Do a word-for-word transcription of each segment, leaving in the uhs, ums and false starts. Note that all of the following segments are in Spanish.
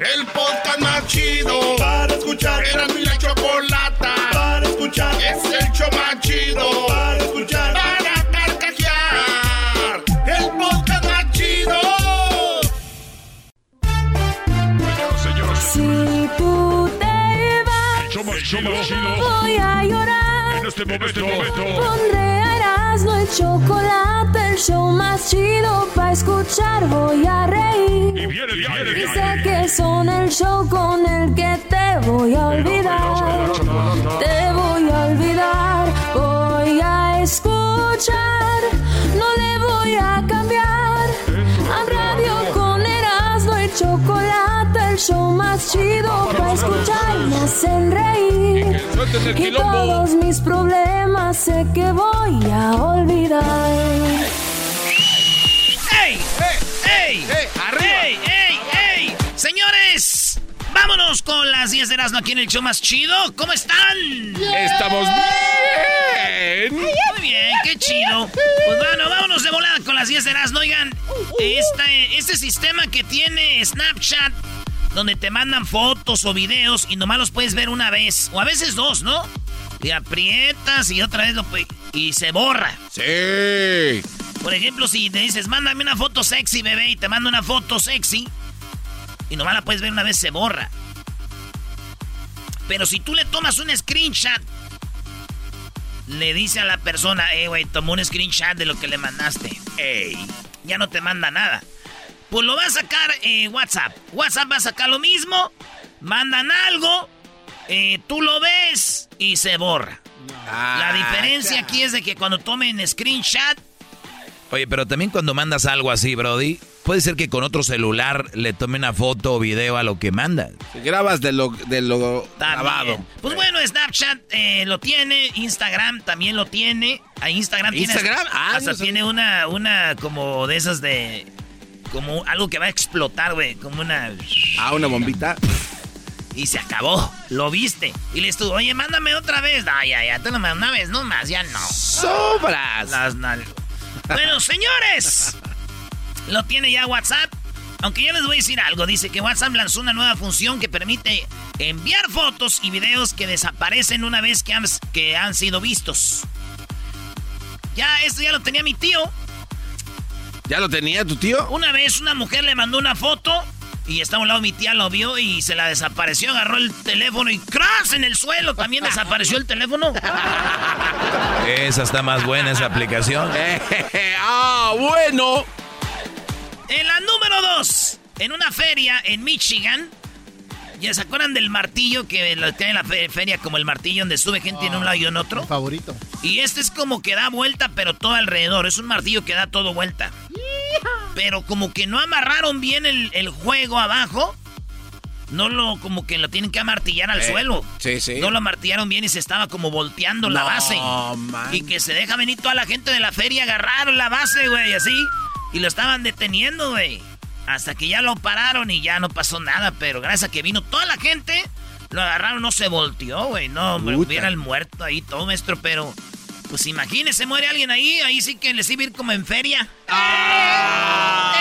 El podcast más chido para escuchar. Era mi la chocolata para escuchar. Es el show más chido para escuchar. Para carcajear. El podcast más chido. Si tú te vas, el show más chido. Voy a llorar. En este momento, este momento. Pondré a Erasmo y chocolate, el show más chido para escuchar. Voy a reír. Y viene, viene, viene. Y sé que son el show con el que te voy a olvidar. Te voy a olvidar. Voy a escuchar. No le voy a cambiar. A radio con Erasmo y chocolate, el show más chido para escuchar. Me hacen reír. Y todos mis problemas sé que voy a olvidar. ¡Ey! ¡Ey! ¡Ey! ¡Arriba! ¡Ey! ¡Ey! ¡Ey! Señores, vámonos con las diez de Erasmo aquí en el show más chido. ¿Cómo están? ¡Estamos bien! Muy bien, qué chido. Pues bueno, vámonos de volada con las diez de Erasmo. Oigan, este, este sistema que tiene Snapchat, donde te mandan fotos o videos y nomás los puedes ver una vez, o a veces dos, ¿no? Y aprietas y otra vez lo y se borra. Sí. Por ejemplo, si te dices, mándame una foto sexy, bebé, y te mando una foto sexy, y nomás la puedes ver una vez, se borra. Pero si tú le tomas un screenshot, le dice a la persona, eh, güey, tomó un screenshot de lo que le mandaste. Ey, ya no te manda nada. Pues lo va a sacar eh, WhatsApp. WhatsApp va a sacar lo mismo, mandan algo, eh, tú lo ves y se borra. Ah, la diferencia ya. Aquí es de que cuando tomen screenshot... Oye, pero también cuando mandas algo así, Brody, puede ser que con otro celular le tome una foto o video a lo que mandas. Si grabas de lo, de lo grabado. Pues bueno, Snapchat eh, lo tiene, Instagram también lo tiene. A Instagram, ¿Instagram? tiene... Ah, hasta no sé. tiene una, una como de esas de... Como algo que va a explotar, güey. Como una... Ah, una bombita. Y se acabó. Lo viste. Y le estuvo, oye, mándame otra vez. Ay, ya, ya. Te lo mando una vez, no más. Ya no. ¡Sobras! Las nal... Bueno, señores. Lo tiene ya WhatsApp. Aunque ya les voy a decir algo. Dice que WhatsApp lanzó una nueva función que permite enviar fotos y videos que desaparecen una vez que han, que han sido vistos. Ya, esto ya lo tenía mi tío. ¿Ya lo tenía tu tío? Una vez una mujer le mandó una foto y estaba a un lado mi tía, lo vio y se la desapareció, agarró el teléfono y ¡crash! En el suelo también desapareció el teléfono. Esa está más buena, esa aplicación. ¡Ah, bueno! En la número dos, en una feria en Michigan, ¿ya se acuerdan del martillo que lo tiene en la feria como el martillo donde sube gente oh, en un lado y en otro? Favorito. Y este es como que da vuelta, pero todo alrededor. Es un martillo que da todo vuelta. Pero como que no amarraron bien el, el juego abajo. No lo, como que lo tienen que amartillar al eh, suelo. Sí, sí. No lo amartillaron bien y se estaba como volteando no, la base. Man. Y que se deja venir toda la gente de la feria a agarrar la base, güey, así. Y lo estaban deteniendo, güey. Hasta que ya lo pararon y ya no pasó nada. Pero gracias a que vino toda la gente, lo agarraron, no se volteó, güey. No, me hubiera el muerto ahí todo, maestro, pero... Pues imagínese, muere alguien ahí, ahí sí que les iba a ir como en feria. Ah.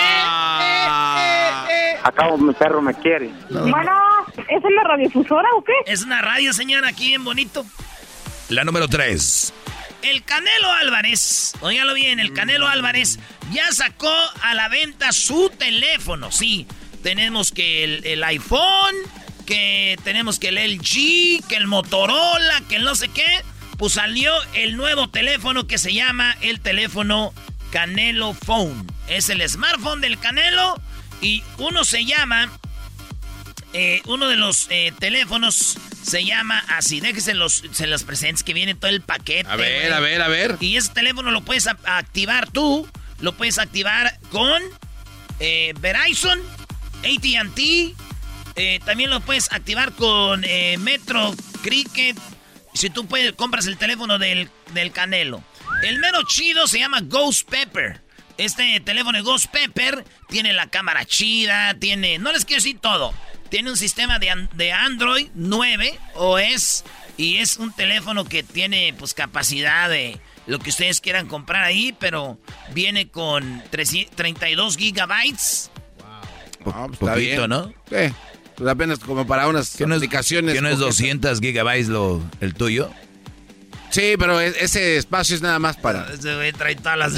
Eh, eh, eh, eh. Acá mi perro me quiere. No. Bueno, ¿es una radiodifusora o qué? Es una radio, señora, aquí en Bonito. La número tres. El Canelo Álvarez, óigalo bien, el Canelo Álvarez ya sacó a la venta su teléfono. Sí, tenemos que el, el iPhone, que tenemos que el L G, que el Motorola, que el no sé qué. Pues salió el nuevo teléfono que se llama el teléfono Canelo Phone. Es el smartphone del Canelo y uno se llama... Eh, uno de los eh, teléfonos se llama así. Déjense los, se los presentes que viene todo el paquete. A ver, wey. a ver, a ver. Y ese teléfono lo puedes a- activar tú. Lo puedes activar con eh, Verizon, A T and T. Eh, también lo puedes activar con eh, Metro, Cricket. Si tú puedes, compras el teléfono del, del Canelo. El mero chido se llama Ghost Pepper. Este teléfono de Ghost Pepper tiene la cámara chida, tiene... No les quiero decir todo. Tiene un sistema de, an- de Android nueve O S y es un teléfono que tiene pues capacidad de lo que ustedes quieran comprar ahí, pero viene con treinta y dos gigabytes. Wow. Po- poquito, ¿no? ¿Qué? Pues apenas como para unas ¿Que no es, aplicaciones. ¿Que no es coquetas. doscientos gigabytes lo, el tuyo? Sí, pero es- ese espacio es nada más para... Ese güey trae todas las...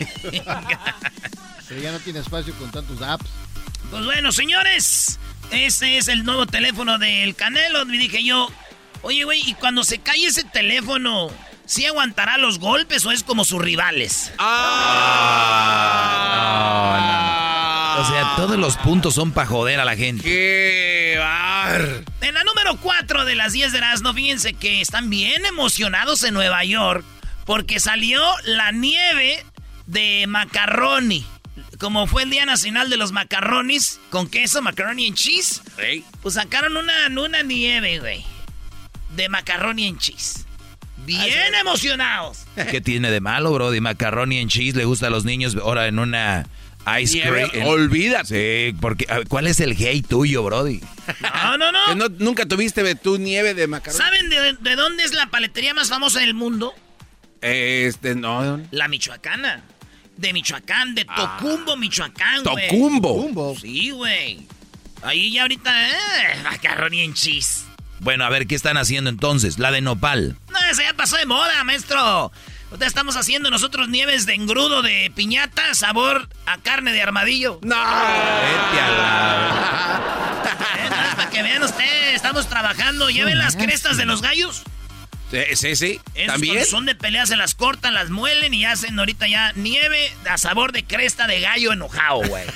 Pero ya no tiene espacio con tantos apps. Pues bueno, señores, ese es el nuevo teléfono del Canelo. Me dije yo, oye, güey, ¿y cuando se cae ese teléfono, sí aguantará los golpes o es como sus rivales? ¡Ah! No, no. O sea, todos los puntos son para joder a la gente. ¡Qué bar! En la número cuatro de las diez de Erasmo, fíjense que están bien emocionados en Nueva York porque salió la nieve de macaroni. Como fue el Día Nacional de los Macarronis con queso, macaroni and cheese, Hey. pues sacaron una, una nieve, güey, de macaroni and cheese. Bien emocionados. ¿Qué tiene de malo, Brody? Macaroni en cheese le gusta a los niños. Ahora en una ice Nieve, cream. olvídate. Sí, porque a ver, ¿cuál es el hate tuyo, Brody? No, no, no. ¿Que no, nunca tuviste tu nieve de macarrón? ¿Saben de, de dónde es la paletería más famosa del mundo? Este, no. La michoacana. De Michoacán, de Tocumbo, Michoacán, güey. Tocumbo. Pumbo. Sí, güey. Ahí ya ahorita, eh, macaroni en cheese. Bueno, a ver, ¿qué están haciendo entonces? La de nopal. No, esa ya pasó de moda, maestro. Ahorita estamos haciendo nosotros nieves de engrudo de piñata, sabor a carne de armadillo. ¡No! Vete a la... Eh, nada más para que vean ustedes, estamos trabajando. ¿Ya ven las crestas de los gallos? Sí, sí, sí. Esos ¿También? cuando son de pelea, se las cortan, las muelen y hacen ahorita ya nieve a sabor de cresta de gallo enojado, güey.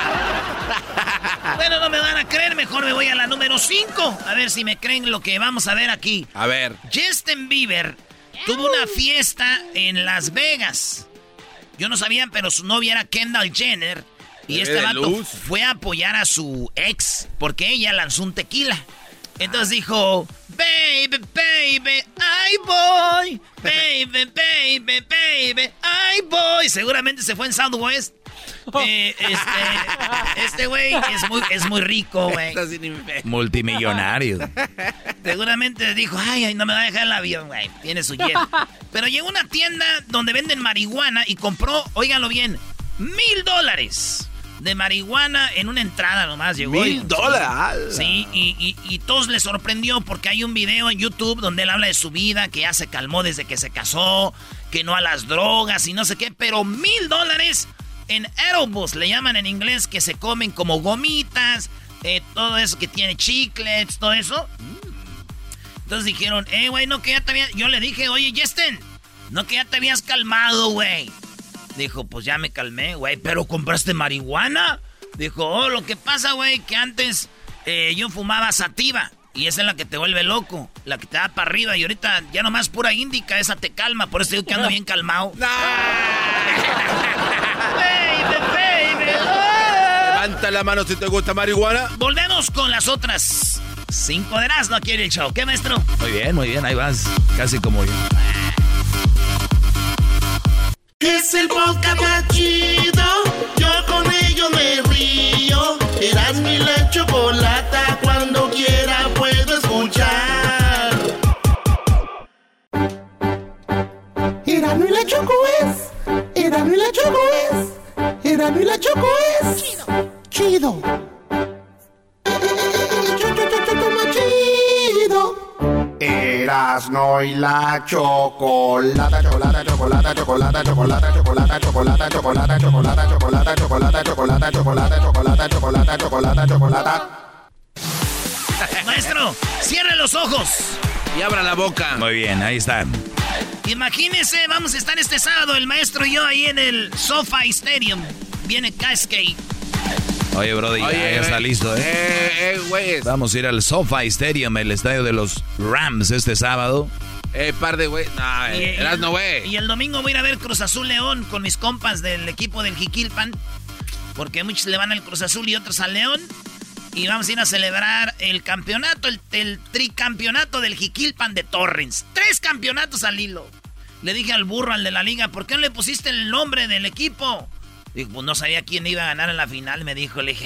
Bueno, no me van a creer, mejor me voy a la número cinco. A ver si me creen lo que vamos a ver aquí. A ver. Justin Bieber tuvo una fiesta en Las Vegas. Yo no sabía, pero su novia era Kendall Jenner. Y Bebé este de vato luz. fue a apoyar a su ex porque ella lanzó un tequila. Entonces dijo, baby, baby, I voy. Baby, baby, baby, I voy. Seguramente se fue en Southwest. Eh, este este güey es muy, es muy rico, güey. Estás sin infe- Multimillonario. Seguramente dijo, ay, ay, no me va a dejar el avión, güey. Tiene su jet. Pero llegó a una tienda donde venden marihuana y compró, óiganlo bien, mil dólares de marihuana en una entrada nomás. Llegó y- Mil dólares. Sí, y, y, y todos le sorprendió porque hay un video en YouTube donde él habla de su vida, que ya se calmó desde que se casó, que no a las drogas y no sé qué, pero mil dólares en edibles, le llaman en inglés, que se comen como gomitas, eh, todo eso que tiene chiclets, todo eso. Entonces dijeron, eh, güey, no que ya te habías... Yo le dije, oye, Justin, no que ya te habías calmado, güey. Dijo, pues ya me calmé, güey, pero ¿compraste marihuana? Dijo, oh, lo que pasa, güey, que antes eh, yo fumaba sativa. Y esa es la que te vuelve loco, la que te da para arriba. Y ahorita ya nomás pura índica, esa te calma. Por eso digo que ando bien calmado. Baby, baby, oh. Levanta la mano si te gusta marihuana. Volvemos con las otras cinco de Erasmo aquí en el show. ¿Qué, maestro? Muy bien, muy bien, ahí vas. Casi como yo. Es el podcast más chido. Yo con ello me río. Eras mi la chocolata. Cuando quiera puedo escuchar. Erasmo y la Choco es. Erasmo y la Choco es. Erasmo y la Choco es. Chido. Chido. Erasmo y la chocolata, chocolata, chocolata, chocolata, chocolata, chocolata, chocolata, chocolata, chocolata, chocolata, chocolata, chocolata, chocolata, chocolata, chocolata, chocolata, chocolata. Maestro, cierre los ojos. Y abra la boca. Muy bien, ahí están. Imagínense, vamos a estar este sábado, el maestro y yo, ahí en el SoFi Stadium. Viene Cascade. Oye, Brody, ya, ya está listo, ¿eh? Eh, eh, güeyes. Vamos a ir al SoFi Stadium, el estadio de los Rams, este sábado. Eh, par de güey. No, Y- eh, y- Erasmo, güey. Y el domingo voy a ir a ver Cruz Azul León con mis compas del equipo del Jiquilpan. Porque muchos le van al Cruz Azul y otros al León. Y vamos a ir a celebrar el campeonato, el, el tricampeonato del Jiquilpan de Torrens. Tres campeonatos al hilo. Le dije al burro, al de la liga, ¿por qué no le pusiste el nombre del equipo? Dijo, pues no sabía quién iba a ganar en la final, me dijo. Le dije,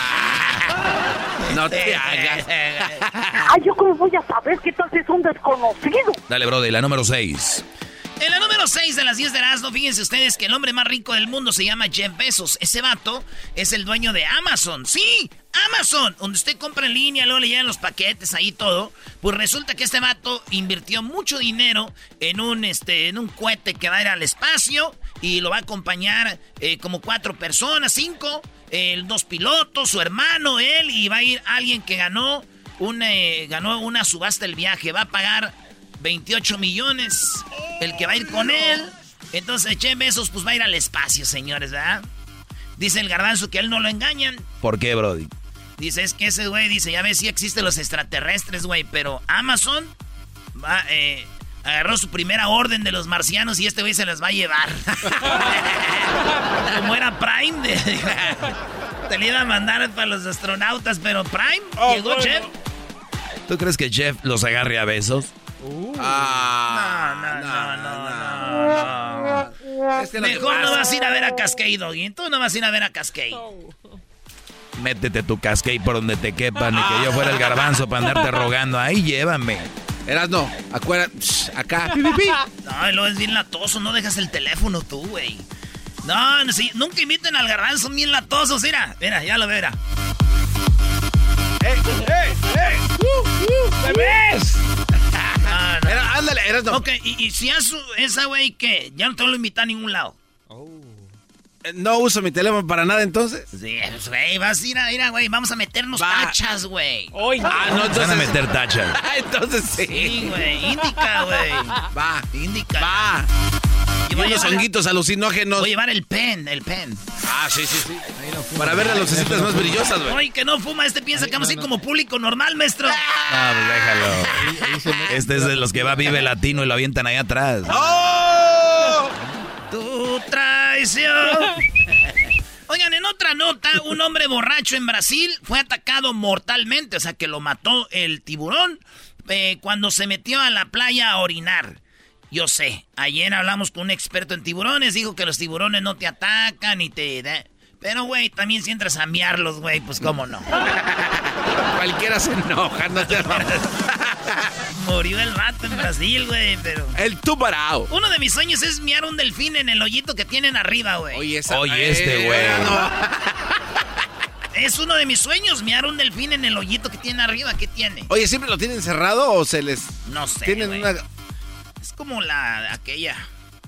No te hagas. Ay, yo cómo voy a saber qué tal si es un desconocido. Dale, Brody, la número seis. En la número seis de las diez de Erasmo, fíjense ustedes que el hombre más rico del mundo se llama Jeff Bezos. Ese vato es el dueño de Amazon. ¡Sí! Amazon, donde usted compra en línea, luego le llegan los paquetes, ahí todo. Pues resulta que este vato invirtió mucho dinero en un, este, en un cohete que va a ir al espacio y lo va a acompañar eh, como cuatro personas, cinco, eh, dos pilotos, su hermano, él, y va a ir alguien que ganó, un, eh, ganó una subasta del viaje. Va a pagar veintiocho millones el que va a ir con él. Entonces Jeff Bezos pues va a ir al espacio, señores, ¿verdad? Dice el Garbanzo que a él no lo engañan. ¿Por qué, brody? Dice, es que ese güey dice, ya ves, sí existen los extraterrestres, güey, pero Amazon va, eh, agarró su primera orden de los marcianos y este güey se las va a llevar. Como era Prime, de, te le iba a mandar para los astronautas, pero Prime, oh, llegó bueno. Jeff. ¿Tú crees que Jeff los agarre a besos? Uh. Ah, no, no, no, no, no, no. Es que mejor no vas a ir a ver a Cascade, Doggy. Tú no vas a ir a ver a Cascade. Oh. Métete tu Cascade por donde te quepa, ni que yo fuera el Garbanzo para andarte rogando. Ahí llévame. Erasno, acuérdate, acá. No, lo es bien latoso, no dejas el teléfono tú, güey. No, no sí, nunca inviten al Garbanzo, son bien latosos, mira. Mira, ya lo veo, mira. ¡Ey, ey, ey! ¡Uh, uh! ¿Me ves? Ah, no. Era, ándale, Erasno. Ok, y, y si haces esa, güey, ¿qué? Ya no te lo invitan a ningún lado. Oh. ¿No uso mi teléfono para nada, entonces? Sí, güey, vas a ir a, ir a, güey, vamos a meternos Va. tachas, güey. Ah, no, entonces... Van a meter tachas. Entonces sí. Sí, güey, indica, güey. Va. Indica. Va. Y voy unos honguitos alucinógenos. Voy a llevar el pen, el pen. Ah, sí, sí, sí. No para ver las lucecitas más brillosas, güey. Oye, que no fuma, este piensa Ay, que vamos a ir no, no. como público normal, maestro. No, pues déjalo. Este es de los que va Vive Latino y lo avientan ahí atrás. ¡Oh! Tu traición. Oigan, en otra nota, un hombre borracho en Brasil fue atacado mortalmente, o sea que lo mató el tiburón eh, cuando se metió a la playa a orinar. Yo sé, ayer hablamos con un experto en tiburones, dijo que los tiburones no te atacan y te... De... Pero, güey, también si entras a miarlos, güey, pues cómo no. Cualquiera se enoja, no te Murió el vato en Brasil, güey, pero... El tubarao. Uno de mis sueños es miar un delfín en el hoyito que tienen arriba, güey. Oye, esa... Oye, este, güey. Eh, no. Es uno de mis sueños, miar un delfín en el hoyito que tiene arriba. ¿Qué tiene? Oye, ¿siempre lo tienen cerrado o se les...? No sé, Tienen wey. una... Es como la... aquella...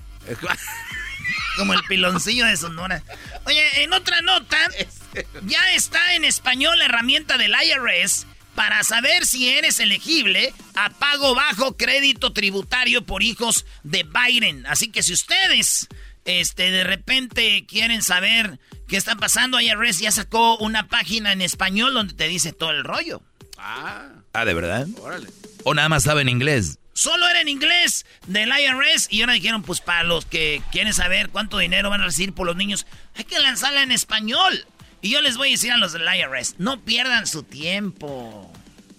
Como el piloncillo de Sonora. Oye, en otra nota, ya está en español la herramienta del I R S para saber si eres elegible a pago bajo crédito tributario por hijos de Biden. Así que si ustedes, este, de repente quieren saber qué está pasando, I R S ya sacó una página en español donde te dice todo el rollo. Ah, ah ¿de verdad? Órale. ¿O nada más estaba en inglés? Solo era en inglés del I R S y ahora dijeron, pues para los que quieren saber cuánto dinero van a recibir por los niños, hay que lanzarla en español. Y yo les voy a decir a los del I R S, no pierdan su tiempo.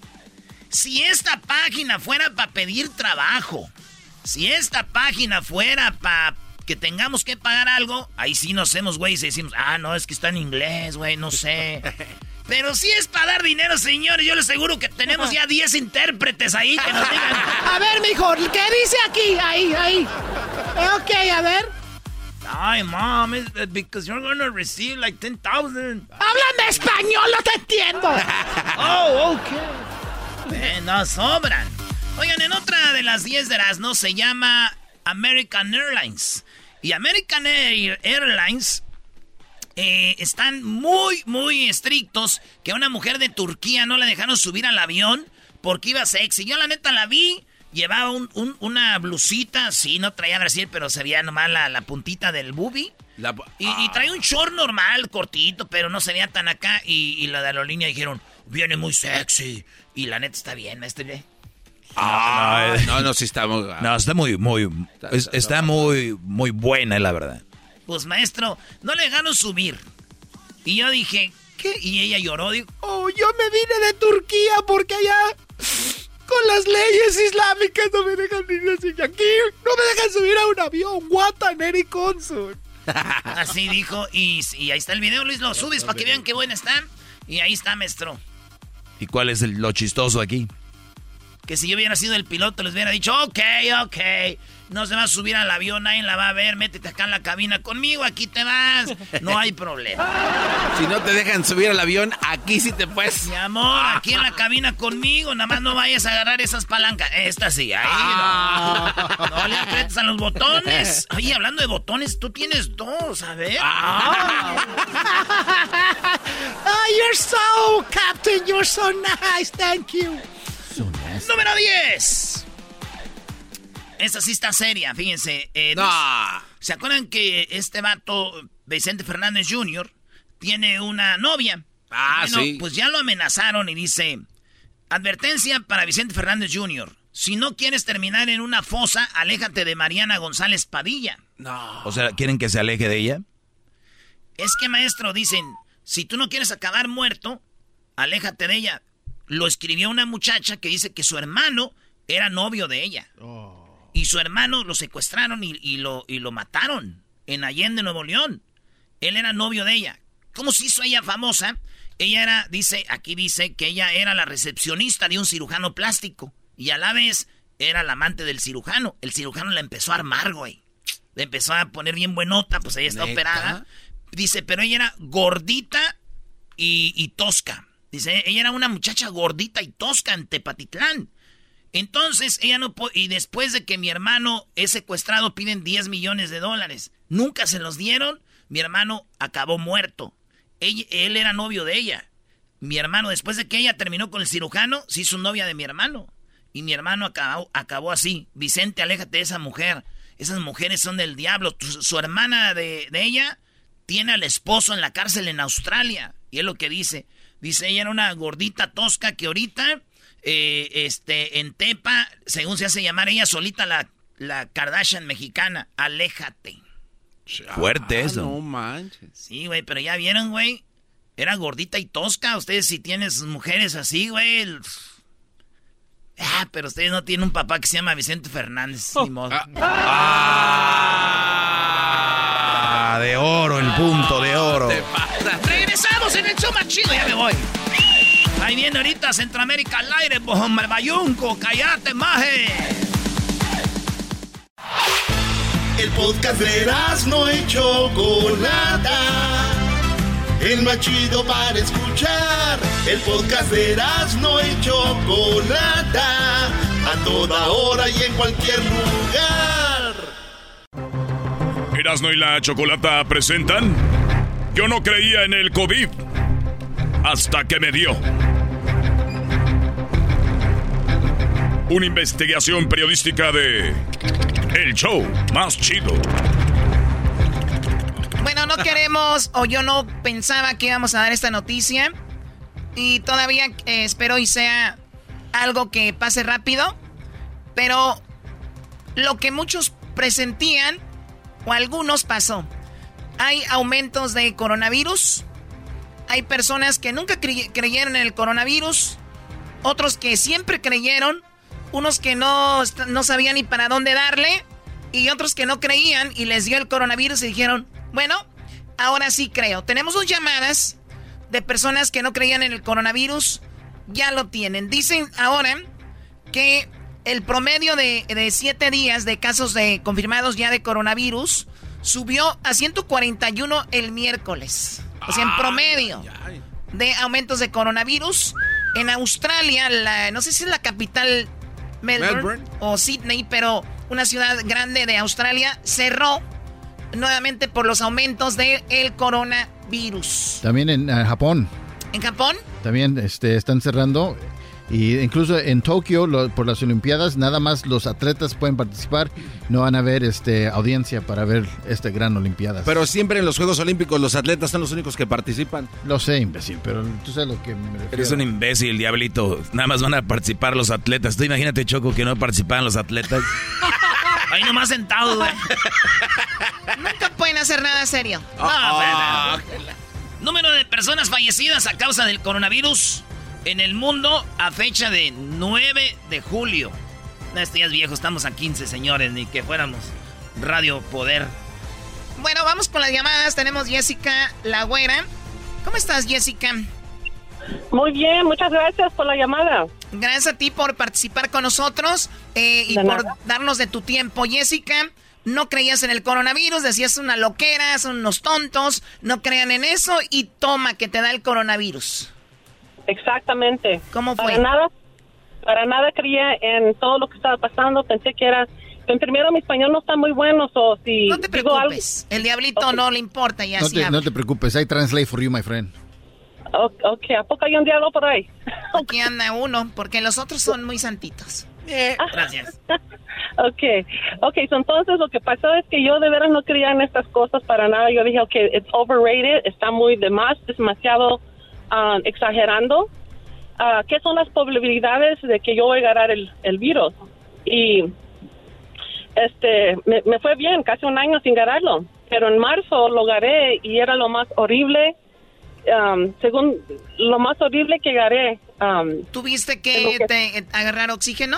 Si esta página fuera para pedir trabajo, si esta página fuera para que tengamos que pagar algo, ahí sí nos hacemos güeyes y decimos, ah, no, es que está en inglés, güey, no sé. Pero si es para dar dinero, señores, yo les aseguro que tenemos ya diez intérpretes ahí que nos digan. A ver, mijo, ¿qué dice aquí? Ahí, ahí. Ok, a ver. Ay, mom, it's because you're gonna receive like ten thousand. Háblame español, no te entiendo. Oh, ok. Eh, no sobran. Oigan, en otra de las diez de Erasmo se llama American Airlines. Y American Air Airlines... Eh, están muy, muy estrictos que a una mujer de Turquía no la dejaron subir al avión porque iba sexy. Yo la neta la vi, llevaba un, un, una blusita, sí, no traía brasil, pero se veía nomás la, la puntita del boobie. La, y, ah. y traía un short normal, cortito, pero no se veía tan acá. Y, y la de la aerolínea dijeron, viene muy sexy. Y la neta está bien, este... Ah, no, no, no, sí está muy... No, está muy, muy... Está, está muy, muy buena, la verdad. Pues, maestro, no le dejaron subir. Y yo dije, ¿qué? Y ella lloró, dijo, oh, yo me vine de Turquía porque allá con las leyes islámicas no me dejan ni así. Aquí no me dejan subir a un avión. What an Eric Consul. Así dijo, y, y ahí está el video, Luis, lo subes para que vean qué buena está. Y ahí está, maestro. ¿Y cuál es el, lo chistoso aquí? Que si yo hubiera sido el piloto, les hubiera dicho, ok, ok, no se va a subir al avión, nadie la va a ver, métete acá en la cabina conmigo, aquí te vas, no hay problema. Si no te dejan subir al avión, aquí sí te puedes. Mi amor, aquí en la cabina conmigo, nada más no vayas a agarrar esas palancas. Esta sí, ahí ah. no. No le aprietes a los botones. Oye, hablando de botones, tú tienes dos, a ver. Ah. Oh, you're so, Captain, you're so nice, thank you. So nice. Número diez. Esta sí está seria, fíjense. Eh, no. ¿Se acuerdan que este vato, Vicente Fernández junior, tiene una novia? Ah, bueno, sí. Pues ya lo amenazaron y dice, advertencia para Vicente Fernández junior Si no quieres terminar en una fosa, aléjate de Mariana González Padilla. No. O sea, ¿quieren que se aleje de ella? Es que, maestro, dicen, si tú no quieres acabar muerto, aléjate de ella. Lo escribió una muchacha que dice que su hermano era novio de ella. Oh. Y su hermano lo secuestraron y, y, lo, y lo mataron en Allende, Nuevo León. Él era novio de ella. ¿Cómo se hizo ella famosa? Ella era, dice, aquí dice que ella era la recepcionista de un cirujano plástico. Y a la vez era la amante del cirujano. El cirujano la empezó a armar, güey. Le empezó a poner bien buenota, pues ella está ¿Neta? Operada. Dice, pero ella era gordita y, y tosca. Dice, ella era una muchacha gordita y tosca en Tepatitlán. Entonces, ella no po- y después de que mi hermano es secuestrado, piden diez millones de dólares. Nunca se los dieron. Mi hermano acabó muerto. Ella, él era novio de ella. Mi hermano, después de que ella terminó con el cirujano, se hizo novia de mi hermano. Y mi hermano acabó, acabó así. Vicente, aléjate de esa mujer. Esas mujeres son del diablo. Su, su hermana de, de ella tiene al esposo en la cárcel en Australia. Y es lo que dice. Dice, ella era una gordita tosca que ahorita... Eh, este, en Tepa, según se hace llamar ella solita la, la Kardashian mexicana. Aléjate. Fuerte eso. No manches. Sí, güey, pero ya vieron, güey. Era gordita y tosca. Ustedes si tienes mujeres así, güey. El... Ah, pero ustedes no tienen un papá que se llama Vicente Fernández. Oh. Ni modo. Ah. Ah, de oro, el punto de oro. Regresamos en el show más chido. Ya me voy. Ahí viene ahorita Centroamérica al aire, hombre, bayunco, cállate, maje. El podcast de Erazno y Chocolata, el más chido para escuchar. El podcast de Erazno y Chocolata, a toda hora y en cualquier lugar. Erazno y la Chocolata presentan Yo no creía en el COVID hasta que me dio. Una investigación periodística de El Show Más Chido. Bueno, no queremos, o yo no pensaba que íbamos a dar esta noticia. Y todavía eh, espero y sea algo que pase rápido. Pero lo que muchos presentían, o algunos pasó. Hay aumentos de coronavirus. Hay personas que nunca cre- creyeron en el coronavirus. Otros que siempre creyeron. Unos que no, no sabían ni para dónde darle. Y otros que no creían y les dio el coronavirus y dijeron, bueno, ahora sí creo. Tenemos dos llamadas de personas que no creían en el coronavirus. Ya lo tienen. Dicen ahora que el promedio de, de siete días de casos de confirmados ya de coronavirus subió a ciento cuarenta y uno el miércoles. O sea, en promedio de aumentos de coronavirus. En Australia, la, no sé si es la capital Melbourne, Melbourne o Sydney, pero una ciudad grande de Australia cerró nuevamente por los aumentos del coronavirus. También en uh, Japón. ¿En Japón? También este, están cerrando. Y incluso en Tokio, lo, por las Olimpiadas, nada más los atletas pueden participar. No van a haber este, audiencia para ver esta gran Olimpiada. Pero siempre en los Juegos Olímpicos los atletas son los únicos que participan. Lo sé, imbécil, pero tú sabes lo que me refiero. Eres un imbécil, diablito. Nada más van a participar los atletas. Tú imagínate, Choco, que no participaran los atletas. Ahí nomás sentados, güey. Nunca pueden hacer nada serio. No, oh, no. Número de personas fallecidas a causa del coronavirus en el mundo a fecha de nueve de julio. No, este ya es viejo, estamos a quince, señores, ni que fuéramos Radio Poder. Bueno, vamos con las llamadas. Tenemos Jessica La Güera. ¿Cómo estás, Jessica? Muy bien, muchas gracias por la llamada. Gracias a ti por participar con nosotros eh, y De por nada. darnos de tu tiempo. Jessica, no creías en el coronavirus, decías una loquera, son unos tontos, no crean en eso y toma que te da el coronavirus. Exactamente. ¿Cómo fue? Para nada, para nada creía en todo lo que estaba pasando. Pensé que era... En primero, mi español no está muy bueno, o si No te digo algo... preocupes, el diablito no le importa y No así te, habla. no te preocupes, I translate for you, my friend. O- Ok, ¿a poco hay un diablo por ahí? Aquí anda uno, porque los otros son muy santitos. Gracias. Okay, okay, so entonces lo que pasó es que yo de veras no creía en estas cosas para nada. Yo dije, okay, it's overrated, está muy de más, es demasiado um, exagerando. Uh, ¿Qué son las probabilidades de que yo voy a agarrar el, el virus? Y este, me, me fue bien, casi un año sin agarrarlo, pero en marzo lo agarré y era lo más horrible, um, según lo más horrible que agarré. Um, ¿Tuviste que, que te, eh, agarrar oxígeno?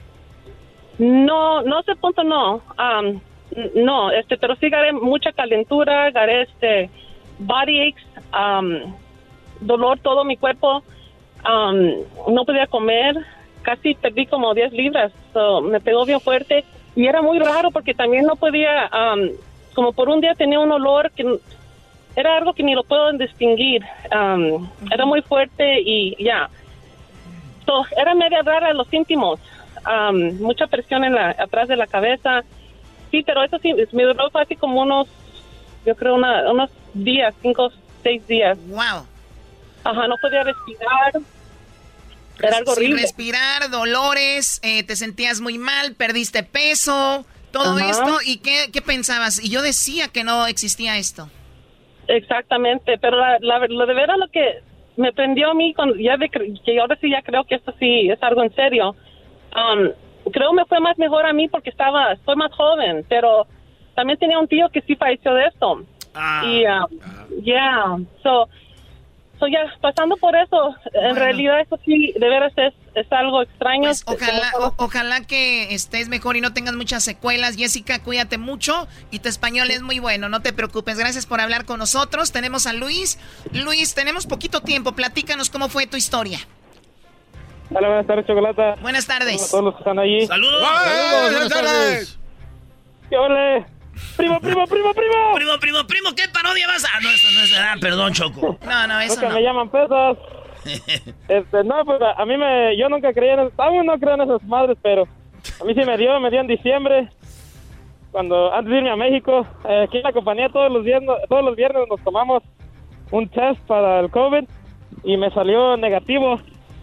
No, no ese punto no. Um, n- no, este, pero sí agarré mucha calentura, agarré este body aches, um, dolor todo mi cuerpo. Um, no podía comer, casi perdí como diez libras. So, me pegó bien fuerte y era muy raro porque también no podía, um, como por un día tenía un olor que n- era algo que ni lo puedo distinguir. Um, era muy fuerte y ya. So, era media rara los síntomas. Um, mucha presión en la atrás de la cabeza. Sí, pero eso sí, me duró casi como unos, yo creo, una, unos días, cinco, seis días. Wow. Ajá, no podía respirar. Era algo Sin horrible. respirar, dolores, eh, te sentías muy mal, perdiste peso, todo Ajá. esto. ¿Y qué, qué pensabas? Y yo decía que no existía esto. Exactamente, pero la, la- lo de veras lo que me prendió a mí, cuando ya de, cre- que ahora sí ya creo que esto sí es algo en serio. Um, creo me fue más mejor a mí porque estaba, estoy más joven, pero también tenía un tío que sí falleció de esto. Ah. Y, um, yeah, so, so ya, pasando por eso, en Bueno. realidad eso sí, de veras es, es algo extraño. Pues ojalá, Como- o- ojalá que estés mejor y no tengas muchas secuelas. Jessica, cuídate mucho y tu español es muy bueno, no te preocupes. Gracias por hablar con nosotros. Tenemos a Luis. Luis, tenemos poquito tiempo. Platícanos cómo fue tu historia. Hola, buenas tardes, Chocolata. Buenas tardes. Hola a todos los que están allí. ¡Saludos! Saludos, buenas tardes. ¿Qué ole? Primo, primo, primo, primo. Primo, primo, primo, ¿qué parodia vas a...? Ah, no, eso no es... Ah, perdón, Choco. No, no, Es eso que no. me llaman pesas. Este, no, pues a, a mí me... Yo nunca creí en... Aún no creo en esas madres, pero... A mí sí me dio, me dio en diciembre. Cuando... Antes de irme a México. Eh, aquí en la compañía todos los viernes, todos los viernes nos tomamos un test para el COVID. Y me salió negativo.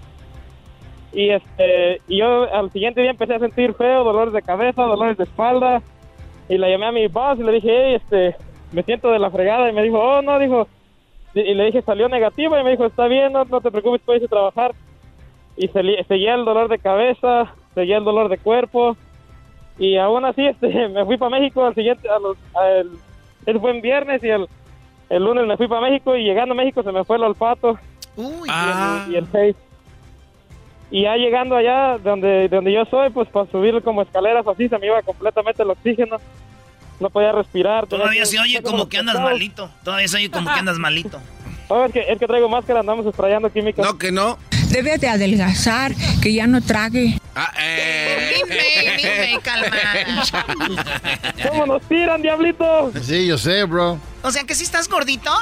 Y este... Y yo al siguiente día empecé a sentir feo, dolores de cabeza, dolores de espalda. Y le llamé a mi boss y le dije, hey, este... Me siento de la fregada. Y me dijo, oh, no, dijo... Y y le dije, salió negativo, y me dijo, está bien, no, no te preocupes, puedes ir a trabajar. Y se- seguía el dolor de cabeza, seguía el dolor de cuerpo, y aún así este, me fui para México al siguiente, a los, al, eso fue en viernes, y el, el lunes me fui para México, y llegando a México se me fue el olfato, Uy, Ah. y el face. Y ya llegando allá, donde, donde yo soy, pues para subir como escaleras así, se me iba completamente el oxígeno. No podía respirar. tenía Todavía que- se oye como que andas pesados. malito. Todavía se oye como que andas malito. Oh, es, que, es que traigo máscara, andamos sprayando químicos. No, que no. Debe de adelgazar, que ya no trague. Ah, eh. Dime, dime, calma. ¿Cómo nos tiran, diablito? Sí, yo sé, bro. O sea, que si estás gordito.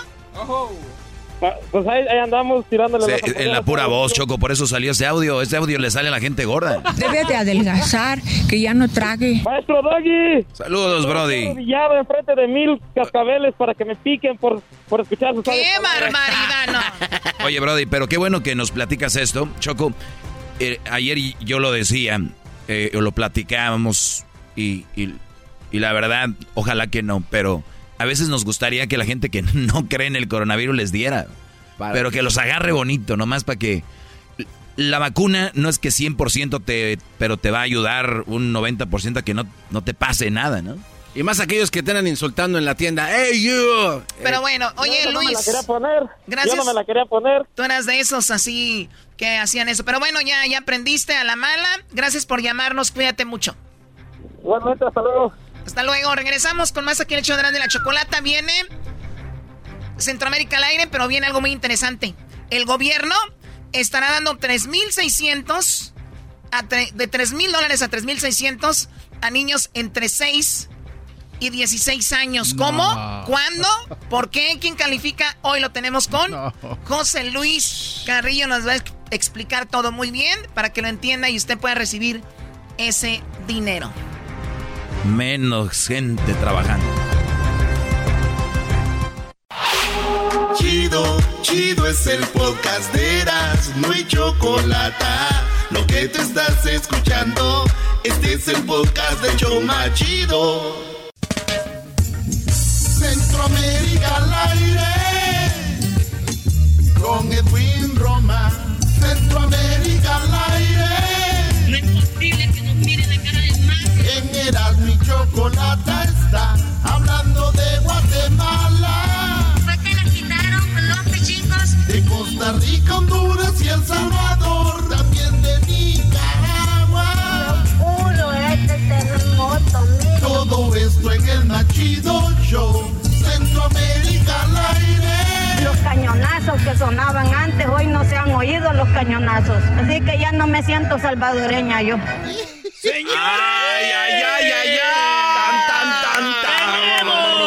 Ah, Pues ahí, ahí andamos tirándole Sí, las en la hamburguesas. pura voz, Choco, por eso salió ese audio. Ese audio le sale a la gente gorda. Debe de adelgazar, que ya no trague. Maestro Doggy. Saludos, Brody. Arrodillado enfrente de mil cascabeles para que me piquen por, por escuchar sus ¡Qué sabias palabras. barbaridad! No. Oye, Brody, pero qué bueno que nos platicas esto. Choco, eh, ayer yo lo decía, eh, lo platicábamos y, y, y la verdad, ojalá que no, pero a veces nos gustaría que la gente que no cree en el coronavirus les diera, Para- pero que los agarre bonito, nomás para que... La vacuna no es que cien por ciento te, pero te va a ayudar un noventa por ciento a que no, no te pase nada, ¿no? Y más aquellos que te andan insultando en la tienda. ¡Hey, you! Pero bueno, oye, Yo no me la Luis. quería poner. Gracias. Yo no me la quería poner. Tú eras de esos así que hacían eso. Pero bueno, ya, ya aprendiste a la mala. Gracias por llamarnos. Cuídate mucho. Igualmente, hasta luego. Hasta luego. Regresamos con más aquí en el show de la Chocolata. Viene Centroamérica al aire, pero viene algo muy interesante. El gobierno estará dando tres mil seiscientos, a tre- de tres mil dólares a tres mil seiscientos a niños entre seis y dieciséis años. ¿Cómo? No. ¿Cuándo? ¿Por qué? ¿Quién califica? Hoy lo tenemos con no. José Luis Carrillo. Nos va a explicar todo muy bien para que lo entienda y usted pueda recibir ese dinero. Menos gente trabajando. Chido, chido es el podcast de Eras, no hay chocolate. Lo que te estás escuchando, este es el podcast de Choma Chido. Centroamérica al aire, con Edwin Román. Centroamérica al aire. No es posible que nos miren la cara del mar. En Eras mi chocolate está hablando de Guatemala. Fue que nos quitaron los pechingos. De Costa Rica, Honduras y El Salvador, también de Nicaragua. Puro este terremoto, mira. Todo esto en el Machido Show, Centroamérica al aire. Los cañonazos que sonaban antes, hoy no se han oído los cañonazos. Así que ya no me siento salvadoreña yo. ¡Señores! ¡Ay, ay, ay, ay, ay! ¡Tan, tan, tan,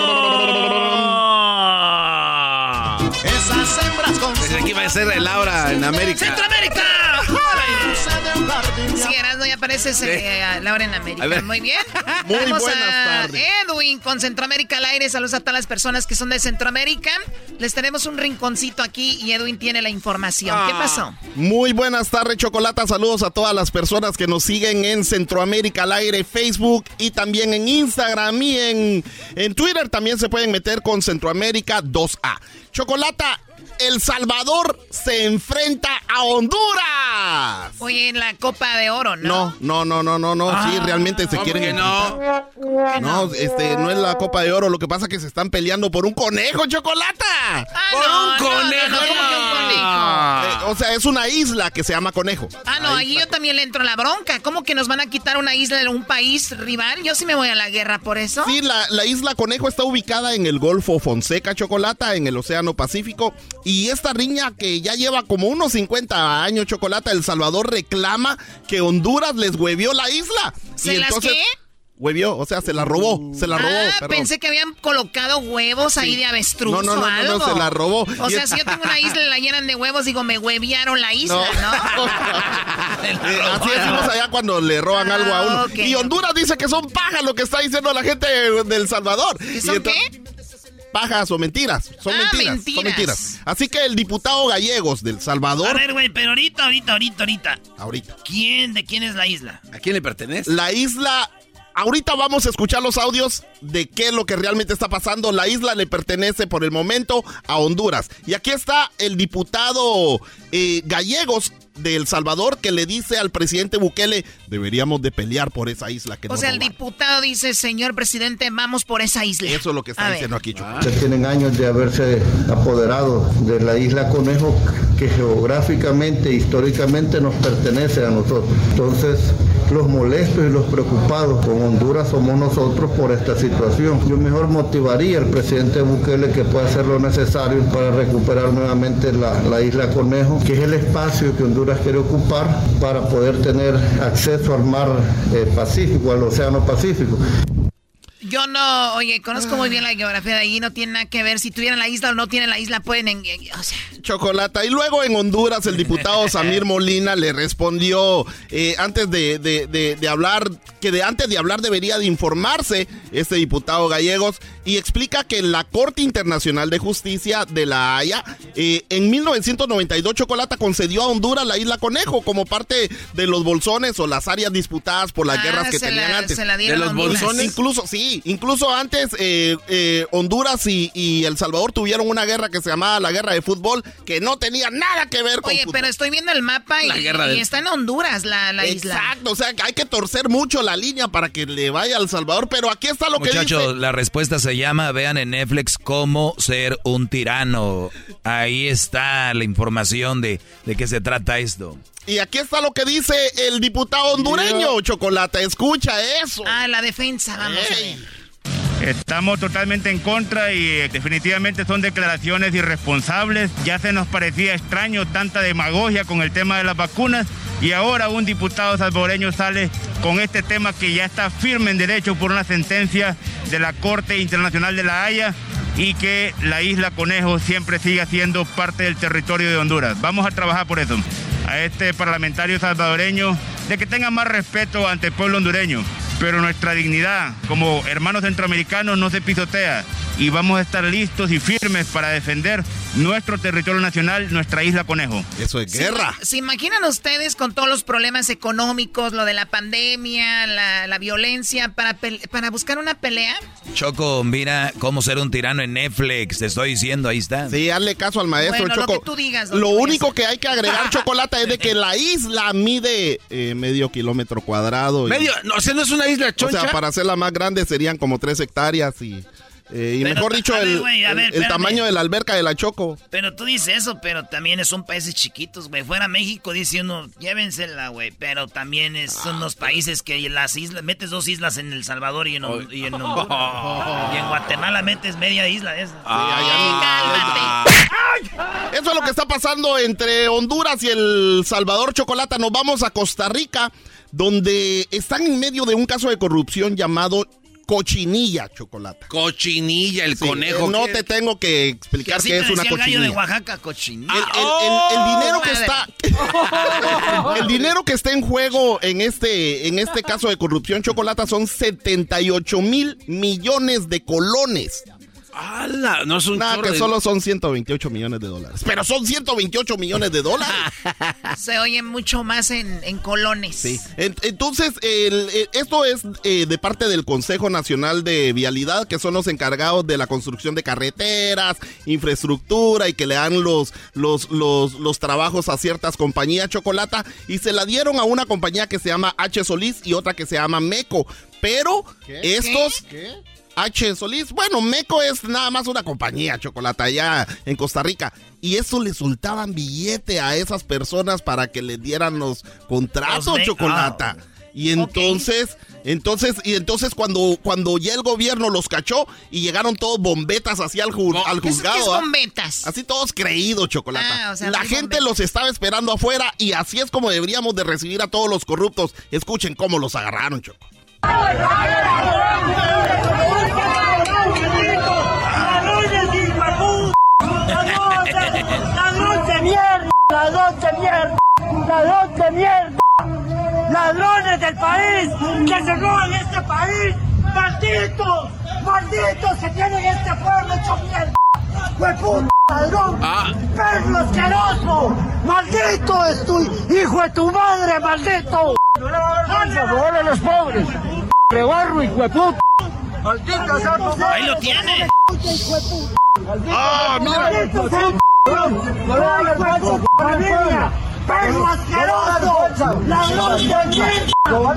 tan! Esas hembras con... Desde aquí va a ser el Laura en América. ¡Centroamérica! Sí, Erasmo, ya apareces eh, Laura en América. Muy bien. Muy Vamos buenas a tardes. Edwin con Centroamérica al aire. Saludos a todas las personas que son de Centroamérica. Les tenemos un rinconcito aquí y Edwin tiene la información. ¿Qué pasó? Muy buenas tardes, Chocolata. Saludos a todas las personas que nos siguen en Centroamérica al aire, Facebook y también en Instagram y en, en Twitter. También se pueden meter con Centroamérica dos A. Chocolata, El Salvador se enfrenta a Honduras. Oye, en la Copa de Oro, ¿no? No, no, no, no, no, no. Ah, sí, realmente se quieren que no? enfrentar. No, este, no es la Copa de Oro. Lo que pasa es que se están peleando por un conejo, Chocolata. Ah, por no, un no, conejo. no, no, ¿cómo que un conejo? Eh, o sea, es una isla que se llama Conejo. Ah, no, ahí yo también le entro a la bronca. ¿Cómo que nos van a quitar una isla de un país rival? Yo sí me voy a la guerra por eso. Sí, la, la isla Conejo está ubicada en el Golfo Fonseca, Chocolata, en el Océano Pacífico. Y esta riña que ya lleva como unos cincuenta años, Chocolata, El Salvador reclama que Honduras les huevió la isla. ¿Se y las entonces, qué? Huevió, o sea, se la robó, se la robó. Ah, perdón. pensé que habían colocado huevos ahí Sí. de avestruz No, no, no, o no, algo. no, se la robó. O Y sea, es- si yo tengo una isla y la llenan de huevos, digo, me hueviaron la isla, ¿no? Eh, así decimos allá cuando le roban Ah, algo a uno. ok. Y Honduras dice que son pajas lo que está diciendo la gente de El Salvador. ¿Qué son Y entonces- pajas o mentiras. Son Ah, mentiras, mentiras. Son mentiras. Así que el diputado Gallegos del Salvador. A ver, güey, pero ahorita, ahorita, ahorita, ahorita. Ahorita. ¿Quién? ¿De quién es la isla? ¿A quién le pertenece? La isla. Ahorita vamos a escuchar los audios de qué es lo que realmente está pasando. La isla le pertenece por el momento a Honduras. Y aquí está el diputado eh, Gallegos de El Salvador que le dice al presidente Bukele, deberíamos de pelear por esa isla que O nos sea, el robaron". diputado dice, señor presidente, vamos por esa isla. Eso es lo que A está ver. diciendo aquí, Choco. Ya tienen años de haberse apoderado de la isla Conejo, que geográficamente, históricamente nos pertenece a nosotros. Entonces, los molestos y los preocupados con Honduras somos nosotros por esta situación. Yo mejor motivaría al presidente Bukele que pueda hacer lo necesario para recuperar nuevamente la, la isla Conejo, que es el espacio que Honduras quiere ocupar para poder tener acceso al mar eh, Pacífico, al Océano Pacífico. Yo no, oye, conozco muy bien la geografía de ahí, no tiene nada que ver. Si tuvieran la isla o no tienen la isla, pueden... En, o sea, Chocolata. Y luego en Honduras el diputado Samir Molina le respondió eh, antes de, de, de, de hablar, que de antes de hablar debería de informarse este diputado Gallegos y explica que la Corte Internacional de Justicia de La Haya eh, en mil novecientos noventa y dos, Chocolata, concedió a Honduras la isla Conejo como parte de los bolsones o las áreas disputadas por las Ah, guerras que se tenían la- antes. se la dieron de los a Honduras. bolsones. Incluso, sí, incluso antes eh, eh, Honduras y, y El Salvador tuvieron una guerra que se llamaba la guerra de fútbol, que no tenía nada que ver con oye, fútbol. pero estoy viendo el mapa y, La guerra y del- está en Honduras la, la isla. Exacto, o sea, que hay que torcer mucho la línea para que le vaya a El Salvador, pero aquí está lo que Muchachos, dice. la respuesta se llama, vean en Netflix, Cómo ser un tirano. Ahí está la información de, de qué se trata esto. Y aquí está lo que dice el diputado hondureño, Chocolata, escucha eso. Ah, la defensa, vamos a ver. Estamos totalmente en contra y definitivamente son declaraciones irresponsables. Ya se nos parecía extraño tanta demagogia con el tema de las vacunas y ahora un diputado salvadoreño sale con este tema que ya está firme en derecho por una sentencia de la Corte Internacional de la Haya y que la isla Conejo siempre siga siendo parte del territorio de Honduras. Vamos a trabajar por eso. A este parlamentario salvadoreño de que tenga más respeto ante el pueblo hondureño. Pero nuestra dignidad como hermanos centroamericanos no se pisotea y vamos a estar listos y firmes para defender nuestro territorio nacional, nuestra isla Conejo. Eso es guerra. ¿Se, ¿se imaginan ustedes con todos los problemas económicos, lo de la pandemia, la, la violencia, para, para buscar una pelea? Choco, mira cómo ser un tirano en Netflix, te estoy diciendo, ahí está. Sí, hazle caso al maestro, bueno, Choco. Lo que tú digas. Lo único que hay que agregar, Chocolata, es de que la isla mide eh, medio kilómetro cuadrado. Y, medio, no, o sea, no es una isla choncha. O sea, para hacerla más grande serían como tres hectáreas y... Eh, y pero, mejor dicho, ver, el, wey, ver, el, el tamaño de la alberca de la Choco. Pero tú dices eso, pero también son países chiquitos, güey. Fuera México, dice uno, llévensela, güey. Pero también es, son los países que las islas, metes dos islas en El Salvador y en, oh. y en Honduras. Oh. Y en Guatemala metes media isla esa. Ah. Sí, cálmate. Eso es lo que está pasando entre Honduras y El Salvador, Chocolata. Nos vamos a Costa Rica, donde están en medio de un caso de corrupción llamado Cochinilla, Chocolata. Cochinilla, el sí, conejo. Eh, no te tengo que explicar qué es una cochinilla. El gallo de Oaxaca, cochinilla. El, el, el, el dinero que está, el dinero que está en juego en este, en este caso de corrupción, Chocolata, son setenta y ocho mil millones de colones. ¡Hala! No es un Nada, que de... solo son ciento veintiocho millones de dólares. Pero son ciento veintiocho millones de dólares. Se oye mucho más en, en colones. Sí. Entonces, el, el, esto es eh, de parte del Consejo Nacional de Vialidad, que son los encargados de la construcción de carreteras, infraestructura y que le dan los, los, los, los trabajos a ciertas compañías, Chocolata. Y se la dieron a una compañía que se llama H. Solís y otra que se llama Meco. Pero ¿Qué? estos... ¿Qué? ¿Qué? H. Solís, bueno, Meco es nada más una compañía, Chocolata, allá en Costa Rica. Y eso le soltaban billete a esas personas para que les dieran los contratos, los Chocolata. Oh. Y entonces, okay. entonces, y entonces cuando, cuando ya el gobierno los cachó y llegaron todos bombetas así al, ju no. al juzgado. ¿Qué es bombetas? Así todos creídos, Chocolata. Ah, o sea, la gente bombetas. Los estaba esperando afuera y así es como deberíamos de recibir a todos los corruptos. Escuchen cómo los agarraron, Choco. ¡Ladrón de mierda! ¡Ladrón de mierda! ¡Ladrones del país! ¡Que se roban este país! ¡Malditos! ¡Malditos se tienen este pueblo hecho mierda! ¡Hueputa ladrón! Ah. ¡Perro asqueroso! ¡Maldito es tu hijo de tu madre, maldito! ¡Favor a los pobres! ¡Rebarro, hijo de puta! ¡Maldita sea tu madre! ¡Ahí lo tiene! ¡Ah, mira! ¡Maldito sea tu ¡perro asqueroso! ¡Ladrón de mierda!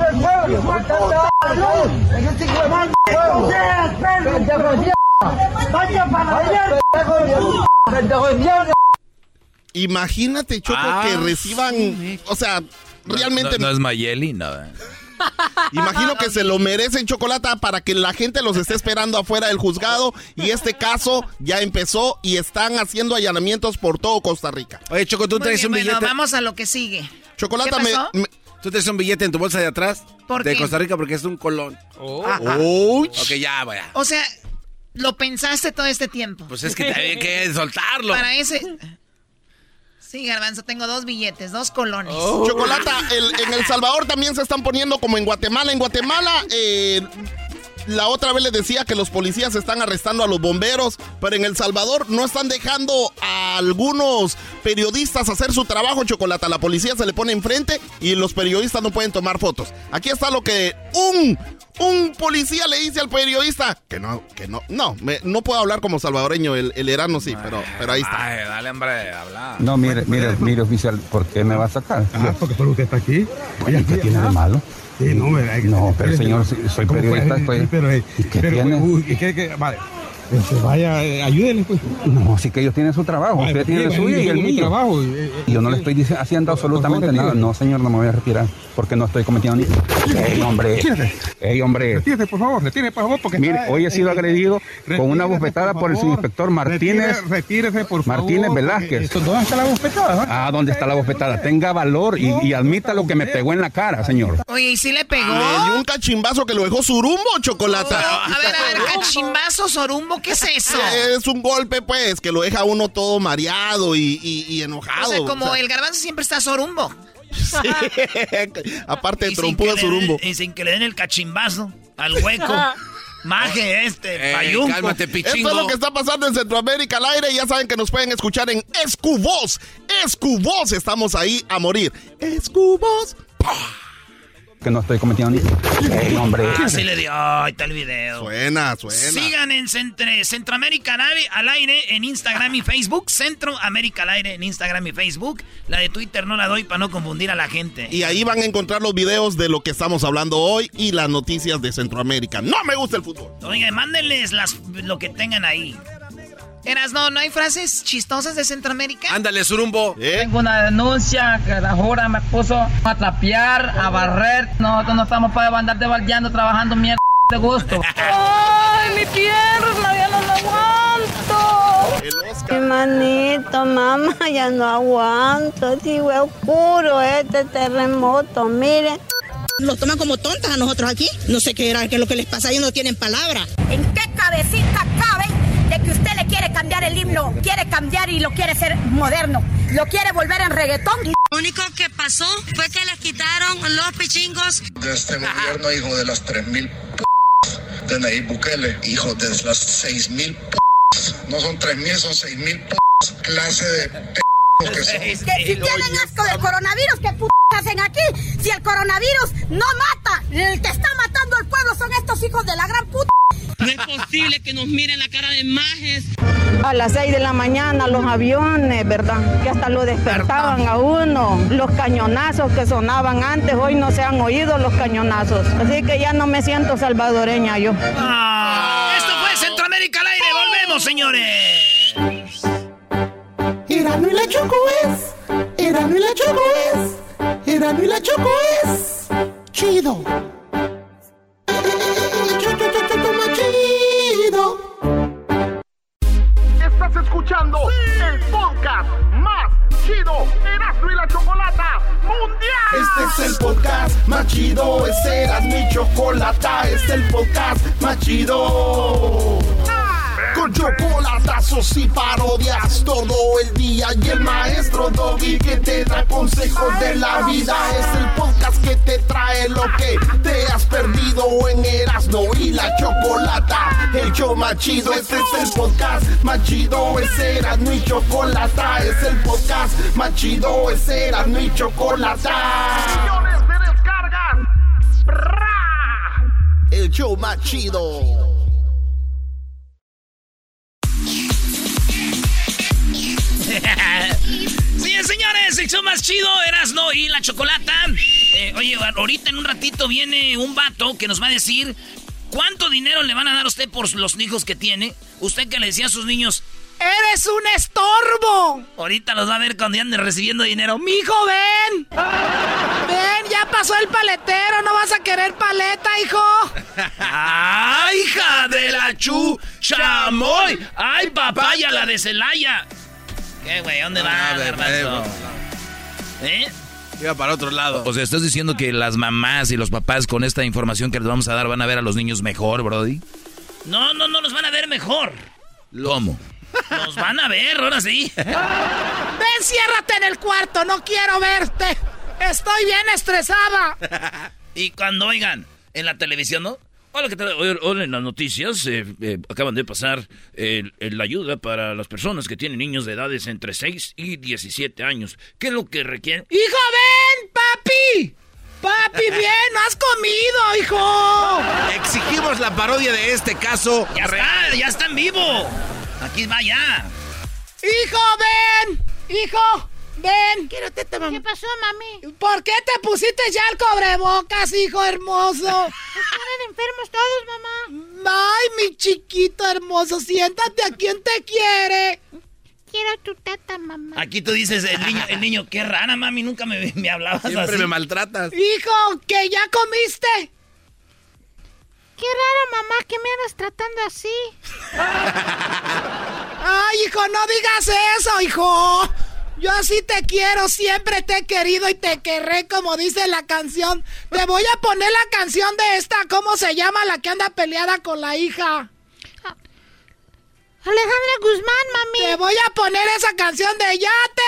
Imagínate, Choco, ah, que reciban, o sea, realmente... No, no es Mayeli, no. Imagino que se lo merecen, Chocolata, para que la gente los esté esperando afuera del juzgado. Y este caso ya empezó y están haciendo allanamientos por todo Costa Rica. Oye, Choco, ¿tú Muy traes bien, un bueno, billete? Vamos a lo que sigue. Chocolata, me, me... ¿Tú traes un billete en tu bolsa de atrás? ¿Por de qué? Costa Rica porque es un colón. Oh. Oh. Ok, ya, vaya. O sea, lo pensaste todo este tiempo. Pues es que había que soltarlo. Para ese... Sí, Garbanzo, tengo dos billetes, dos colones. Oh. Chocolata, el, en El Salvador también se están poniendo como en Guatemala. En Guatemala, eh, la otra vez les decía que los policías están arrestando a los bomberos, pero en El Salvador no están dejando a algunos periodistas hacer su trabajo, Chocolata. La policía se le pone enfrente y los periodistas no pueden tomar fotos. Aquí está lo que un... Un policía le dice al periodista que no, que no, no, me, no puedo hablar como salvadoreño, el, el herano sí, pero, pero ahí está. Ay, dale, hombre, habla. No, mire, mire, mire, oficial, ¿por qué me va a sacar? Ah, porque solo usted está aquí. Oye, ¿qué tiene de malo? Sí, no, me, no, pero señor, soy periodista, pues. Pero, ¿Y qué pero, tiene? Uy, ¿qué, qué, vale. Este, vaya, eh, ayúdenle, pues. No, sí que ellos tienen su trabajo. Ay, Usted tiene el suyo y el mío. Trabajo, eh, y yo no le estoy dic- haciendo absolutamente nada. No, señor, no me voy a retirar porque no estoy cometiendo ni... ¡Ey, hombre! ¡Ey, hombre! Retírese, por favor, retírese, por favor, porque... Mire, está, hoy he sido eh, agredido retírese, con una bofetada por, por el subinspector Martínez. Retírese, retírese, por favor. Martínez Velázquez. ¿Dónde está la bofetada? ¿Eh? Ah, ¿dónde está la bofetada? Tenga valor y, y admita lo que me pegó en la cara, señor. Oye, ¿y si le pegó? Le dio un cachimbazo que lo dejó surumbo, Chocolata. Oh, a ver, a ver, cachimbazo, sorumbo, ¿qué es eso? Es un golpe, pues, que lo deja uno todo mareado y, y, y enojado. O sea, como o sea. el garbanzo siempre está sorumbo. Sí. Aparte de Y trompudo sin que surumbo. le- Y sin que le den el cachimbazo al hueco. Maje este, Eh, payunco. cálmate, pichingo. Esto es lo que está pasando en Centroamérica al aire. Ya saben que nos pueden escuchar en Escubos. Escubos, estamos ahí a morir. Escubos. Que no estoy cometiendo ni... ¡Ey, hombre! Ah, sí le dio. Ahí está el video. Suena, suena. Sigan en Centre- Centroamérica al aire- al aire en Instagram y Facebook. Centroamérica al aire en Instagram y Facebook. La de Twitter no la doy para no confundir a la gente. Y ahí van a encontrar los videos de lo que estamos hablando hoy y las noticias de Centroamérica. No me gusta el fútbol. Oigan, mándenles las, lo que tengan ahí. Eras, no, ¿no hay frases chistosas de Centroamérica? Ándale, surumbo. ¿Eh? Tengo una denuncia que la jura me puso a trapear, a barrer. Nosotros no estamos para andar debaldeando, trabajando mierda de gusto. ¡Ay, mi pierna! ¡Ya no la aguanto! Mi manito, mamá, ya no aguanto. Digo, es oscuro este terremoto, miren. Nos toman como tontas a nosotros aquí. No sé qué era, qué es lo que les pasa, ellos no tienen palabra. ¿En qué cabecita cabe de que usted le quiere cambiar el himno? Quiere cambiar y lo quiere hacer moderno. Lo quiere volver en reggaetón. Lo único que pasó fue que les quitaron los pichingos. De este gobierno, hijo de las tres mil p***, de Nayib Bukele, hijo de las seis mil p***. No son tres mil, son seis mil p***. Clase de p***. Que, son. Que si tienen asco del coronavirus, ¿qué p*** hacen aquí? Si el coronavirus no mata, el que está matando al pueblo son estos hijos de la gran puta. No es posible que nos miren la cara de majes. A las seis de la mañana los aviones, ¿verdad? Que hasta lo despertaban a uno. Los cañonazos que sonaban antes, hoy no se han oído los cañonazos. Así que ya no me siento salvadoreña yo. Ah, esto fue Centroamérica al aire. Volvemos, señores. Erano y la Choco es. Erano y la Choco es. Erano y la Choco es. Chido. Estás escuchando el podcast más chido, Erasmo y la Chocolata Mundial. Este es el podcast más chido. Es Erasmo y Chocolata. Este es el podcast más chido. Con chocolatazos y parodias todo el día. Y el maestro Doggy que te da consejos de la vida. Es el podcast que te trae lo que te has perdido en Erasmo y la Chocolata. El show más chido. Este es el podcast más chido. Es Erasmo y Chocolata. Es el podcast más chido. Es Erasmo y Chocolata. Millones de descargas. El show más chido. Sí, señores, el show más chido, Erasmo y la Chocolata. Eh, oye, ahorita en un ratito viene un vato que nos va a decir cuánto dinero le van a dar a usted por los hijos que tiene. Usted que le decía a sus niños, ¡eres un estorbo! ahorita los va a ver cuando ande recibiendo dinero. ¡Mijo, ven! ¡Ven, ya pasó el paletero! ¿No vas a querer paleta, hijo? ¡Ay, hija de la chu! ¡Chamoy! ¡Ay, papaya, la de Celaya! ¿Qué, güey? ¿Dónde va, garbanzo? ¿Eh? Iba para otro lado. O sea, ¿estás diciendo que las mamás y los papás con esta información que les vamos a dar van a ver a los niños mejor, brody? No, no, no, los van a ver mejor. ¿Cómo? Los van a ver, ahora sí. Ven, ciérrate en el cuarto, no quiero verte. Estoy bien estresada. Y cuando oigan en la televisión, ¿no? Hola, ¿qué tal? Hoy, hoy en las noticias eh, eh, acaban de pasar eh, la ayuda para las personas que tienen niños de edades entre seis y diecisiete años. ¿Qué es lo que requieren? ¡Hijo, ven, papi! ¡Papi, bien! ¡No has comido, hijo! Exigimos la parodia de este caso. ¡Ya está! ¡Ya está en vivo! Aquí va ya. ¡Hijo, ven! ¡Hijo! ¡Ven! Quiero teta, mamá. ¿Qué pasó, mami? ¿Por qué te pusiste ya el cubrebocas, hijo hermoso? Están enfermos todos, mamá. Ay, mi chiquito hermoso, siéntate a quien te quiere. Quiero tu teta, mamá. Aquí tú dices, el niño, el niño, qué rara, mami, nunca me, me hablabas Siempre así. me maltratas. Hijo, que ya comiste. Qué raro, mamá, que me andas tratando así. Ay, hijo, no digas eso, hijo. Yo así te quiero, siempre te he querido y te querré, como dice la canción. Te voy a poner la canción de esta, ¿cómo se llama? La que anda peleada con la hija. Alejandra Guzmán, mami. Te voy a poner esa canción de Ya te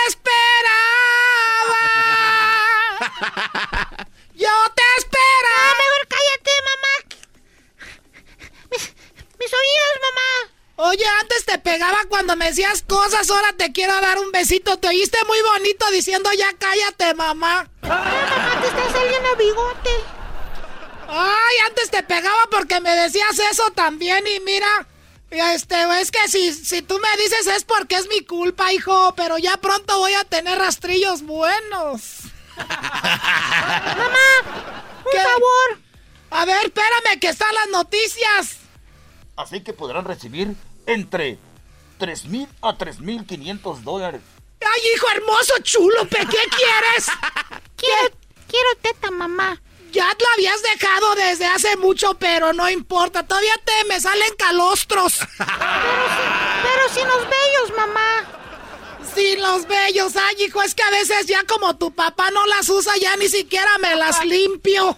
esperaba. Yo te esperaba. No, mejor cállate, mamá. Mis, mis oídos, mamá. Oye, antes te pegaba cuando me decías cosas, ahora te quiero dar un besito. Te oíste muy bonito diciendo ya cállate, mamá. Ay, mamá, te está saliendo bigote. Ay, antes te pegaba porque me decías eso también y mira, este, es que si, si tú me dices es porque es mi culpa, hijo, pero ya pronto voy a tener rastrillos buenos. Mamá, un ¿Qué? favor. A ver, espérame que están las noticias. Así que podrán recibir entre tres mil a tres mil quinientos dólares. Ay, hijo hermoso, chulo, ¿qué quieres? Quiero, quiero teta, mamá. Ya lo habías dejado desde hace mucho, pero no importa. Todavía te me salen calostros. Pero, pero sin los vellos, mamá. Sin los vellos. Ay, hijo, es que a veces ya como tu papá no las usa, ya ni siquiera me las limpio.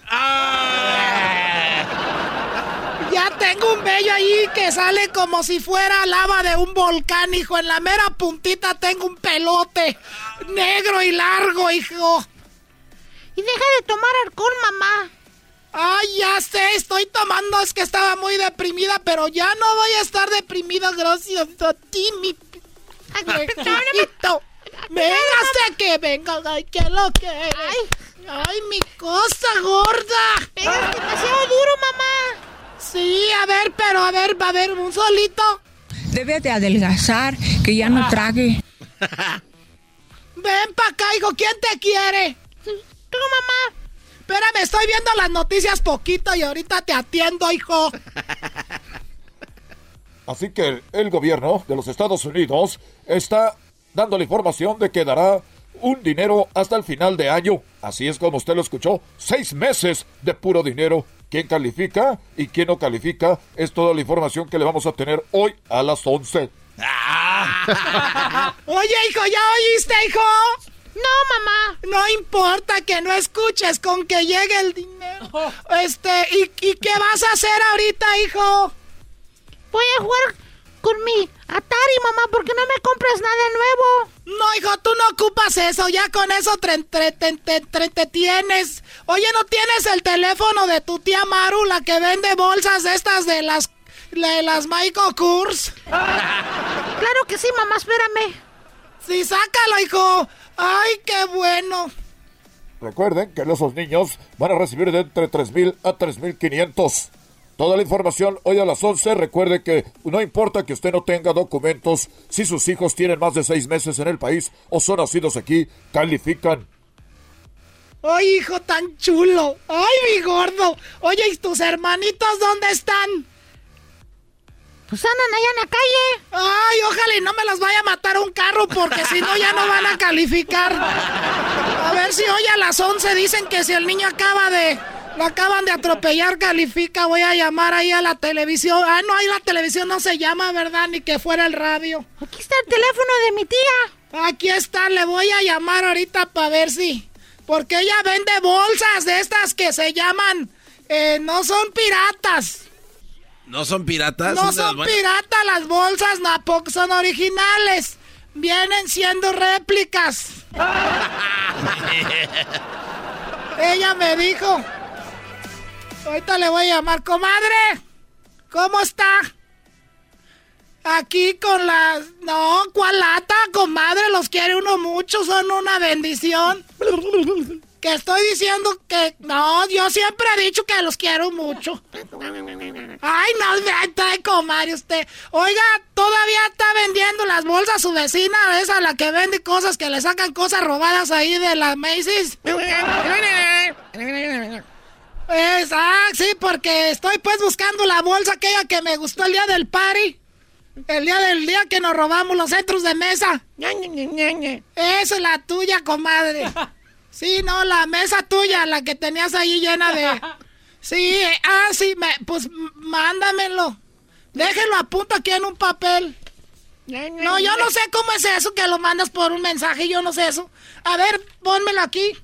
Ya tengo un vello ahí que sale como si fuera lava de un volcán, hijo. En la mera puntita tengo un pelote negro y largo, hijo. Y deja de tomar alcohol, mamá. Ay, ya sé, estoy tomando, es que estaba muy deprimida, pero ya no voy a estar deprimida gracias a ti, mi... Ay, chiquito. Véngase que venga, ay, que lo que... Ay, ay, mi cosa gorda. Pegas demasiado duro, mamá. Sí, a ver, pero a ver, va a haber un solito. Debe de adelgazar, que ya no trague. Ven pa' acá, hijo, ¿quién te quiere? Tú, mamá. Espérame, estoy viendo las noticias poquito y ahorita te atiendo, hijo. Así que el gobierno de los Estados Unidos está dando la información de que dará un dinero hasta el final de año. Así es como usted lo escuchó, seis meses de puro dinero. ¿Quién califica y quién no califica? Es toda la información que le vamos a tener hoy a las once. Ah. Oye, hijo, ¿ya oíste, hijo? No, mamá. No importa que no escuches, con que llegue el dinero. Este, ¿y, y qué vas a hacer ahorita, hijo? Voy a jugar con mi Atari, mamá, porque no me compras nada nuevo. No, hijo, tú no ocupas eso, ya con eso te entretienes. Oye, ¿no tienes el teléfono de tu tía Maru, la que vende bolsas estas de las, de las Michael Kors? Claro que sí, mamá, espérame. Sí, sácalo, hijo. Ay, qué bueno. Recuerden que esos niños van a recibir de entre tres mil a tres mil quinientos. Toda la información hoy a las once. Recuerde que no importa que usted no tenga documentos, si sus hijos tienen más de seis meses en el país o son nacidos aquí, califican. Ay, hijo tan chulo. Ay, mi gordo. Oye, ¿y tus hermanitos dónde están? Pues andan allá en la calle. Ay, ojalá y no me los vaya a matar un carro, porque si no ya no van a calificar. A ver si hoy a las once dicen que si el niño acaba de... Lo acaban de atropellar, califica. Voy a llamar ahí a la televisión. Ah, no, ahí la televisión no se llama, ¿verdad? Ni que fuera el radio. Aquí está el teléfono de mi tía. Aquí está, le voy a llamar ahorita para ver si... Porque ella vende bolsas de estas que se llaman... Eh, no son piratas. ¿No son piratas? No son piratas las bolsas, no, son originales. Vienen siendo réplicas. Ella me dijo... Ahorita le voy a llamar, comadre. ¿Cómo está? Aquí con las... No, ¿cuál lata, comadre? Los quiere uno mucho, son una bendición. Que estoy diciendo que... No, yo siempre he dicho que los quiero mucho. Ay, no, me comadre usted. Oiga, todavía está vendiendo las bolsas su vecina, esa la que vende cosas, que le sacan cosas robadas ahí de las Macy's. Es, ah, sí, porque estoy pues buscando la bolsa aquella que me gustó el día del party. El día del día que nos robamos los centros de mesa. Esa es la tuya, comadre. Sí, no, la mesa tuya, la que tenías ahí llena de... Sí, ah, sí, me, pues mándamelo. Déjelo a punto aquí en un papel. No, yo no sé cómo es eso, que lo mandas por un mensaje, yo no sé eso. A ver, pónmelo aquí.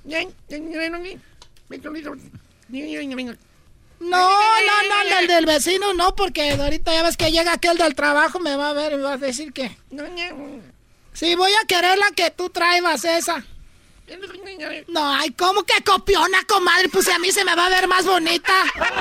No, no, no, el del vecino no, porque ahorita ya ves que llega aquel del trabajo, me va a ver y me va a decir que... Sí, voy a querer la que tú traibas, esa. No, ay, ¿cómo que copiona, comadre? Pues a mí se me va a ver más bonita.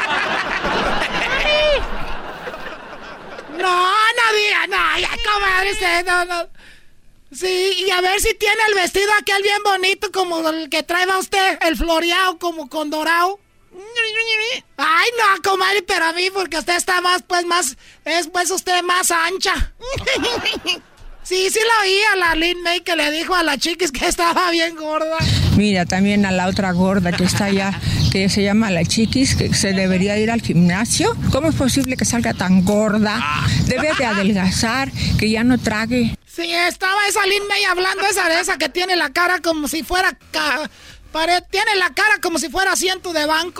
No, no diga, no, ya, comadre, se, no, no. Sí, y a ver si tiene el vestido aquel bien bonito como el que traeba usted, el floreado como con dorado. Ay, no, comadre, pero a mí, porque usted está más, pues, más, es, pues, usted más ancha. Sí, sí la oí a la Lin May que le dijo a la chiquis que estaba bien gorda. Mira, también a la otra gorda que está allá, que se llama la chiquis, que se debería ir al gimnasio. ¿Cómo es posible que salga tan gorda? Debe de adelgazar, que ya no trague. Sí, estaba esa Lin May hablando esa de esa que tiene la cara como si fuera... Ca... Pare... Tiene la cara como si fuera asiento de banco.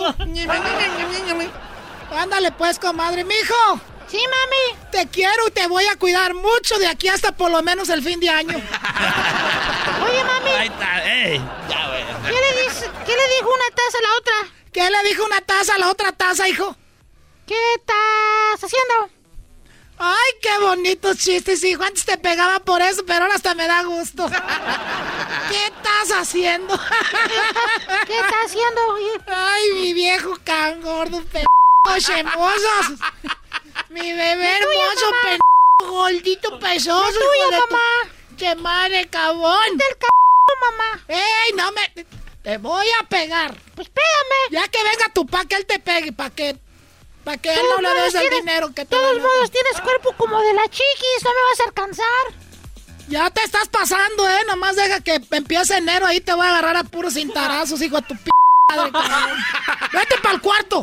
Ándale pues, comadre. ¡Mijo! Sí, mami. Te quiero y te voy a cuidar mucho de aquí hasta por lo menos el fin de año. Oye, mami. Ahí está, ey. Ya, güey. ¿Qué le dice, qué le dijo una taza a la otra? ¿Qué le dijo una taza a la otra taza, hijo? ¿Qué estás haciendo? Ay, qué bonitos chistes, hijo. Antes te pegaba por eso, pero ahora hasta me da gusto. ¿Qué estás haciendo? ¿Qué estás haciendo? Ay, mi viejo can gordo, p***, chemosos. Mi bebé hermoso, p***, gordito, pesoso. ¿Qué tuyo, mamá? ¡Che madre, cabrón! ¡Es del c***, mamá! ¡Ey, no me... Te voy a pegar! Pues pégame. Ya que venga tu pa' que él te pegue, pa' que... Pa' que él no le des el dinero que te... De todos modos, tienes cuerpo como de la chiquis, no me vas a alcanzar. Ya te estás pasando, ¿eh? Nomás deja que empiece enero, ahí te voy a agarrar a puros cintarazos, hijo de tu p*** madre, cabrón. ¡Vete pa'l cuarto!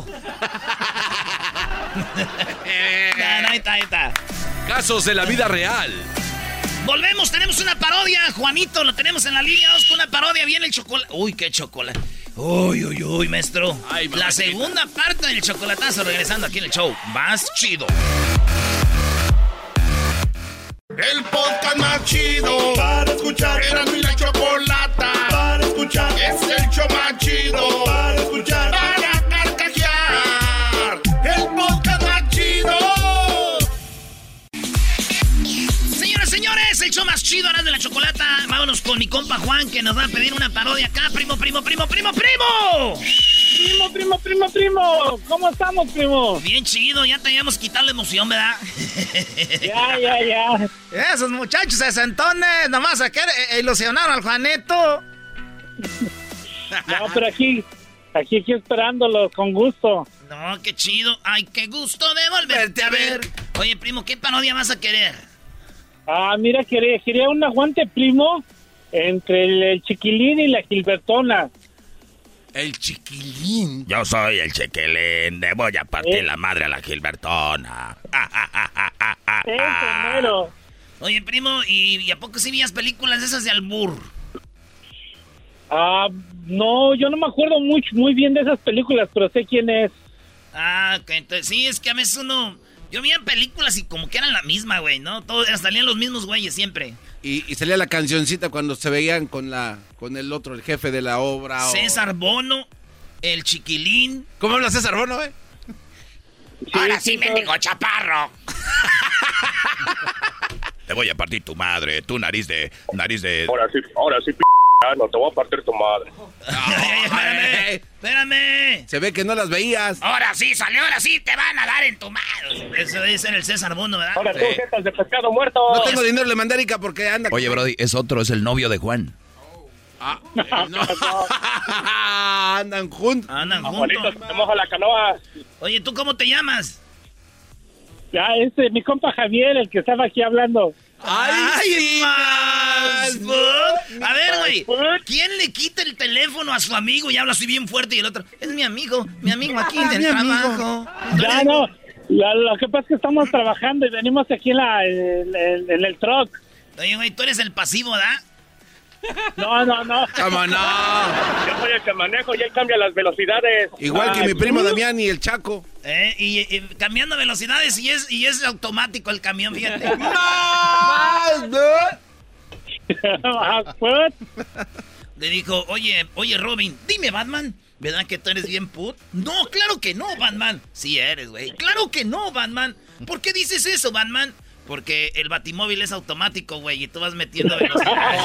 Ahí está, ahí está. Casos de la vida real. Volvemos, tenemos una parodia, Juanito, lo tenemos en la línea dos con una parodia, viene el chocolate. Uy, qué chocolate. Uy, uy, uy, maestro. Ay, la segunda parte del chocolatazo regresando aquí en el show más chido. El podcast más chido para escuchar. Era mi la chocolata para escuchar. Es el show más chido para escuchar. Para carcajear. El podcast más chido. Señoras, señores, el show más chido ahora de la chocolata. Vámonos con mi compa Juan que nos va a pedir una parodia acá. Primo, primo, primo, primo, primo. Primo, primo, primo, primo. ¿Cómo estamos, primo? Bien chido, ya te habíamos quitado la emoción, ¿verdad? Ya, ya, ya. Esos muchachos sesentones, nomás a querer ilusionar al Juanito. No, pero aquí, aquí, aquí esperándolos con gusto. No, qué chido. Ay, qué gusto de volverte a ver. Oye, primo, ¿qué parodia vas a querer? Ah, mira, quería, quería un aguante, primo, entre el, el Chiquilín y la Gilbertona. El Chiquilín. Yo soy el Chiquilín, le voy a partir ¿Eh? la madre a la Gilbertona. Eso, Oye, primo, ¿y, ¿y a poco sí veías películas esas de albur? Ah, no, yo no me acuerdo muy, muy bien de esas películas, pero sé quién es. Ah, ok, entonces sí, es que a veces uno... Yo veía películas y como que eran la misma, güey, ¿no? Todos salían los mismos güeyes siempre. Y, y salía la cancioncita cuando se veían con la con el otro, el jefe de la obra. César o... Bono, el Chiquilín. ¿Cómo habla César Bono, eh? Sí, Ahora sí, me digo chaparro. Te voy a partir tu madre, tu nariz de... nariz de... Ahora sí, ahora sí, p***, no te voy a partir tu madre. Ay, espérame, espérame. Se ve que no las veías. Ahora sí, salió, ahora sí, te van a dar en tu madre. Eso debe ser el César Bono, ¿verdad? Ahora sí. tú, jetas de pescado muerto. No tengo dinero, le mandé a Erika porque anda... Oye, Brody, es otro, es el novio de Juan. Ah, eh, no. Andan juntos. Andan Ah, juntos. Juanito, te moja la canoa. Oye, ¿tú cómo te llamas? Ya, ese, mi compa Javier, el que estaba aquí hablando. ¡Ay, más! A ver, güey, ¿quién le quita el teléfono a su amigo y habla así bien fuerte y el otro? Es mi amigo, mi amigo aquí Ah, del mi amigo. trabajo. Ya no, lo, lo que pasa es que estamos trabajando y venimos aquí en, la, en, en- en el truck. Oye, güey, tú eres el pasivo, ¿verdad? No, no, no. ¿Cómo no? Yo soy el que manejo y él cambia las velocidades. Igual que Ay, mi primo ¿tú? Damián y el Chaco. Eh, y, y cambiando velocidades y es, y es automático el camión, fíjate. Pues, Le dijo, oye, oye, Robin, dime, Batman, ¿verdad que tú eres bien put? No, claro que no, Batman. Sí eres, güey. Claro que no, Batman. ¿Por qué dices eso, Batman? Porque el batimóvil es automático, güey, y tú vas metiendo velocidades.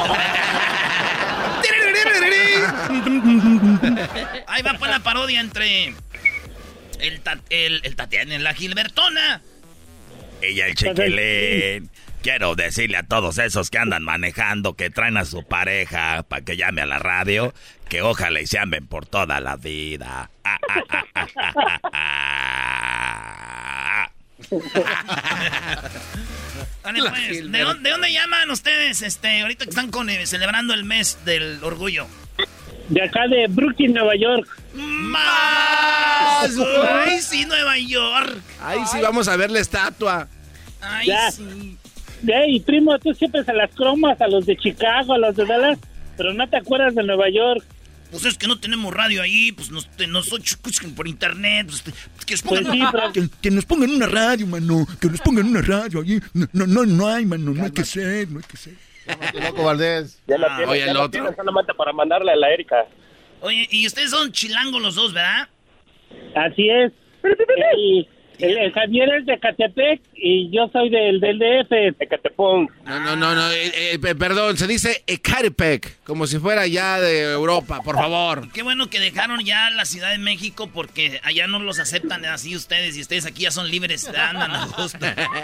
Ahí va pues la parodia entre el, ta- el, el Tatiana y la Gilbertona. Y el chiquilín. Quiero decirle a todos esos que andan manejando, que traen a su pareja para que llame a la radio, que ojalá y se amen por toda la vida. Ah, ah, ah, ah, ah, ah, ah. Dale, pues, ¿de, dónde, ¿de dónde llaman ustedes este, ahorita que están con, eh, celebrando el mes del orgullo? de acá de Brooklyn, Nueva York. ¡Más! ¡Ay, sí, Nueva York! Ahí sí vamos a ver la estatua. ¡Ay, Ya. sí! Hey, primo, tú siempre se las cromas a los de Chicago, a los de Dallas, pero no te acuerdas de Nueva York. Pues es que no tenemos radio ahí, pues nos, te- nos escuchan por internet, pues, te- que, nos pongan, Pues sí, pero- Que, que nos pongan una radio, mano. Que nos pongan una radio allí. No, no, no, no hay, mano. No hay que ser, no hay que ser. Loco Valdés. Ya la Ah, tienen, oye, ya el la otro. tienen solamente para mandarle a la Erika. Oye, y ustedes son chilangos los dos, ¿verdad? Así es. Y el, el Javier es de Catepec y yo soy del, del D F. Ecatepec. No, no, no, no eh, eh, pe- perdón, se dice Ecatepec, como si fuera ya de Europa, por favor. Qué bueno que dejaron ya la Ciudad de México porque allá no los aceptan así ustedes y ustedes aquí ya son libres, andan a gusto.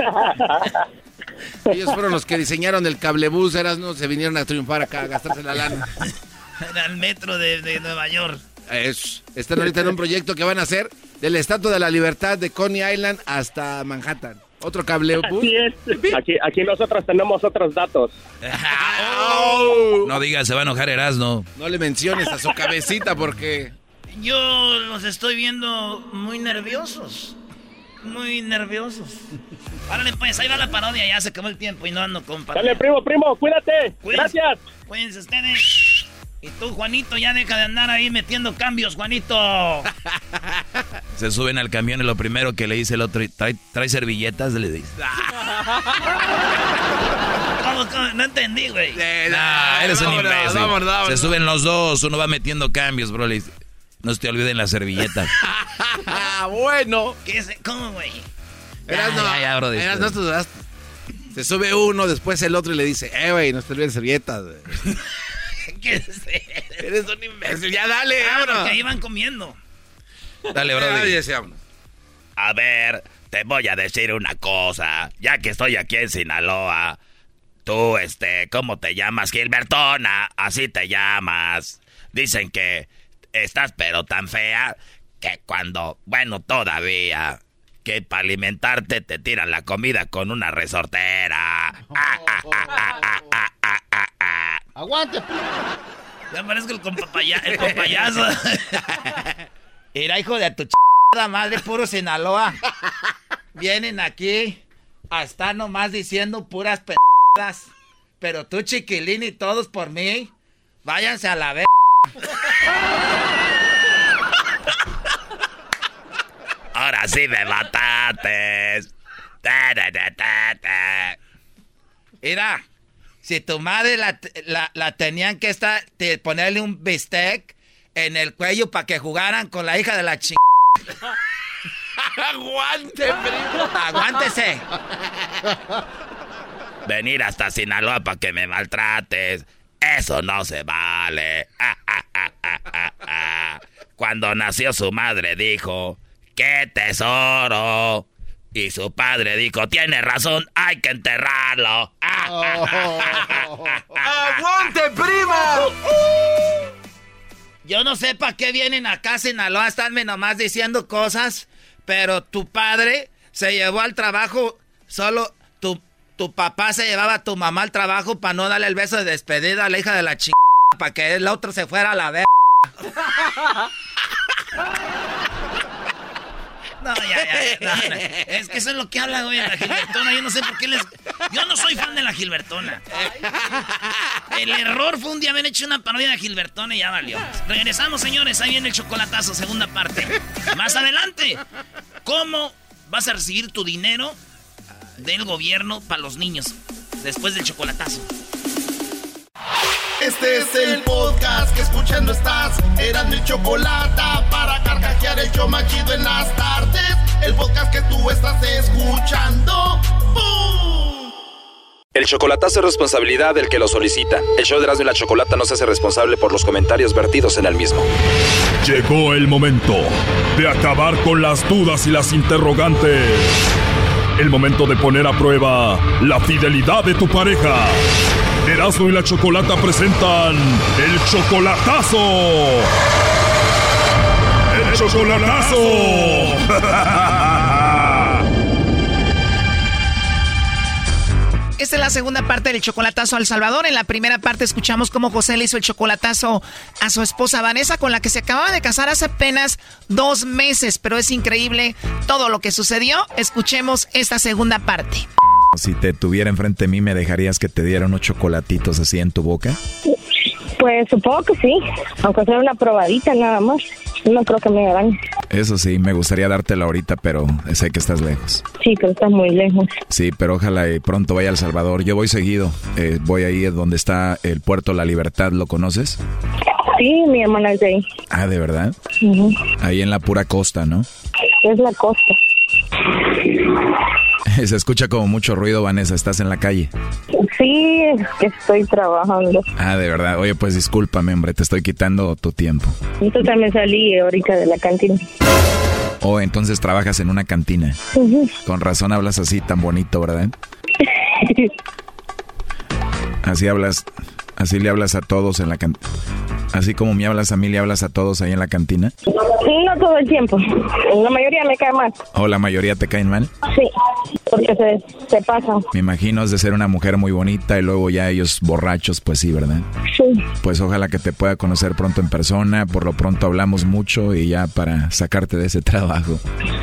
Ellos fueron los que diseñaron el cablebús, eras, no, se vinieron a triunfar acá, a gastarse la lana. Al metro de, de Nueva York. Es, están ahorita en un proyecto que van a hacer de la Estatua de la Libertad de Coney Island hasta Manhattan. Otro cablebús. Así es. Aquí, aquí nosotros tenemos otros datos. No digas, se va a enojar Erasmo. No le menciones a su cabecita porque... Yo los estoy viendo muy nerviosos. Muy nerviosos. Árale, pues, ahí va la parodia, ya se acabó el tiempo y no ando con parodia. Dale, primo, primo, cuídate. Cuídense. Gracias. Cuídense ustedes. Y tú, Juanito, ya deja de andar ahí metiendo cambios, Juanito. Se suben al camión y lo primero que le dice el otro, ¿trae, trae servilletas? Le dice. ¿Cómo, cómo? No entendí, güey. Nah, eres un vámonos, imbécil. vámonos, vámonos. Se suben los dos, uno va metiendo cambios, bro. Le dice, no se te olviden las servilletas. bueno. ¿Qué es? ¿Cómo, güey? Eras, no, ya, ya, bro, eras, no, tú- se sube uno, después el otro y le dice, eh, güey, no te olvides servilletas. güey". ¿Qué es? Eres un imbécil, ya dale, Ah, vámonos. porque ahí van comiendo. Dale, bro. Ay, deseamos. A ver, te voy a decir una cosa. Ya que estoy aquí en Sinaloa, tú, este, ¿cómo te llamas? Gilbertona, así te llamas. Dicen que estás pero tan fea que cuando, bueno, todavía, que para alimentarte te tiran la comida con una resortera. Ah, ah, ah, ah, ah, ah, ah, ah, ah. Aguante. Ya parezco el compapaya, el compayazo. Era hijo de tu ch... madre, puro Sinaloa. Vienen aquí a estar nomás diciendo puras p***as. Pero tú, chiquilín, y todos por mí, váyanse a la ver... Ahora sí me mataste. Ta, ta, ta, ta, ta. Mira, si tu madre la, la, la tenían que estar, te, ponerle un bistec en el cuello para que jugaran con la hija de la ching... Aguante, primo. Aguántese. Venir hasta Sinaloa para que me maltrates. Eso no se vale. Ah, ah, ah, ah, ah, ah. Cuando nació su madre dijo, ¡qué tesoro! Y su padre dijo, tiene razón, hay que enterrarlo. Ah, ah, ah, ah, ah, ah. ¡Aguante, primo! Yo no sé para qué vienen acá a Sinaloa a estarme nomás diciendo cosas, pero tu padre se llevó al trabajo solo tu tu papá se llevaba a tu mamá al trabajo para no darle el beso de despedida a la hija de la chingada, para que el otro se fuera a la verga. No, ya, ya, no, no. Es que eso es lo que habla, güey, la Gilbertona. Yo no sé por qué les... Yo no soy fan de la Gilbertona. El error fue un día haber hecho una parodia de la Gilbertona y ya valió. Regresamos, señores. Ahí viene el chocolatazo, segunda parte. Más adelante, ¿cómo vas a recibir tu dinero del gobierno para los niños después del chocolatazo? Este es el podcast que escuchando estás. Eran mi Chocolata para carcajear el show más chido en las tardes. El podcast que tú estás escuchando. ¡Bum! El chocolatazo es responsabilidad del que lo solicita. El show de Erasmo y la Chocolata no se hace responsable por los comentarios vertidos en el mismo. Llegó el momento de acabar con las dudas y las interrogantes. El momento de poner a prueba la fidelidad de tu pareja. Erasmo y la Chocolata presentan el chocolatazo. ¡El chocolatazo! Esta es la segunda parte del chocolatazo al Salvador. En la primera parte escuchamos cómo José le hizo el chocolatazo a su esposa Vanessa, con la que se acababa de casar hace apenas dos meses. Pero es increíble todo lo que sucedió. Escuchemos esta segunda parte. Si te tuviera enfrente de mí, ¿me dejarías que te diera unos chocolatitos así en tu boca? Pues supongo que sí, aunque sea una probadita nada más. No creo que me hagan. Eso sí, me gustaría dártela ahorita, pero sé que estás lejos. Sí, pero estás muy lejos. Sí, pero ojalá y pronto vaya a El Salvador. Yo voy seguido, eh, voy ahí donde está el Puerto La Libertad, ¿lo conoces? Sí, mi hermana es de ahí. Ah, ¿de verdad? Uh-huh. Ahí en la pura costa, ¿no? Es la costa. Se escucha como mucho ruido, Vanessa, ¿estás en la calle? Sí, es que estoy trabajando. Ah, de verdad. Oye, pues discúlpame, hombre, te estoy quitando tu tiempo. Entonces me salí ahorita de la cantina. Oh, entonces trabajas en una cantina. Uh-huh. Con razón hablas así tan bonito, ¿verdad? Así hablas, así le hablas a todos en la cantina. Así como me hablas a mí, le hablas a todos ahí en la cantina. No todo el tiempo. La mayoría me cae mal. ¿O la mayoría te caen mal? Sí, porque se, se pasan. Me imagino es de ser una mujer muy bonita y luego ya ellos borrachos, pues sí, ¿verdad? Sí. Pues ojalá que te pueda conocer pronto en persona. Por lo pronto hablamos mucho y ya para sacarte de ese trabajo.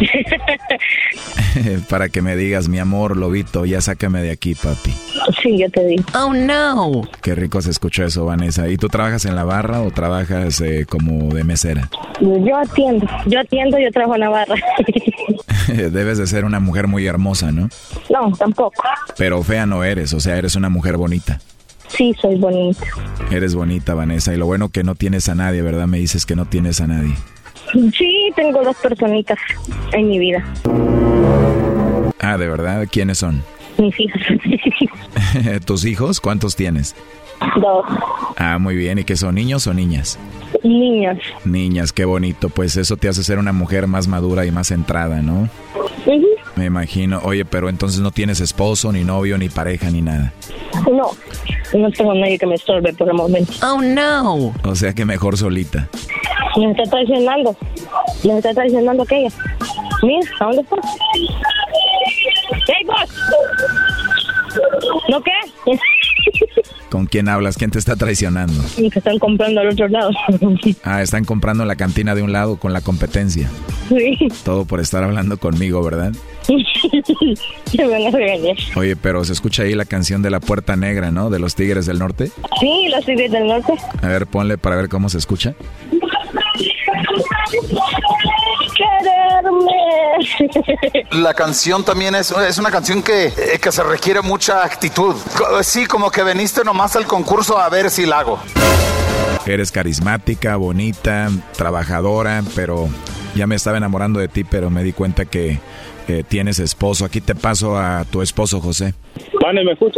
Para que me digas, mi amor, lobito, ya sácame de aquí, papi. Sí, yo te digo. Oh, no. Qué rico se escuchó eso, Vanessa. ¿Y tú trabajas en la barra o trabajas eh, como de mesera? Yo atiendo. Yo atiendo, yo trabajo en la barra. Debes de ser una mujer muy hermosa, ¿no? No, tampoco. Pero fea no eres, o sea, eres una mujer bonita. Sí, soy bonita. Eres bonita, Vanessa. Y lo bueno que no tienes a nadie, ¿verdad? Me dices que no tienes a nadie. Sí, tengo dos personitas en mi vida. Ah, ¿de verdad? ¿Quiénes son? Mis hijos. ¿Tus hijos? ¿Cuántos tienes? Dos. Ah, muy bien. ¿Y qué son, niños o niñas? Niñas. Niñas, qué bonito. Pues eso te hace ser una mujer más madura y más centrada, ¿no? Uh-huh. Me imagino. Oye, pero entonces no tienes esposo, ni novio, ni pareja, ni nada. No, no tengo nadie que me estorbe por el momento. Oh, no. O sea que mejor solita. Me está traicionando. Me está traicionando aquella. Mira, ¿a dónde está? ¡Hey, vos! ¿No qué? ¿Con quién hablas? ¿Quién te está traicionando? Que están comprando al otro lado. Ah, están comprando la cantina de un lado con la competencia. Sí. Todo por estar hablando conmigo, ¿verdad? Me van a regañar. Oye, pero se escucha ahí la canción de La Puerta Negra, ¿no? De los Tigres del Norte. Sí, los Tigres del Norte. A ver, ponle para ver cómo se escucha. La canción también es, es una canción que, eh, que se requiere mucha actitud. Sí, como que veniste nomás al concurso a ver si la hago. Eres carismática, bonita, trabajadora, pero ya me estaba enamorando de ti, pero me di cuenta que eh, tienes esposo. Aquí te paso a tu esposo, José. Vane, ¿me escucha?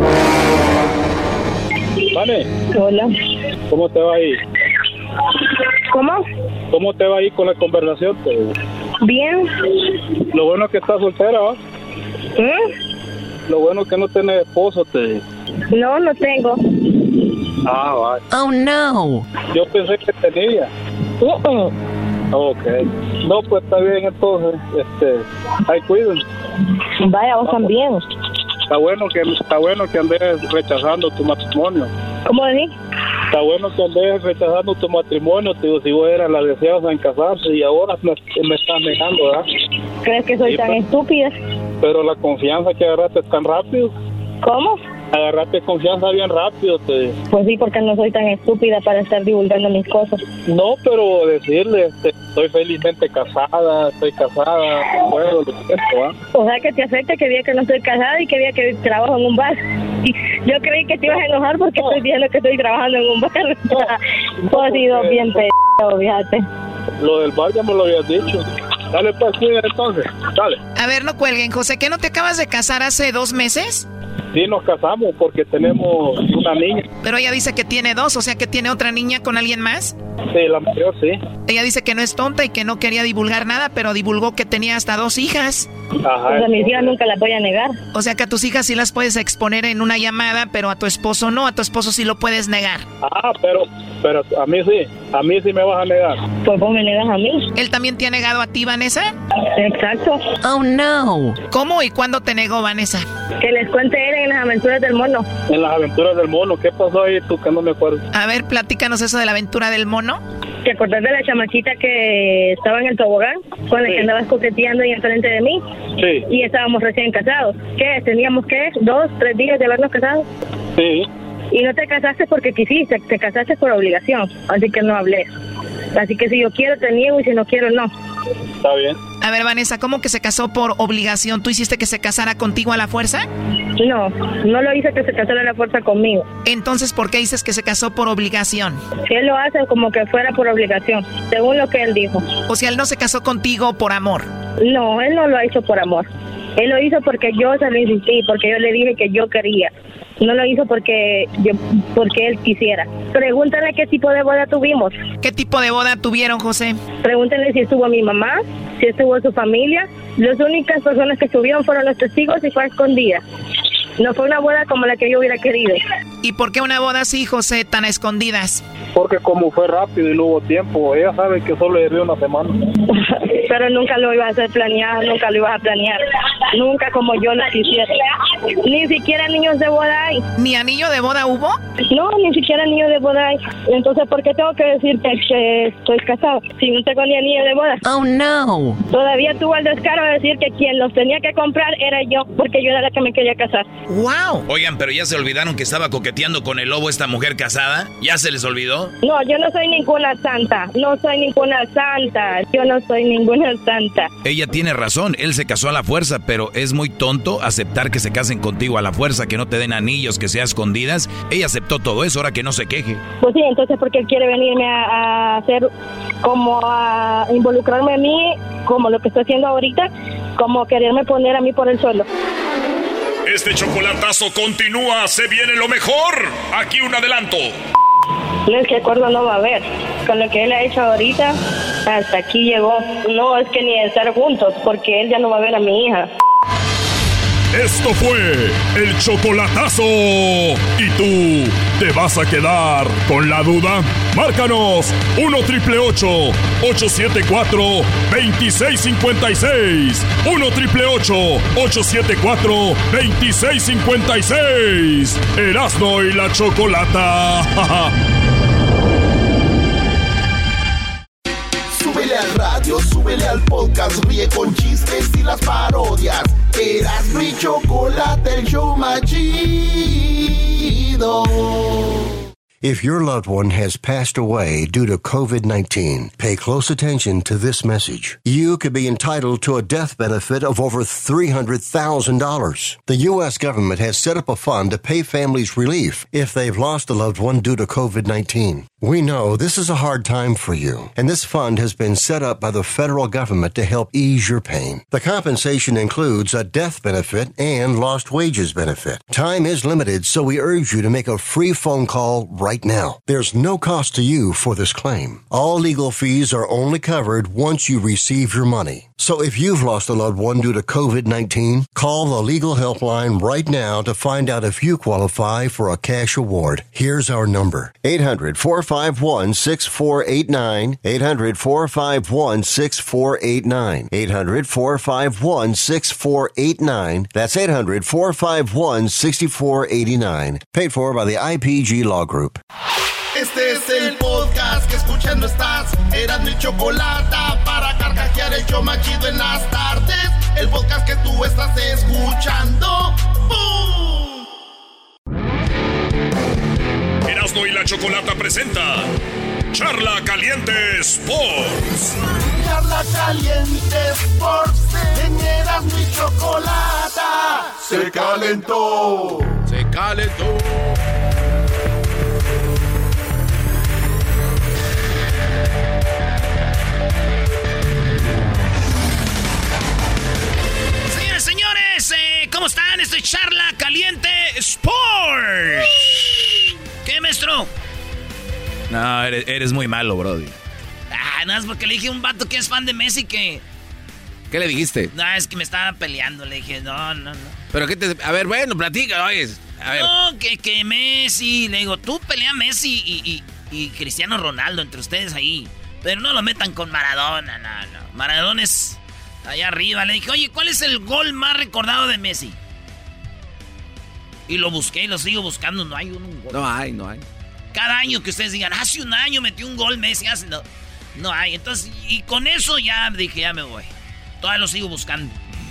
Vane. Hola. ¿Cómo te va ahí? ¿Cómo? ¿Cómo te va ahí con la conversación? Bien. Lo bueno es que estás soltera, ¿va? ¿Eh? Lo bueno es que no tienes esposo, te... No, no tengo. Ah, vale. Oh, no. Yo pensé que tenía. Uh-uh. Ok. No, pues está bien entonces. Este, ahí cuídense. Vaya, vos también. Está bueno que está bueno que andes rechazando tu matrimonio. ¿Cómo decís? Está bueno que andes rechazando tu matrimonio, te digo, si vos eras la deseosa en casarse y ahora me, me estás negando, ¿verdad? ¿Crees que soy Sí, tan pues. estúpida? Pero la confianza que agarraste tan rápido. ¿Cómo? Agarraste confianza bien rápido, te digo. Pues sí, porque no soy tan estúpida para estar divulgando mis cosas. No, pero decirle, este, estoy felizmente casada, estoy casada, puedo, lo siento, ¿ah? O sea, que te afecta que diga que no estoy casada y que diga que trabajo en un bar. Yo creí que te ibas a enojar porque estoy diciendo que estoy trabajando en un bar. Tú has sido bien p***, fíjate. Lo del bar ya me lo habías dicho. Dale, pues, cuida entonces, dale. A ver, no cuelguen, José, ¿que no te acabas de casar hace dos meses? Sí, nos casamos porque tenemos una niña. Pero ella dice que tiene dos, o sea que tiene otra niña con alguien más. Sí, la mayor, sí. Ella dice que no es tonta y que no quería divulgar nada, pero divulgó que tenía hasta dos hijas. Ajá. Pues a mis hijas nunca las voy a negar. O sea que a tus hijas sí las puedes exponer en una llamada, pero a tu esposo no, a tu esposo sí lo puedes negar. Ah, pero, pero a mí sí, a mí sí me vas a negar. Pues vos me negas a mí. ¿Él también te ha negado a ti, Vanessa? Exacto. Oh, no. ¿Cómo y cuándo te negó, Vanessa? Que les cuente él en las aventuras del mono. En las aventuras del mono, ¿qué pasó ahí tú que no me acuerdo? A ver, platícanos eso de la aventura del mono. ¿Te acordás de la chamaquita que estaba en el tobogán? Con la sí. que andabas coqueteando ahí enfrente de mí. Sí. Y estábamos recién casados. ¿Qué? ¿Teníamos qué? ¿Dos, tres días de habernos casado? Sí. Y no te casaste porque quisiste, te casaste por obligación. Así que no hablé. Así que si yo quiero te niego y si no quiero no. Está bien. A ver, Vanessa, ¿cómo que se casó por obligación? ¿Tú hiciste que se casara contigo a la fuerza? No, no lo hice que se casara a la fuerza conmigo. Entonces, ¿por qué dices que se casó por obligación? Él lo hace como que fuera por obligación, según lo que él dijo. O sea, él no se casó contigo por amor. No, él no lo ha hecho por amor. Él lo hizo porque yo se lo insistí, porque yo le dije que yo quería. No lo hizo porque yo, porque él quisiera. Pregúntale qué tipo de boda tuvimos. ¿Qué tipo de boda tuvieron, José? Pregúntale si estuvo mi mamá, si estuvo su familia. Las únicas personas que estuvieron fueron los testigos y fue a escondida. No fue una boda como la que yo hubiera querido. ¿Y por qué una boda así, José, tan a escondidas? Porque como fue rápido y no hubo tiempo, ella sabe que solo le dio una semana. Pero nunca lo ibas a hacer planeado, nunca lo ibas a planear. Nunca como yo lo quisiera. Ni siquiera anillos de boda hay. ¿Ni anillo de boda hubo? No, ni siquiera anillo de boda hay. Entonces, ¿por qué tengo que decirte que estoy casado si no tengo ni anillo de boda? Oh, no. Todavía tuvo el descaro de decir que quien los tenía que comprar era yo, porque yo era la que me quería casar. ¡Wow! Oigan, pero ya se olvidaron que estaba coqueteando con el lobo esta mujer casada. ¿Ya se les olvidó? No, yo no soy ninguna santa. No soy ninguna santa. Yo no soy ninguna santa. Ella tiene razón. Él se casó a la fuerza, pero es muy tonto aceptar que se casen contigo a la fuerza, que no te den anillos, que sea escondidas. Ella aceptó todo eso, ahora que no se queje. Pues sí, entonces porque él quiere venirme a, a hacer, como a involucrarme a mí, como lo que estoy haciendo ahorita, como quererme poner a mí por el suelo. Este chocolatazo continúa, se viene lo mejor. Aquí un adelanto. No es que acuerdo no va a haber. Con lo que él ha hecho ahorita, hasta aquí llegó. No es que ni estar juntos, porque él ya no va a ver a mi hija. Esto fue el chocolatazo. ¿Y tú te vas a quedar con la duda? Márcanos uno triple ocho, ocho siete cuatro, dos seis cinco seis. uno triple ocho, ocho siete cuatro, dos seis cinco seis. Erasmo y la Chocolata. Súbele al radio, súbele al podcast, ríe con chistes y las parodias. Erasmo y Chocolate, el show más chido. If your loved one has passed away due to covid nineteen, pay close attention to this message. You could be entitled to a death benefit of over three hundred thousand dollars. The U S government has set up a fund to pay families relief if they've lost a loved one due to covid nineteen. We know this is a hard time for you, and this fund has been set up by the federal government to help ease your pain. The compensation includes a death benefit and lost wages benefit. Time is limited, so we urge you to make a free phone call right now. There's no cost to you for this claim. All legal fees are only covered once you receive your money. So if you've lost a loved one due to covid nineteen, call the legal helpline right now to find out if you qualify for a cash award. Here's our number, eight hundred, four five five one, six four eight nine. eight hundred, four five one, six four eight nine. eight hundred, four five one, six four eight nine. That's eight hundred, four five one, six four eight nine. Paid for by the I P G Law Group. Este es el podcast que escuchando estás. Eran mi chocolata para carcajear el show más chido en las tardes. El podcast que tú estás escuchando. ¡Bum! Erasmo y la Chocolata presenta Charla Caliente Sports. Charla Caliente Sports. En Erasmo y Chocolata se calentó. Se calentó. Señores, señores, eh, ¿cómo están? Esto es Charla Caliente Sports. ¿Qué, maestro? No, eres, eres muy malo, brody. Ah, no, es porque le dije a un vato que es fan de Messi que... ¿Qué le dijiste? No, es que me estaba peleando. Le dije, no, no, no. ¿Pero qué te...? A ver, bueno, platica, oye. A ver. No, que, que Messi... Le digo, tú pelea Messi y, y, y Cristiano Ronaldo entre ustedes ahí. Pero no lo metan con Maradona, no, no. Maradona es allá arriba. Le dije, oye, ¿cuál es el gol más recordado de Messi? Y lo busqué y lo sigo buscando. No hay un, un gol. No hay, no hay. Cada año que ustedes digan, hace un año metió un gol Messi, hace... No, no hay. Entonces, y con eso ya dije, ya me voy. Todavía lo sigo buscando.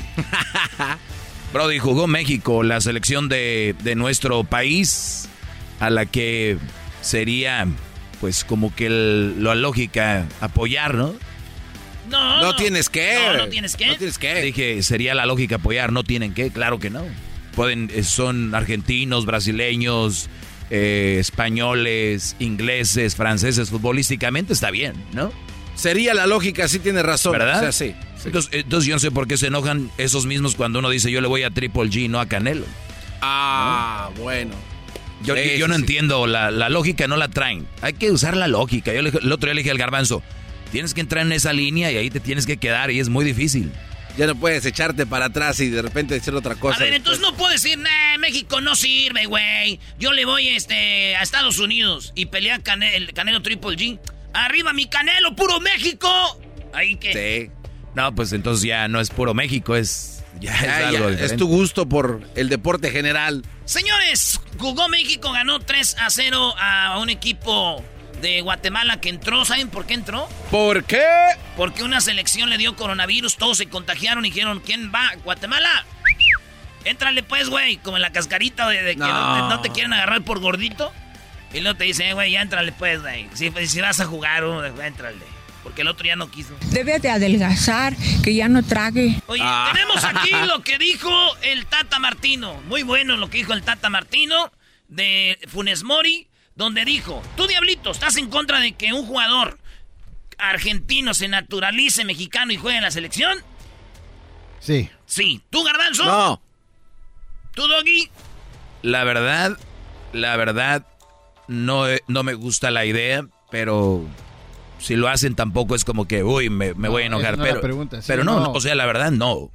Brody, jugó México, la selección de, de nuestro país, a la que sería, pues, como que el, la lógica apoyar, ¿no? No, no. No tienes que. No, no tienes que. No tienes que. Dije, sería la lógica apoyar, no tienen que, claro que no. Pueden, son argentinos, brasileños, eh, españoles, ingleses, franceses, futbolísticamente está bien, ¿no? Sería la lógica, sí tienes razón. ¿Verdad? O sea, sí, sí. Entonces, entonces yo no sé por qué se enojan esos mismos cuando uno dice yo le voy a Triple G, no a Canelo. Ah, ¿no? Bueno. Yo, sí, yo no sí. entiendo, la, la lógica no la traen. Hay que usar la lógica. Yo le, el otro día le dije al Garbanzo, tienes que entrar en esa línea y ahí te tienes que quedar y es muy difícil. Ya no puedes echarte para atrás y de repente decir otra cosa. A ver, después. Entonces no puedo decir, nah, México no sirve, güey. Yo le voy este, a Estados Unidos y pelea Cane- el Canelo Triple G. ¡Arriba mi Canelo, puro México! Ahí que... Sí. No, pues entonces ya no es puro México, es... Ya, ya es algo ya, diferente. Es tu gusto por el deporte general. Señores, jugó México, ganó tres a cero a un equipo de Guatemala que entró. ¿Saben por qué entró? ¿Por qué? Porque una selección le dio coronavirus, todos se contagiaron y dijeron, ¿quién va? ¿Guatemala? Éntrale pues, güey, como en la cascarita de, de que no. No, te, no te quieren agarrar por gordito. Y luego te dice, eh, güey, ya éntrale pues, güey. Si, si vas a jugar, uh, éntrale. Porque el otro ya no quiso. Debe de adelgazar, que ya no trague. Oye, ah. tenemos aquí lo que dijo el Tata Martino. Muy bueno lo que dijo el Tata Martino de Funes Mori, donde dijo, tú, Diablito, ¿estás en contra de que un jugador argentino se naturalice mexicano y juegue en la selección? Sí. Sí. ¿Tú, Garbanzo? No. ¿Tú, Doggy? La verdad, la verdad... No, no me gusta la idea, pero si lo hacen tampoco es como que, uy, me, me no, voy a enojar. No pero pregunta, sí, pero no, no, o sea, la verdad, no.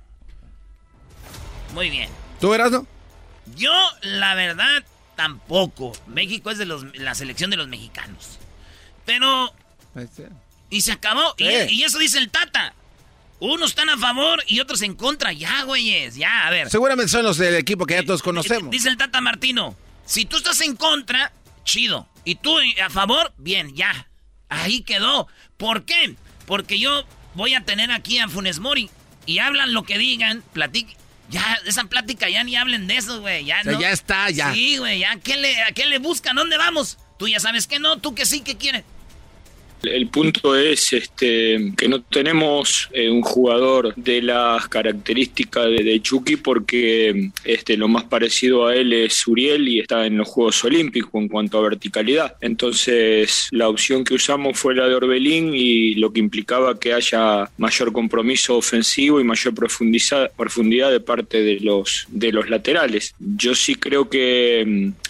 Muy bien. ¿Tú eras, no? Yo, la verdad, tampoco. México es de los, la selección de los mexicanos. Pero... Y se acabó. Sí. Y, y eso dice el Tata. Unos están a favor y otros en contra. Ya, güeyes, ya, a ver. Seguramente son los del equipo que ya todos conocemos. Dice el Tata Martino, si tú estás en contra... Chido. Y tú a favor, bien, ya. Ahí quedó. ¿Por qué? Porque yo voy a tener aquí a Funes Mori. Y hablan lo que digan, platiquen. Ya, esa plática ya ni hablen de eso, güey. Ya, o sea, no. Ya está, ya. Sí, güey, ya. ¿Qué le, ¿A qué le buscan? ¿Dónde vamos? Tú ya sabes que no, tú que sí, que quieres. El punto es este que no tenemos eh, un jugador de las características de, de Chucky porque este lo más parecido a él es Uriel y está en los Juegos Olímpicos en cuanto a verticalidad. Entonces la opción que usamos fue la de Orbelín y lo que implicaba que haya mayor compromiso ofensivo y mayor profundidad, profundidad de parte de los, de los laterales. Yo sí creo que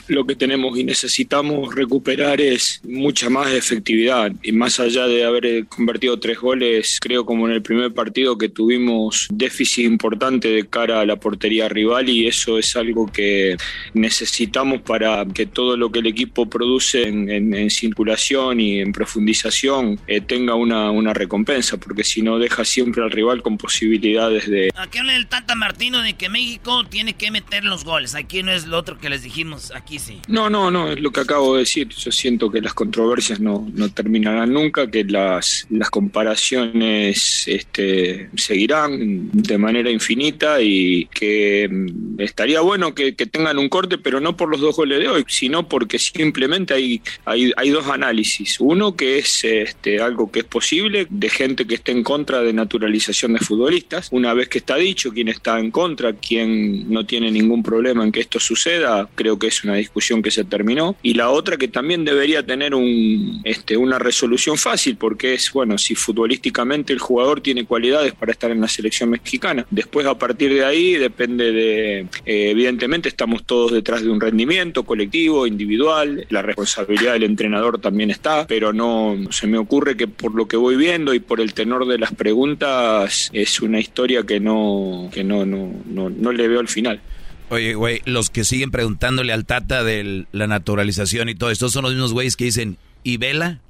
lo que tenemos y necesitamos recuperar es mucha más efectividad. Y más allá de haber convertido tres goles, creo como en el primer partido que tuvimos déficit importante de cara a la portería rival, y eso es algo que necesitamos para que todo lo que el equipo produce en, en, en circulación y en profundización eh, tenga una, una recompensa, porque si no deja siempre al rival con posibilidades de... Aquí habla el Tata Martino de que México tiene que meter los goles. Aquí no es lo otro que les dijimos, aquí sí. No, no, no, es lo que acabo de decir. Yo siento que las controversias no, no terminarán nunca, que las, las comparaciones este, seguirán de manera infinita, y que estaría bueno que, que tengan un corte, pero no por los dos goles de hoy, sino porque simplemente hay, hay, hay dos análisis. Uno que es este, algo que es posible, de gente que esté en contra de naturalización de futbolistas. Una vez que está dicho quién está en contra, quién no tiene ningún problema en que esto suceda, creo que es una discusión que se terminó. Y la otra que también debería tener un, este, una resolución fácil, porque es, bueno, si futbolísticamente el jugador tiene cualidades para estar en la selección mexicana. Después, a partir de ahí, depende de... Eh, evidentemente estamos todos detrás de un rendimiento colectivo, individual. La responsabilidad del entrenador también está, pero no se me ocurre que por lo que voy viendo y por el tenor de las preguntas, es una historia que no, que no, no, no, no le veo al final. Oye, güey, los que siguen preguntándole al Tata de la naturalización y todo esto son los mismos güeyes que dicen, ¿y Vela?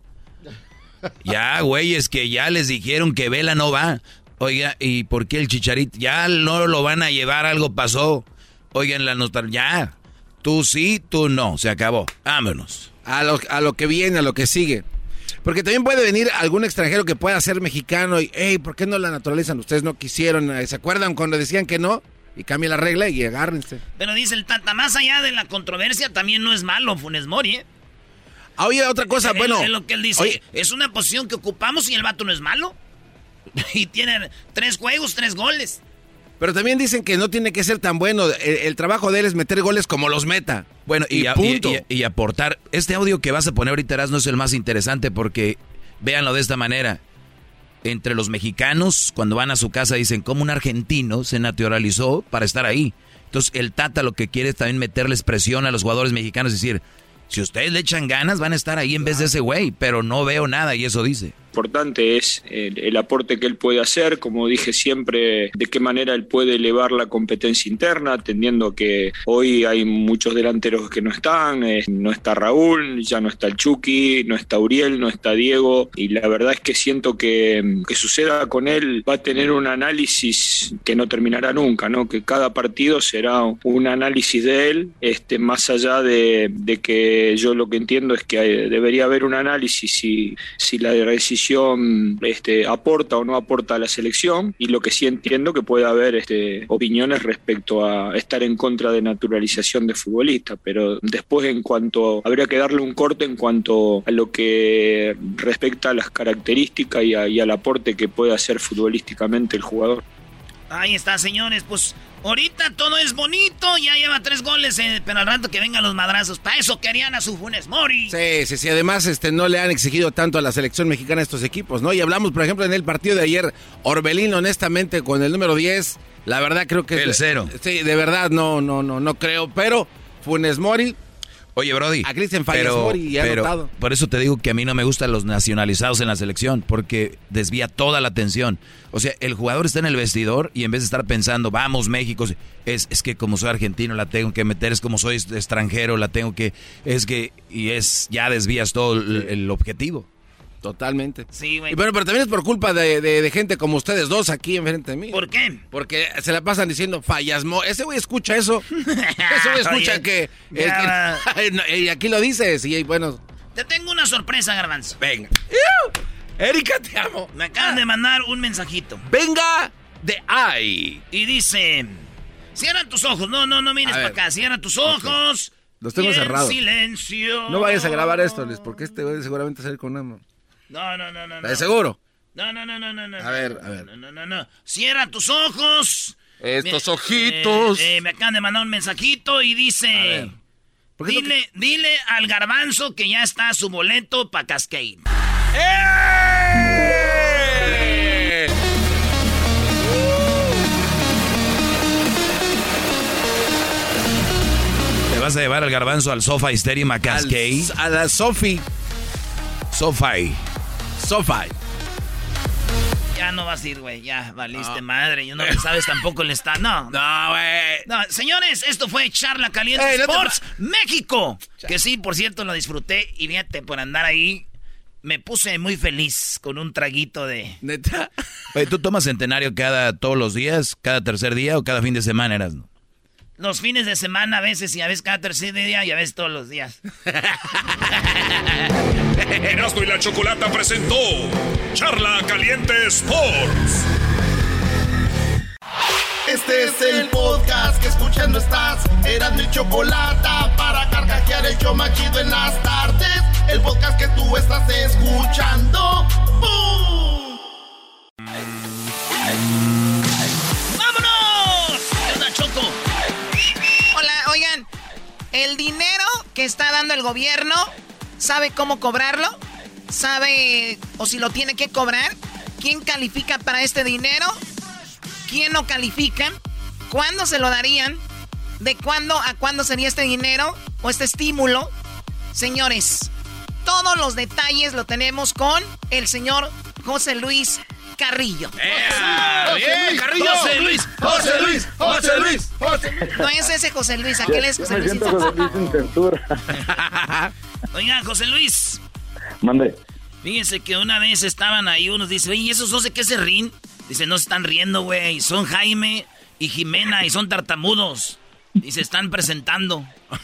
Ya, güey, es que ya les dijeron que Vela no va. Oiga, ¿y por qué el Chicharito? Ya no lo van a llevar, algo pasó. Oigan, la nostalgia, ya. Tú sí, tú no, se acabó. Vámonos. A lo, a lo que viene, a lo que sigue. Porque también puede venir algún extranjero que pueda ser mexicano y, hey, ¿por qué no la naturalizan? Ustedes no quisieron, ¿se acuerdan cuando decían que no? Y cambia la regla y agárrense. Pero dice el Tata, más allá de la controversia, también no es malo Funes Mori, ¿eh? Ah, oye, otra cosa, es, bueno. Es lo que él dice, oye, es una posición que ocupamos y el vato no es malo. Y tiene tres juegos, tres goles. Pero también dicen que no tiene que ser tan bueno. El, el trabajo de él es meter goles como los meta. Bueno, y, y, a, punto. y, y, y aportar. Este audio que vas a poner ahorita, Erasmo, es el más interesante porque, véanlo de esta manera. Entre los mexicanos, cuando van a su casa, dicen cómo un argentino se naturalizó para estar ahí. Entonces, el Tata lo que quiere es también meterles presión a los jugadores mexicanos y decir, si ustedes le echan ganas, van a estar ahí en vez de ese güey, pero no veo nada, y eso dice. Importante es el, el aporte que él puede hacer, como dije siempre, de qué manera él puede elevar la competencia interna, atendiendo a que hoy hay muchos delanteros que no están, eh, no está Raúl, ya no está el Chucky, no está Uriel, no está Diego, y la verdad es que siento que, que suceda con él va a tener un análisis que no terminará nunca, ¿no? Que cada partido será un análisis de él, este, más allá de, de que yo lo que entiendo es que hay, debería haber un análisis si, si la decisión Este, aporta o no aporta a la selección, y lo que sí entiendo que puede haber este, opiniones respecto a estar en contra de naturalización de futbolistas, pero después en cuanto habría que darle un corte en cuanto a lo que respecta a las características y, a, y al aporte que puede hacer futbolísticamente el jugador. Ahí está, señores, pues ahorita todo es bonito, ya lleva tres goles, eh, pero al rato que vengan los madrazos, para eso querían a su Funes Mori. Sí, sí, sí, además este, no le han exigido tanto a la selección mexicana a estos equipos, ¿no? Y hablamos, por ejemplo, en el partido de ayer, Orbelín, honestamente, con el número diez, la verdad creo que... El cero. Sí, de verdad, no, no, no, no creo, pero Funes Mori... Oye, Brody, a Cristian Funes Mori ya pero anotado. Por eso te digo que a mí no me gustan los nacionalizados en la selección, porque desvía toda la atención. O sea, el jugador está en el vestidor y en vez de estar pensando, vamos México, es, es que como soy argentino la tengo que meter, es como soy extranjero la tengo que, es que, y es, ya desvías todo el, el objetivo. Totalmente. Sí, güey. Y bueno, pero también es por culpa de, de, de gente como ustedes dos aquí enfrente de mí. ¿Por qué? Porque se la pasan diciendo fallas. Mo Ese güey escucha eso. Ese güey escucha Oye, que, el, que... Y aquí lo dices. Y bueno. Te tengo una sorpresa, Garbanzo. Venga. Erika, te amo. Me acaban de mandar un mensajito. Venga de ahí. Y dice: cierra tus ojos. No, no, no mires para acá. Cierra tus ojos. Okay. Los tengo cerrados. Silencio. No vayas a grabar esto, Luis, porque este güey seguramente sale con una. No, no, no, no. ¿De seguro? No, no, no, no, no, no. A ver, a ver. No, no, no, no. Cierra tus ojos. Estos me, ojitos. Eh, eh, me acaban de mandar un mensajito y dice: dile, no... dile al Garbanzo que ya está su boleto para Cascade. ¡Eh! ¿Te vas a llevar al Garbanzo al SoFi Stadium a Cascade? Al, a la Sofi. SoFi. SoFi. Ya no vas a ir, güey. Ya valiste no. madre. Yo no te sabes tampoco el stand. No. No, güey. No, señores, esto fue Charla Caliente hey, Sports no te... México. Char... Que sí, por cierto, lo disfruté. Y fíjate, por andar ahí, me puse muy feliz con un traguito de... ¿Neta? Oye, ¿tú tomas Centenario cada todos los días, cada tercer día o cada fin de semana, eras, no? Los fines de semana a veces y a veces cada tercer día y a veces todos los días. Erasmo y la Chocolata presentó Charla Caliente Sports. Este es el podcast que escuchando estás. Erasmo y Chocolata para carcajear el show más chido en las tardes. El podcast que tú estás escuchando. ¡Bum! ¡Vámonos! ¡Es una Choco! Hola, oigan, el dinero que está dando el gobierno, ¿sabe cómo cobrarlo? ¿Sabe o si lo tiene que cobrar? ¿Quién califica para este dinero? ¿Quién no califica? ¿Cuándo se lo darían? ¿De cuándo a cuándo sería este dinero o este estímulo? Señores, todos los detalles lo tenemos con el señor José Luis Carrillo. ¡Eh! ¡Bien, Carrillo! José Luis, José Luis, José Luis, José Luis. No es ese José Luis, aquel es José Luis. José Luis sin censura. Oiga, José Luis. Mande. Fíjense que una vez estaban ahí, unos dicen, oye, ¿y esos dos de qué se ríen? Dice, no se están riendo, güey, son Jaime y Jimena y son tartamudos. Y se están presentando.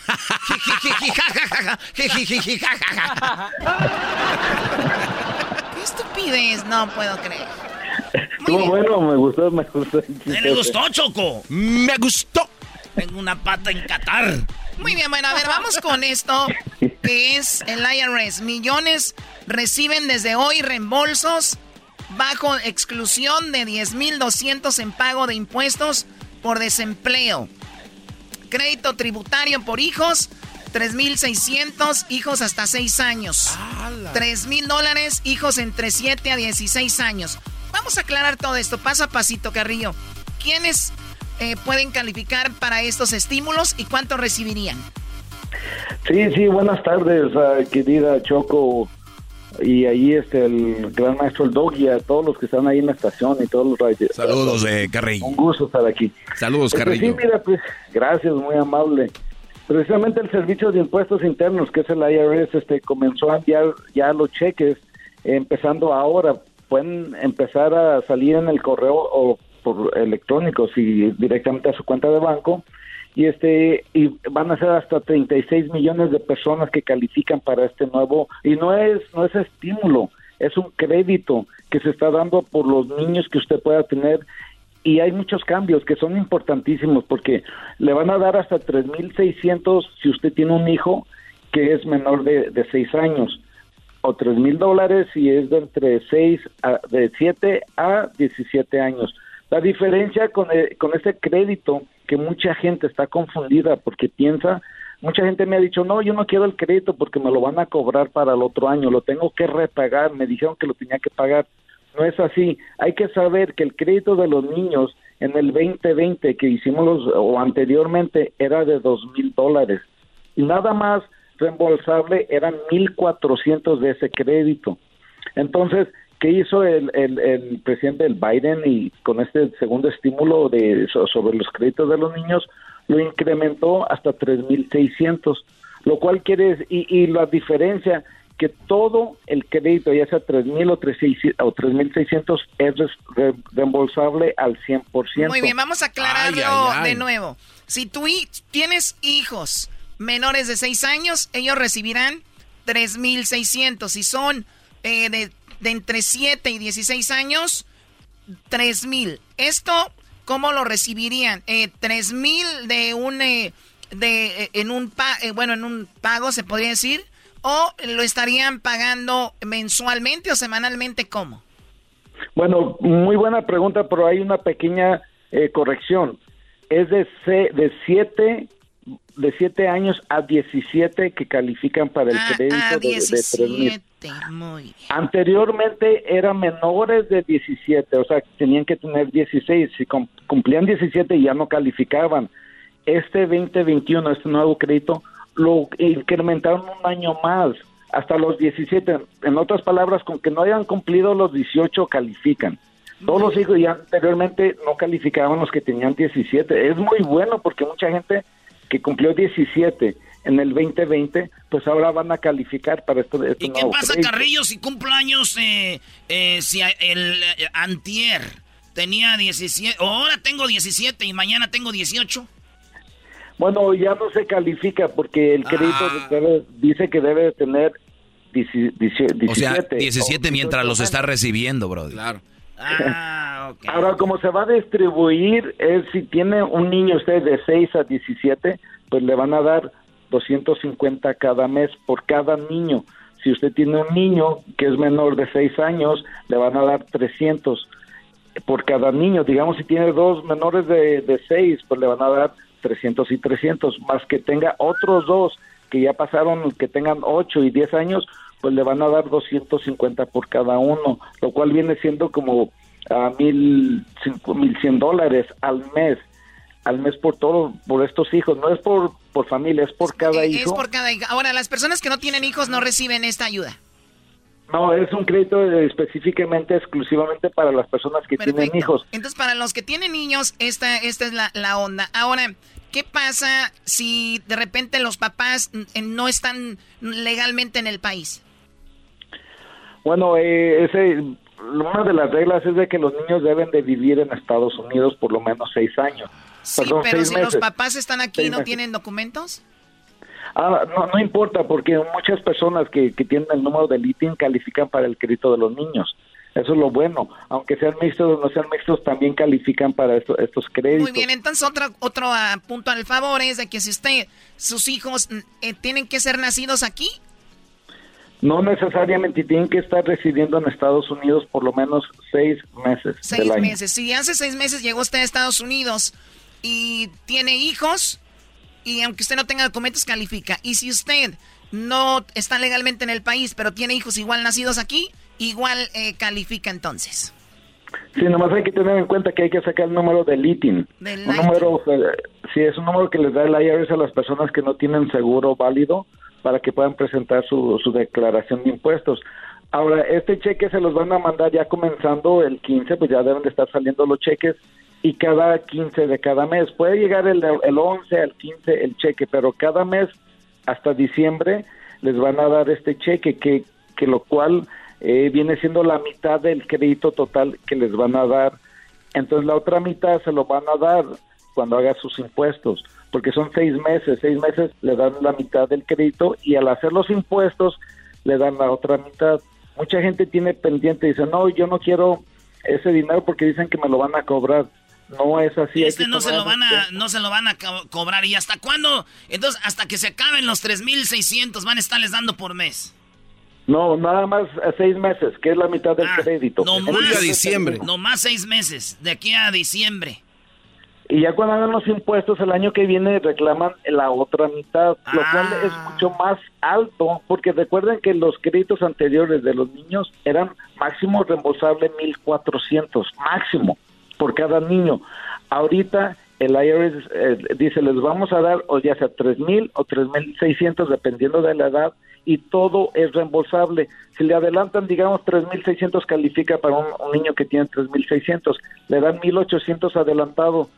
¡Qué estupidez! No puedo creer. Estuvo bueno, me gustó, me gustó. ¿Me le gustó, Choco? Me gustó. Tengo una pata en Qatar. Muy bien, bueno, a ver, vamos con esto, que es el I R S. Millones reciben desde hoy reembolsos bajo exclusión de diez mil doscientos en pago de impuestos por desempleo. Crédito tributario por hijos, tres mil seiscientos, hijos hasta seis años. tres mil dólares, hijos entre siete a dieciséis años. Vamos a aclarar todo esto, paso a pasito, Carrillo. ¿Quiénes eh, pueden calificar para estos estímulos y cuánto recibirían? Sí, sí, buenas tardes, uh, querida Choco. Y ahí este el gran maestro el Dog y a todos los que están ahí en la estación y todos los radios. Saludos, eh, Carrillo. Un gusto estar aquí. Saludos, Carrillo. Este, sí, mira, pues, gracias, muy amable. Precisamente el Servicio de Impuestos Internos, que es el I R S, este, comenzó a enviar ya los cheques, eh, empezando ahora. Pueden empezar a salir en el correo o por electrónico, si directamente a su cuenta de banco. Y este y van a ser hasta treinta y seis millones de personas que califican para este nuevo, y no es no es estímulo, es un crédito que se está dando por los niños que usted pueda tener, y hay muchos cambios que son importantísimos porque le van a dar hasta tres mil seiscientos si usted tiene un hijo que es menor de, de seis años, o tres mil dólares si es de entre seis a, de siete a diecisiete años. La diferencia con, el, con este crédito, que mucha gente está confundida porque piensa, mucha gente me ha dicho, no, yo no quiero el crédito porque me lo van a cobrar para el otro año, lo tengo que repagar, me dijeron que lo tenía que pagar. No es así, hay que saber que el crédito de los niños en el veinte veinte que hicimos los, o anteriormente era de dos mil dólares, y nada más reembolsable eran mil cuatrocientos de ese crédito. Entonces, ¿qué hizo el, el, el presidente el Biden y con este segundo estímulo de sobre los créditos de los niños? Lo incrementó hasta tres mil seiscientos, lo cual quiere decir, y, y la diferencia, que todo el crédito, ya sea tres mil o tres mil seiscientos, es re, reembolsable al cien por ciento. Muy bien, vamos a aclararlo ay, ay, ay. de nuevo. Si tú tienes hijos menores de seis años, ellos recibirán tres mil seiscientos. Si son eh, de de entre siete y dieciséis años, tres mil. ¿Esto cómo lo recibirían? Eh, tres mil de un, eh, de, eh, en un, pa eh, bueno, en un pago, se podría decir, o lo estarían pagando mensualmente o semanalmente, ¿cómo? Bueno, muy buena pregunta, pero hay una pequeña eh, corrección. Es de, de siete de siete años a diecisiete que califican para el ah, crédito a diecisiete, de, de tres mil. Muy bien. Anteriormente eran menores de diecisiete, o sea, tenían que tener dieciséis. Si cumplían diecisiete ya no calificaban. este veinte veintiuno, este nuevo crédito, lo incrementaron un año más, hasta los diecisiete. En otras palabras, con que no hayan cumplido los dieciocho, califican. Todos los hijos ya anteriormente no calificaban los que tenían diecisiete. Es muy bueno porque mucha gente que cumplió diecisiete en el veinte veinte, pues ahora van a calificar para esto. Este ¿Y qué pasa, crédito. Carrillo, si cumplo años, eh, eh, si el eh, antier tenía diecisiete, o ahora tengo diecisiete y mañana tengo dieciocho? Bueno, ya no se califica porque el crédito ah. debe, dice que debe tener diecisiete. O sea, diecisiete mientras los está recibiendo, bro. Claro. Ah, okay. Ahora, como se va a distribuir, es si tiene un niño usted de seis a diecisiete, pues le van a dar doscientos cincuenta cada mes por cada niño. Si usted tiene un niño que es menor de seis años, le van a dar trescientos por cada niño. Digamos, si tiene dos menores de, de seis, pues le van a dar trescientos y trescientos, más que tenga otros dos que ya pasaron, que tengan ocho y diez años, pues le van a dar doscientos cincuenta por cada uno, lo cual viene siendo como a mil, mil cien dólares al mes. al mes por todo, por estos hijos, no es por, por familia, es por cada es hijo. Es por cada hijo. Ahora, las personas que no tienen hijos no reciben esta ayuda. No, es un crédito específicamente, exclusivamente para las personas que Perfecto. tienen hijos. Entonces, para los que tienen niños, esta, esta es la, la onda. Ahora, ¿qué pasa si de repente los papás no están legalmente en el país? Bueno, eh, ese... una de las reglas es de que los niños deben de vivir en Estados Unidos por lo menos seis años. Sí, Perdón, pero si meses. los papás están aquí y no meses. tienen documentos. Ah, no, no importa, porque muchas personas que, que tienen el número del I T I N califican para el crédito de los niños. Eso es lo bueno. Aunque sean mixtos o no sean mixtos, también califican para esto, estos créditos. Muy bien, entonces otro, otro uh, punto al favor es de que si usted, sus hijos eh, tienen que ser nacidos aquí. No necesariamente, tienen que estar residiendo en Estados Unidos por lo menos seis meses. Seis del año. meses. Si hace seis meses llegó usted a Estados Unidos y tiene hijos, y aunque usted no tenga documentos, califica. Y si usted no está legalmente en el país, pero tiene hijos igual nacidos aquí, igual eh, califica entonces. Sí, nomás hay que tener en cuenta que hay que sacar el número del I T I N. Del un número, eh, sí, es un número que les da el I R S a las personas que no tienen seguro válido, para que puedan presentar su, su declaración de impuestos. Ahora, este cheque se los van a mandar ya comenzando el quince, pues ya deben de estar saliendo los cheques, y cada quince de cada mes. Puede llegar el, el once, al quince el cheque, pero cada mes hasta diciembre les van a dar este cheque, que, que lo cual eh, viene siendo la mitad del crédito total que les van a dar. Entonces la otra mitad se lo van a dar cuando haga sus impuestos, porque son seis meses, seis meses le dan la mitad del crédito y al hacer los impuestos le dan la otra mitad. Mucha gente tiene pendiente y dice, no, yo no quiero ese dinero porque dicen que me lo van a cobrar. No es así. Este no se lo van a, no se lo van a co- cobrar. ¿Y hasta cuándo? Entonces, hasta que se acaben los tres mil seiscientos van a estarles dando por mes. No, nada más a seis meses, que es la mitad del ah, crédito. No más, a diciembre. No más seis meses, de aquí a diciembre. Y ya cuando hagan los impuestos el año que viene reclaman la otra mitad, ah. lo cual es mucho más alto, porque recuerden que los créditos anteriores de los niños eran máximo reembolsable mil cuatrocientos, máximo, por cada niño. Ahorita el I R S eh, dice, les vamos a dar o ya sea tres mil o tres mil seiscientos, dependiendo de la edad, y todo es reembolsable. Si le adelantan, digamos, tres mil seiscientos califica para un, un niño que tiene tres mil seiscientos, le dan mil ochocientos adelantado.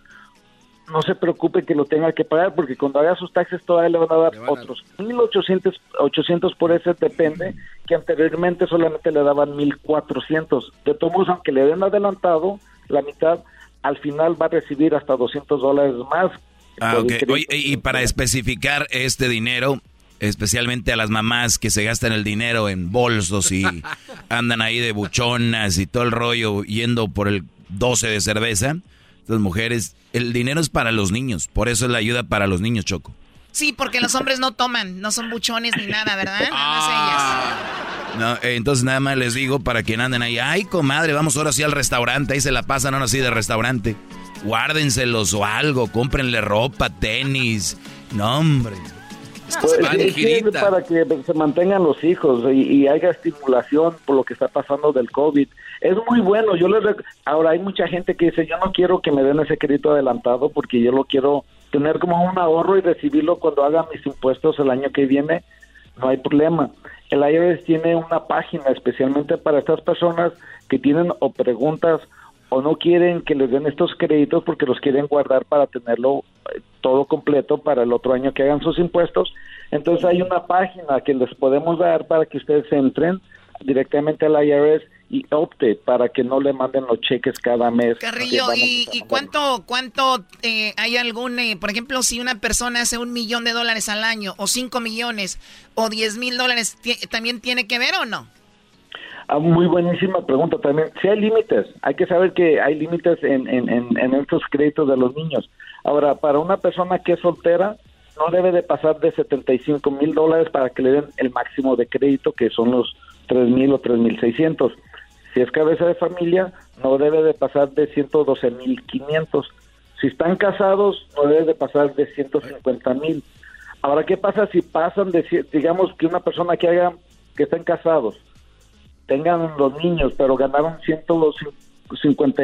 No se preocupe que lo tenga que pagar, porque cuando haga sus taxes todavía le van a dar van a... otros mil ochocientos, ochocientos por ese, depende, que anteriormente solamente le daban mil cuatrocientos. De todos modos, aunque le den adelantado la mitad, al final va a recibir hasta doscientos dólares más. Ah, ok. Oye, y para especificar este dinero, especialmente a las mamás que se gastan el dinero en bolsos y andan ahí de buchonas y todo el rollo yendo por el doce de cerveza, las mujeres, el dinero es para los niños, por eso es la ayuda para los niños, Choco. Sí, porque los hombres no toman, no son buchones ni nada, ¿verdad? Nada más ellas. No, eh, entonces nada más les digo para que anden ahí, ay, comadre, vamos ahora sí al restaurante, ahí se la pasan ahora sí de restaurante. Guárdenselos o algo, cómprenle ropa, tenis, no hombre. Pues, es, es para que se mantengan los hijos y, y haya estimulación por lo que está pasando del COVID. Es muy bueno. Yo les rec... Ahora hay mucha gente que dice, yo no quiero que me den ese crédito adelantado porque yo lo quiero tener como un ahorro y recibirlo cuando haga mis impuestos el año que viene, no hay problema. El I R S tiene una página especialmente para estas personas que tienen o preguntas o no quieren que les den estos créditos porque los quieren guardar para tenerlo todo completo para el otro año que hagan sus impuestos. Entonces hay una página que les podemos dar para que ustedes entren directamente al I R S y opte para que no le manden los cheques cada mes. Carrillo, ¿y, ¿y cuánto, cuánto eh, hay algún, eh, por ejemplo, si una persona hace un millón de dólares al año, o cinco millones, o diez mil dólares, ¿también tiene que ver o no? Ah, muy buenísima pregunta también. Sí hay límites, hay que saber que hay límites en, en, en, en estos créditos de los niños. Ahora, para una persona que es soltera, no debe de pasar de setenta y cinco mil dólares para que le den el máximo de crédito, que son los tres mil o tres mil seiscientos. Si es cabeza de familia, no debe de pasar de ciento doce mil quinientos. Si están casados, no debe de pasar de ciento cincuenta mil. Ahora, ¿qué pasa si pasan de, digamos que una persona que haga, que estén casados, tengan los niños, pero ganaron ciento cincuenta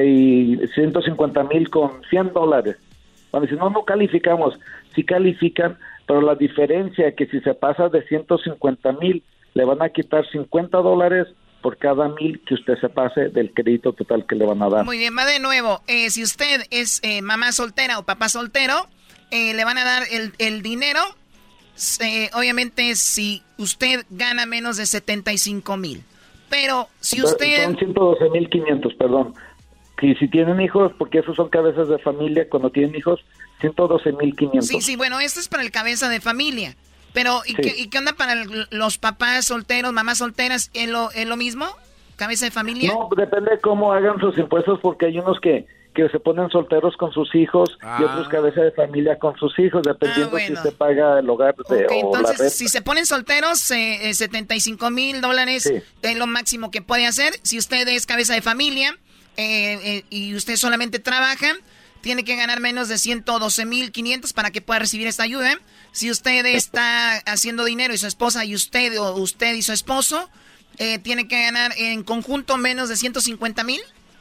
mil con cien dólares? Bueno, si no, no calificamos. Sí califican, pero la diferencia es que si se pasa de ciento cincuenta mil, le van a quitar cincuenta dólares por cada mil que usted se pase del crédito total que le van a dar. Muy bien, va de nuevo. Eh, si usted es eh, mamá soltera o papá soltero, eh, le van a dar el, el dinero. Eh, obviamente, si usted gana menos de setenta y cinco mil. Pero si usted... Son ciento doce mil quinientos, perdón. Y si tienen hijos, porque esos son cabezas de familia, cuando tienen hijos, ciento doce mil quinientos. Sí, sí, bueno, esto es para el cabeza de familia. Pero, ¿y, sí. qué, ¿y qué onda para el, los papás solteros, mamás solteras? ¿Es lo, ¿Es lo mismo? ¿Cabeza de familia? No, depende de cómo hagan sus impuestos, porque hay unos que, que se ponen solteros con sus hijos ah. y otros cabeza de familia con sus hijos, dependiendo ah, bueno. si se paga el hogar de, okay, o entonces, la renta. Si se ponen solteros, eh, eh, setenta y cinco mil dólares sí. es lo máximo que puede hacer. Si usted es cabeza de familia eh, eh, y usted solamente trabaja, tiene que ganar menos de ciento doce mil quinientos para que pueda recibir esta ayuda. Si usted está haciendo dinero y su esposa y usted o usted y su esposo eh, tiene que ganar en conjunto menos de ciento cincuenta mil.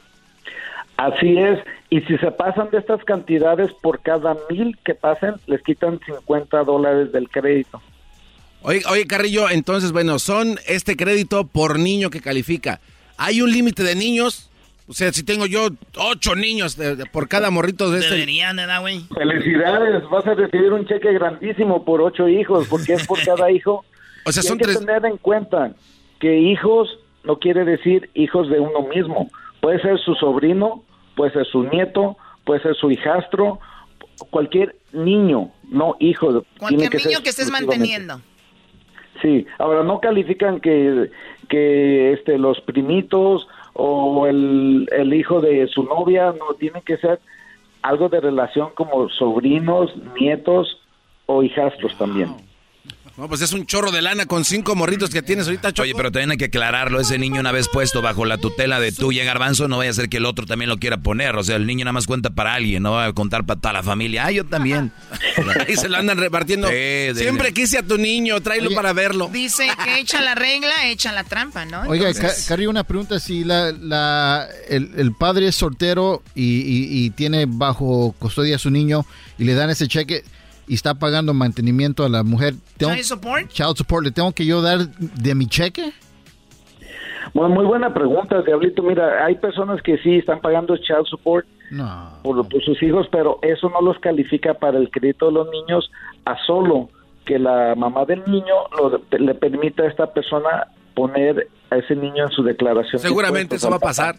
Así es, y si se pasan de estas cantidades por cada mil que pasen, les quitan cincuenta dólares del crédito. Oye, oye, Carrillo, entonces, bueno, son este crédito por niño que califica. ¿Hay un límite de niños? O sea, si tengo yo ocho niños de, de, por cada morrito de este... Deberían, ¿verdad, güey? Felicidades, vas a recibir un cheque grandísimo por ocho hijos, porque es por cada hijo. O sea, y son hay tres... que tener en cuenta que hijos no quiere decir hijos de uno mismo. Puede ser su sobrino, puede ser su nieto, puede ser su hijastro, cualquier niño, no hijo. Cualquier que niño que estés manteniendo. Sí, ahora no califican que, que este, los primitos o el, el hijo de su novia, no, tiene que ser algo de relación como sobrinos, nietos o hijastros también. No, pues es un chorro de lana con cinco morritos que tienes ahorita, Choco. Oye, pero también hay que aclararlo. Ese niño una vez puesto bajo la tutela de tuya, Garbanzo, no vaya a ser que el otro también lo quiera poner. O sea, el niño nada más cuenta para alguien, no va a contar para toda la familia. Ah, yo también. Y se lo andan repartiendo. Sí, de, Siempre de... quise a tu niño, tráelo Oye, para verlo. Dice que echa la regla, echa la trampa, ¿no? Oiga, Entonces... Carrillo, una pregunta. Si la, la, el, el padre es soltero y, y, y tiene bajo custodia a su niño y le dan ese cheque... y está pagando mantenimiento a la mujer. ¿Child support? Child support, ¿le tengo que yo dar de mi cheque? Bueno, muy buena pregunta, Diablito. Mira, hay personas que sí están pagando child support no. por, por sus hijos, pero eso no los califica para el crédito de los niños, a solo que la mamá del niño lo, le permita a esta persona poner a ese niño en su declaración. Seguramente eso va a pasar.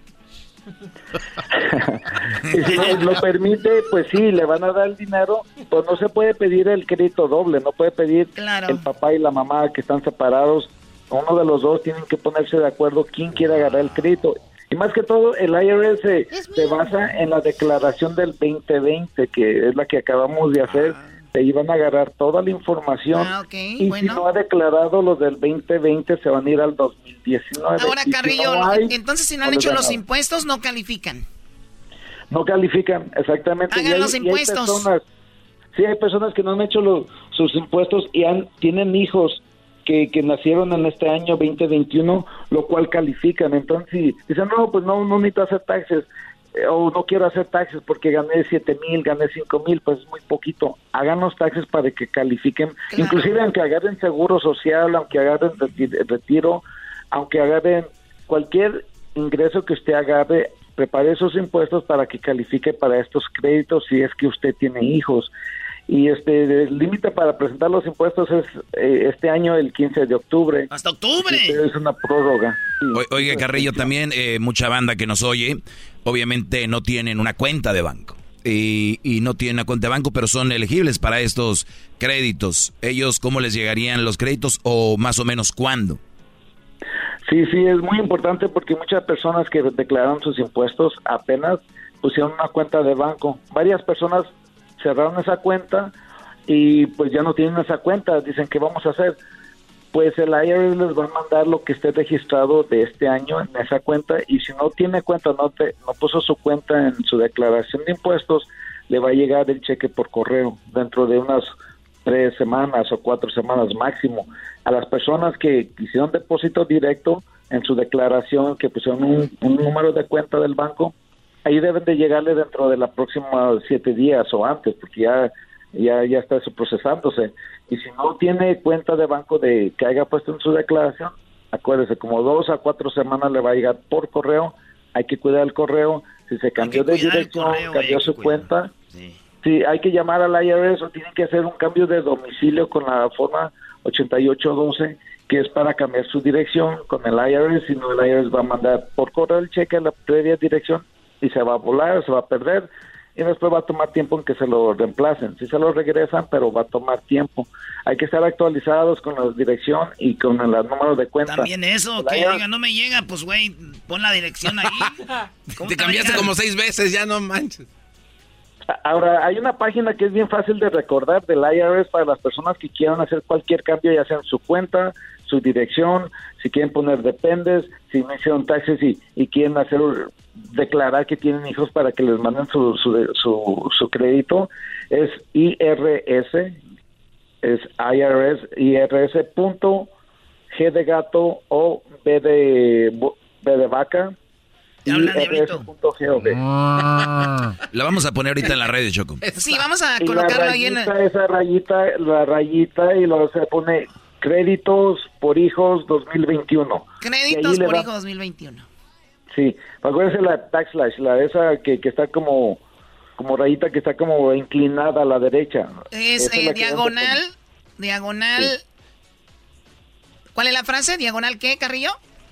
Y si no lo permite, pues sí, le van a dar el dinero, pues no se puede pedir el crédito doble, no puede pedir claro. el papá y la mamá que están separados, uno de los dos tienen que ponerse de acuerdo quién quiere agarrar el crédito. Y más que todo, el I R S se, se basa en la declaración del veinte veinte, que es la que acabamos de hacer. Ah. Se iban a agarrar toda la información ah, okay. y bueno. si no ha declarado los del veinte veinte se van a ir al dos mil diecinueve. Ahora, Carrillo, si no hay, entonces si no han hecho los impuestos no califican. No califican, exactamente. Hagan y hay, los impuestos. Y hay personas, sí, hay personas que no han hecho los, sus impuestos y han, tienen hijos que, que nacieron en este año veinte veintiuno, lo cual califican. Entonces, si dicen, no, pues no, no necesito hacer taxes. o no quiero hacer taxes porque gané siete mil, gané cinco mil, pues es muy poquito. Hagan los taxes para que califiquen, claro. Inclusive aunque agarren seguro social, aunque agarren retiro, aunque agarren cualquier ingreso que usted agarre, prepare esos impuestos para que califique para estos créditos si es que usted tiene hijos. Y este el límite para presentar los impuestos es eh, este año el quince de octubre. ¡Hasta octubre! Es una prórroga. Sí. O, oiga, Carrillo, también eh, mucha banda que nos oye, obviamente no tienen una cuenta de banco. Y, y no tienen una cuenta de banco, pero son elegibles para estos créditos. ¿Ellos cómo les llegarían los créditos o más o menos cuándo? Sí, sí, es muy importante porque muchas personas que declararon sus impuestos apenas pusieron una cuenta de banco. Varias personas cerraron esa cuenta y pues ya no tienen esa cuenta. Dicen, ¿qué vamos a hacer? Pues el I R S les va a mandar lo que esté registrado de este año en esa cuenta, y si no tiene cuenta, no, te, no puso su cuenta en su declaración de impuestos, le va a llegar el cheque por correo dentro de unas tres semanas o cuatro semanas máximo. A las personas que hicieron depósito directo en su declaración, que pusieron un, un número de cuenta del banco, ahí deben de llegarle dentro de la próxima siete días o antes, porque ya, ya, ya está eso procesándose. Y si no tiene cuenta de banco de que haya puesto en su declaración, acuérdese, como dos a cuatro semanas le va a llegar por correo. Hay que cuidar el correo. Si se cambió de dirección, correo, cambió su cuenta, sí. Sí, hay que llamar al I R S o tienen que hacer un cambio de domicilio con la forma ochenta y ocho doce, que es para cambiar su dirección con el I R S, si no el I R S va a mandar por correo el cheque a la previa dirección y se va a volar, se va a perder, y después va a tomar tiempo en que se lo reemplacen. Sí se lo regresan, pero va a tomar tiempo. Hay que estar actualizados con la dirección y con el número de cuenta. También eso, que diga, no me llega, pues güey, pon la dirección ahí. Te cambiaste como seis veces, ya no manches. Ahora, hay una página que es bien fácil de recordar del I R S para las personas que quieran hacer cualquier cambio, ya sea en su cuenta, su dirección, si quieren poner dependes, si no hicieron taxes y, y quieren hacer declarar que tienen hijos para que les manden su su, su, su crédito, es I R S, es I R S, I R S punto G de gato o B de, B de vaca, I R S punto gov. La vamos a poner ahorita en la red, Choco. Sí, vamos a colocarlo ahí en el... esa rayita, la rayita, y luego se pone créditos por hijos dos mil veintiuno. Créditos por hijos dos mil veintiuno. Sí, acuérdense la tax slash, la esa que, que está como como rayita que está como inclinada a la derecha. Es eh, es diagonal, diagonal. Sí. ¿Cuál es la frase? ¿Diagonal qué, Carrillo?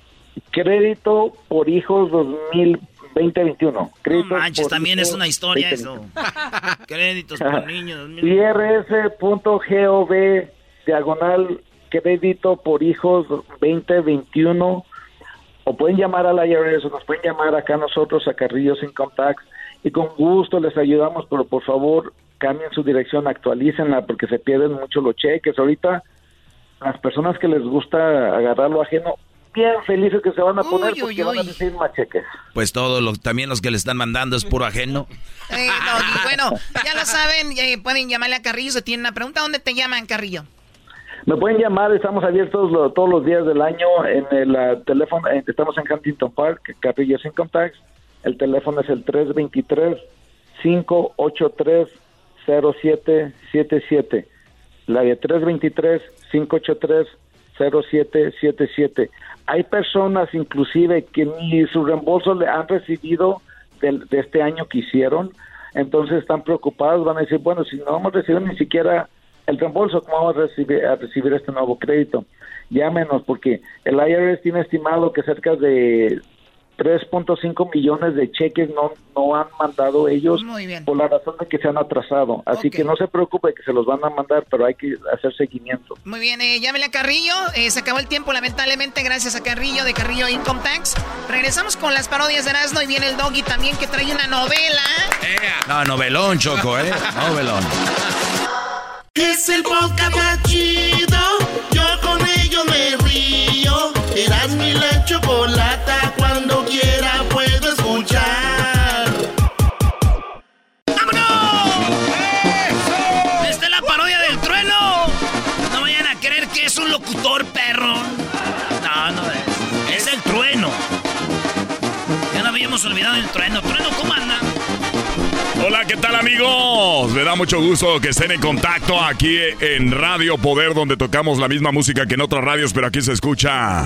Crédito por hijos dos mil veintiuno. No manches, también es una historia eso. Créditos por niños. I R S punto gov diagonal crédito por hijos veinte veintiuno. O pueden llamar a la I R S, o nos pueden llamar acá nosotros a Carrillo's Income Tax, y con gusto les ayudamos, pero por favor cambien su dirección, actualícenla, porque se pierden mucho los cheques. Ahorita las personas que les gusta agarrar lo ajeno, bien felices que se van a poner, uy, porque uy, van a recibir más cheques. Pues todos los, también los que le están mandando es puro ajeno. Eh, no, bueno, ya lo saben, eh, pueden llamarle a Carrillo si tienen una pregunta. ¿Dónde te llaman, Carrillo? Me pueden llamar, estamos abiertos lo, todos los días del año en el uh, teléfono, eh, estamos en Huntington Park, Carrillo's Income Tax. El teléfono es el tres dos tres, cinco ocho tres, cero siete siete siete. La de tres dos tres, cinco ocho tres, cero siete siete siete. Hay personas inclusive que ni su reembolso le han recibido de, de este año que hicieron, entonces están preocupados, van a decir, bueno, si no hemos recibido ni siquiera el reembolso, ¿cómo vamos a recibir, a recibir este nuevo crédito? Llámenos, porque el I R S tiene estimado que cerca de tres punto cinco millones de cheques no no han mandado ellos por la razón de que se han atrasado. Así okay. que no se preocupe que se los van a mandar, pero hay que hacer seguimiento. Muy bien, eh, llámele a Carrillo. Eh, se acabó el tiempo, lamentablemente, gracias a Carrillo de Carrillo Income Tax. Regresamos con las parodias de Erasmo y viene el Doggy también que trae una novela. Yeah. No, novelón, Choco, ¿eh? Novelón. Es el podcast más chido, yo con ello me río. Erasmo y la Chocolata, cuando quiera puedo escuchar. ¡Vámonos! ¡Eso! ¡Esta es la parodia del Trueno! No vayan a creer que es un locutor, perro. No, no es. Es el Trueno. Ya no habíamos olvidado el Trueno. Trueno, ¿cómo Hola, ¿qué tal, amigos? Me da mucho gusto que estén en contacto aquí en Radio Poder, donde tocamos la misma música que en otras radios, pero aquí se escucha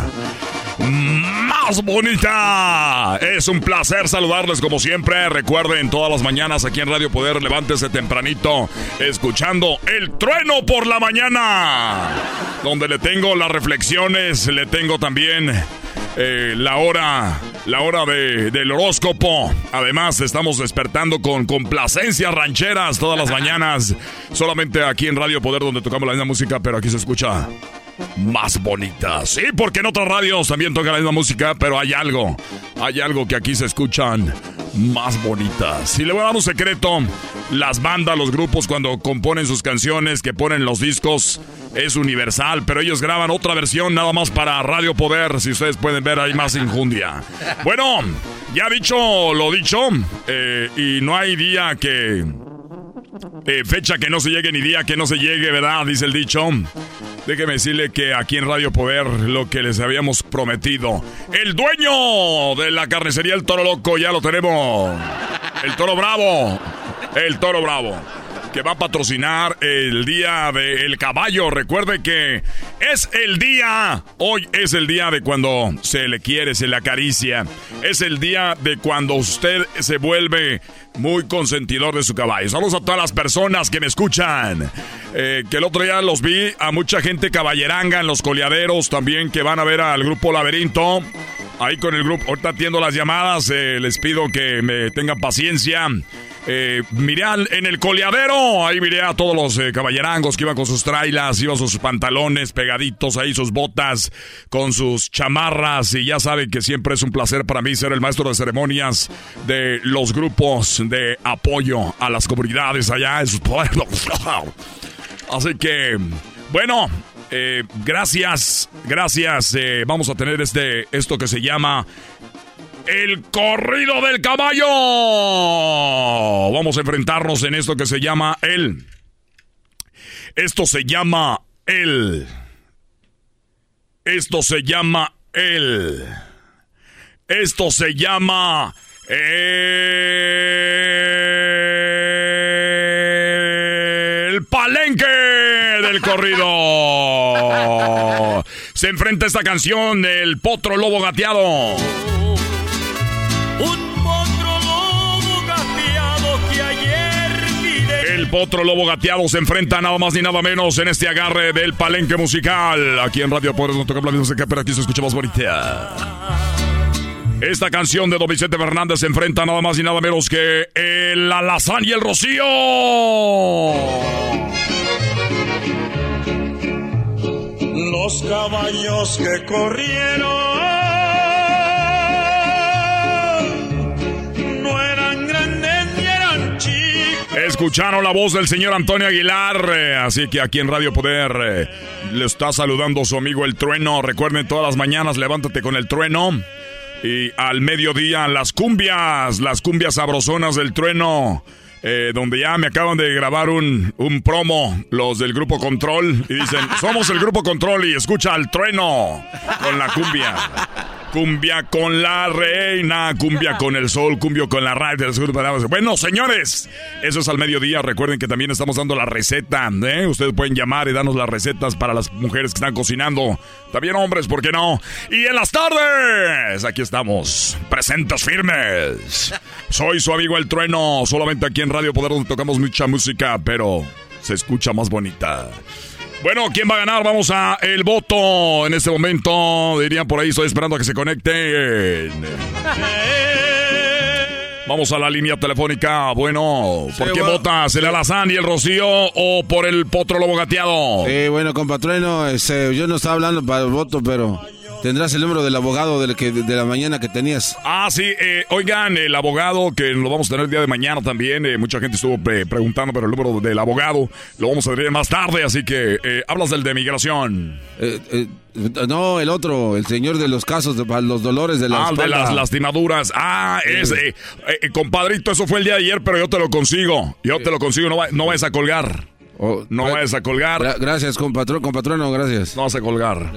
más bonita. Es un placer saludarles como siempre. Recuerden, todas las mañanas aquí en Radio Poder, levántese tempranito escuchando El Trueno por la mañana, donde le tengo las reflexiones, le tengo también eh, la hora, la hora de, del horóscopo. Además, estamos despertando con complacencias rancheras todas las mañanas, solamente aquí en Radio Poder, donde tocamos la misma música, pero aquí se escucha más bonita. Sí, porque en otras radios también toca la misma música, pero hay algo, hay algo que aquí se escuchan más bonitas. Si le voy a dar un secreto, las bandas, los grupos, cuando componen sus canciones, que ponen los discos, es universal, pero ellos graban otra versión nada más para Radio Poder. Si ustedes pueden ver, hay más injundia. Bueno, ya dicho lo dicho, eh, y no hay día que... Eh, fecha que no se llegue ni día que no se llegue, ¿verdad? Dice el dicho. Déjeme decirle que aquí en Radio Poder lo que les habíamos prometido. El dueño de la carnicería El Toro Loco ya lo tenemos. El Toro Bravo. El Toro Bravo. Que va a patrocinar el día del caballo. Recuerde que es el día, hoy es el día de cuando se le quiere, se le acaricia. Es el día de cuando usted se vuelve muy consentidor de su caballo. Saludos a todas las personas que me escuchan. Eh, que el otro día los vi a mucha gente caballeranga en los coleaderos también, que van a ver al grupo Laberinto. Ahí con el grupo, ahorita atiendo las llamadas, eh, les pido que me tengan paciencia. Eh, miré al, en el coleadero, ahí miré a todos los eh, caballerangos que iban con sus trailas, iban sus pantalones pegaditos ahí, sus botas, con sus chamarras, y ya saben que siempre es un placer para mí ser el maestro de ceremonias de los grupos de apoyo a las comunidades allá en sus pueblos. Así que, bueno, eh, gracias, gracias, eh, vamos a tener este, esto que se llama... El corrido del caballo. Vamos a enfrentarnos en esto que se llama el... Esto se llama el... Esto se llama el... Esto se llama... El palenque del corrido. Se enfrenta esta canción del Potro Lobo Gateado. Un potro lobo gateado que ayer miré. El Potro Lobo Gateado se enfrenta nada más ni nada menos en este agarre del palenque musical. Aquí en Radio Poder no toca la música, pero aquí se escucha más bonita. Esta canción de Don Vicente Fernández se enfrenta nada más ni nada menos que el Alazán y el Rocío. Los caballos que corrieron escucharon la voz del señor Antonio Aguilar, eh, así que aquí en Radio Poder eh, le está saludando su amigo El Trueno. Recuerden, todas las mañanas levántate con El Trueno, y al mediodía las cumbias, las cumbias sabrosonas del Trueno, eh, donde ya me acaban de grabar un, un promo los del Grupo Control y dicen, somos el Grupo Control y escucha al Trueno con la cumbia. Cumbia con la reina, cumbia con el sol, cumbia con la radio. Bueno, señores, eso es al mediodía. Recuerden que también estamos dando la receta, ¿eh? Ustedes pueden llamar y darnos las recetas para las mujeres que están cocinando. También hombres, ¿por qué no? Y en las tardes, aquí estamos, presentes firmes. Soy su amigo El Trueno, solamente aquí en Radio Poder, donde tocamos mucha música, pero se escucha más bonita. Bueno, ¿quién va a ganar? Vamos a el voto en este momento. Dirían por ahí, estoy esperando a que se conecten. Vamos a la línea telefónica. Bueno, ¿por sí, qué bueno, votas? ¿El Alazán y el Rocío o por el Potro Lobo Gateado? Sí, bueno, compa Trueno, este, yo no estaba hablando para el voto, pero... ¿Tendrás el número del abogado del que, de la mañana que tenías? Ah, sí. Eh, oigan, el abogado, que lo vamos a tener el día de mañana también. Eh, mucha gente estuvo eh, preguntando, pero el número del abogado lo vamos a tener más tarde. Así que, eh, hablas del de migración. Eh, eh, no, el otro, el señor de los casos, de, los dolores de la Ah, espalda. de las lastimaduras. Ah, sí. ese. Eh, eh, compadrito, eso fue el día de ayer, pero yo te lo consigo. Yo te lo consigo, no, va, no vayas a colgar. Oh, no vayas a colgar. Gra- gracias, compatrón, compatrono, gracias. No vas a colgar.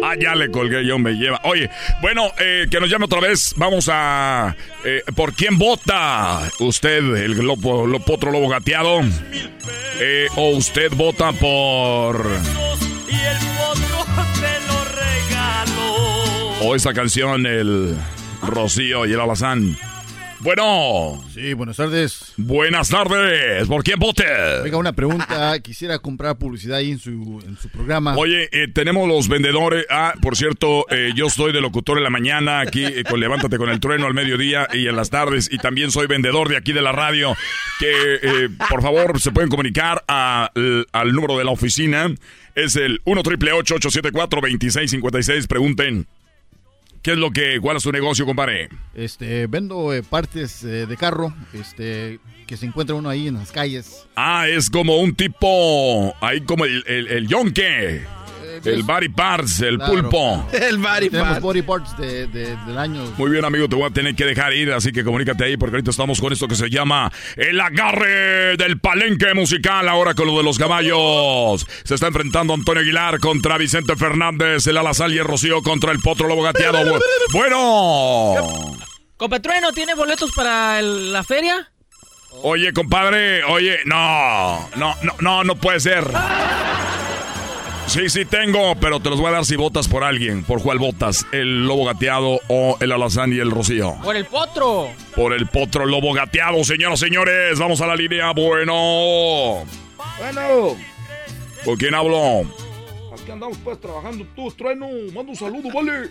Ah, ya le colgué, yo me lleva. Oye, bueno, eh, que nos llame otra vez. Vamos a... Eh, ¿Por quién vota usted, el lobo, lo, potro lobo gateado? Eh, ¿O usted vota por... Y el potro te lo regalo. O esta canción, el Rocío y el Alazán? Bueno. Sí, buenas tardes. Buenas tardes. ¿Por quién vote? Oiga, una pregunta. Quisiera comprar publicidad ahí en su, en su programa. Oye, eh, tenemos los vendedores. Ah, por cierto, eh, yo estoy de locutor en la mañana, aquí eh, con Levántate con el Trueno al mediodía y en las tardes. Y también soy vendedor de aquí de la radio. Que, eh, por favor, se pueden comunicar a, al número de la oficina. Es el uno triple ocho ocho siete cuatro dos seis cinco seis. Pregunten. ¿Qué es lo que, cuál es tu negocio, compadre? Este, vendo eh, partes eh, de carro, este, que se encuentra uno ahí en las calles. Ah, es como un tipo, ahí como el, el, el yonke, eh, el body parts, el claro, pulpo. El body Tenemos parts. body parts de, de, del año. Muy bien, amigo, te voy a tener que dejar ir, así que comunícate ahí, porque ahorita estamos con esto que se llama el agarre del palenque musical, ahora con lo de los caballos. Se está enfrentando Antonio Aguilar contra Vicente Fernández, el Alazán y el Rocío contra el potro lobo gateado. Bueno. Competrueno, ¿tiene boletos para el, la feria? Oye, compadre, oye, no, no, no, no, no puede ser. Sí, sí tengo, pero te los voy a dar si votas por alguien. ¿Por cuál votas? ¿El lobo gateado o el Alazán y el Rocío? Por el potro. Por el potro lobo gateado, señoras y señores. Vamos a la línea, bueno. Bueno. ¿Con quién hablo? Aquí andamos pues trabajando tú, Trueno. Manda un saludo, vale.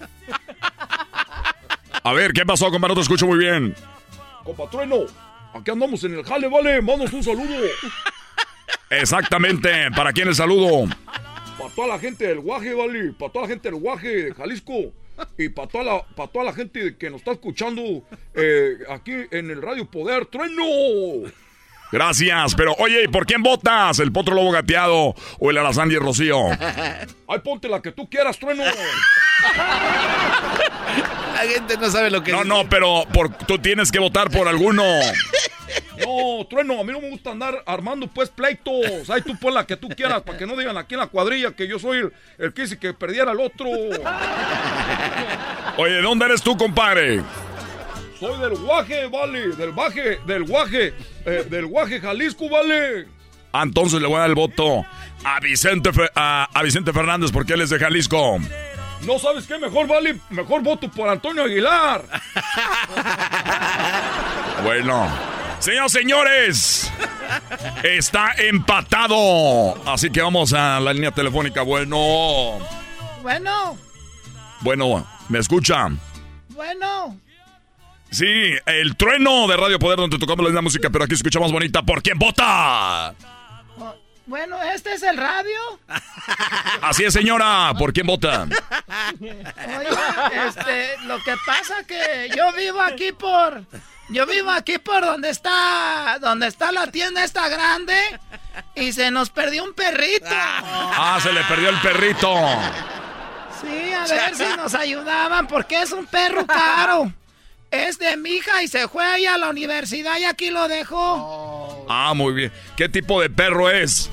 A ver, ¿qué pasó, compa? No te escucho muy bien. Compa Trueno, aquí andamos en el jale, vale. Mándanos un saludo. Exactamente. ¿Para quién el saludo? Para toda la gente del Guaje, vale. Para toda la gente del Guaje de Jalisco. Y para toda la, para toda la gente que nos está escuchando eh, aquí en el Radio Poder, Trueno. Gracias, pero oye, ¿y por quién votas? ¿El potro lobo gateado o el Alazán y el Rocío? Ay, ponte la que tú quieras, Trueno. La gente no sabe lo que No, dice. no, pero por, tú tienes que votar por alguno. No, Trueno, a mí no me gusta andar armando pues pleitos. Ay, tú pon la que tú quieras para que no digan aquí en la cuadrilla que yo soy el, el que dice que perdiera al otro. Oye, ¿dónde eres tú, compadre? Soy del Guaje, vale, del Baje, del Guaje, eh, del Guaje, Jalisco, vale. Ah, entonces le voy a dar el voto a Vicente, a, a Vicente Fernández porque él es de Jalisco. No, ¿sabes qué? Mejor vale, mejor voto por Antonio Aguilar. Bueno, señores, señores, está empatado. Así que vamos a la línea telefónica. Bueno. Bueno. Bueno, ¿me escuchan? Bueno. Sí, el Trueno de Radio Poder, donde tocamos la misma música, pero aquí escuchamos bonita. ¿Por quién vota? Oh, bueno, ¿este es el radio? Así es, señora. ¿Por quién vota? Oye, este, lo que pasa que yo vivo aquí por... Yo vivo aquí por donde está... Donde está la tienda esta grande. Y se nos perdió un perrito. Ah, se le perdió el perrito. Sí, a ver si nos ayudaban, porque es un perro caro. Es de mi hija y se fue ahí a la universidad y aquí lo dejó. Ah, muy bien. ¿Qué tipo de perro es?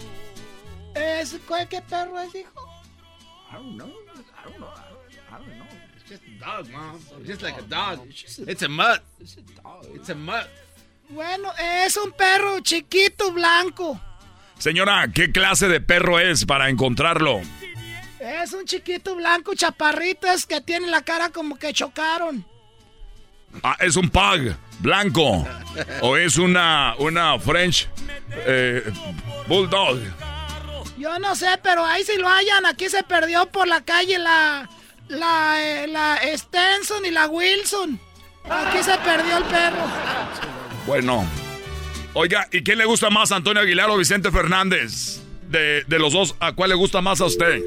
Es, ¿qué perro es, hijo? I don't know. I don't know. I don't know. It's just a dog, mom. It's just like a dog. It's a mutt. It's a dog. It's a mutt. Bueno, es un perro chiquito blanco. Señora, ¿qué clase de perro es para encontrarlo? Es un chiquito blanco, chaparrito, es que tiene la cara como que chocaron. Ah, es un pug blanco. O es una, una French eh, Bulldog. Yo no sé, pero ahí si lo hayan, aquí se perdió por la calle la, la, eh, la Stenson y la Wilson. Aquí se perdió el perro. Bueno. Oiga, ¿y quién le gusta más, Antonio Aguilar o Vicente Fernández? De, de los dos, ¿a cuál le gusta más a usted?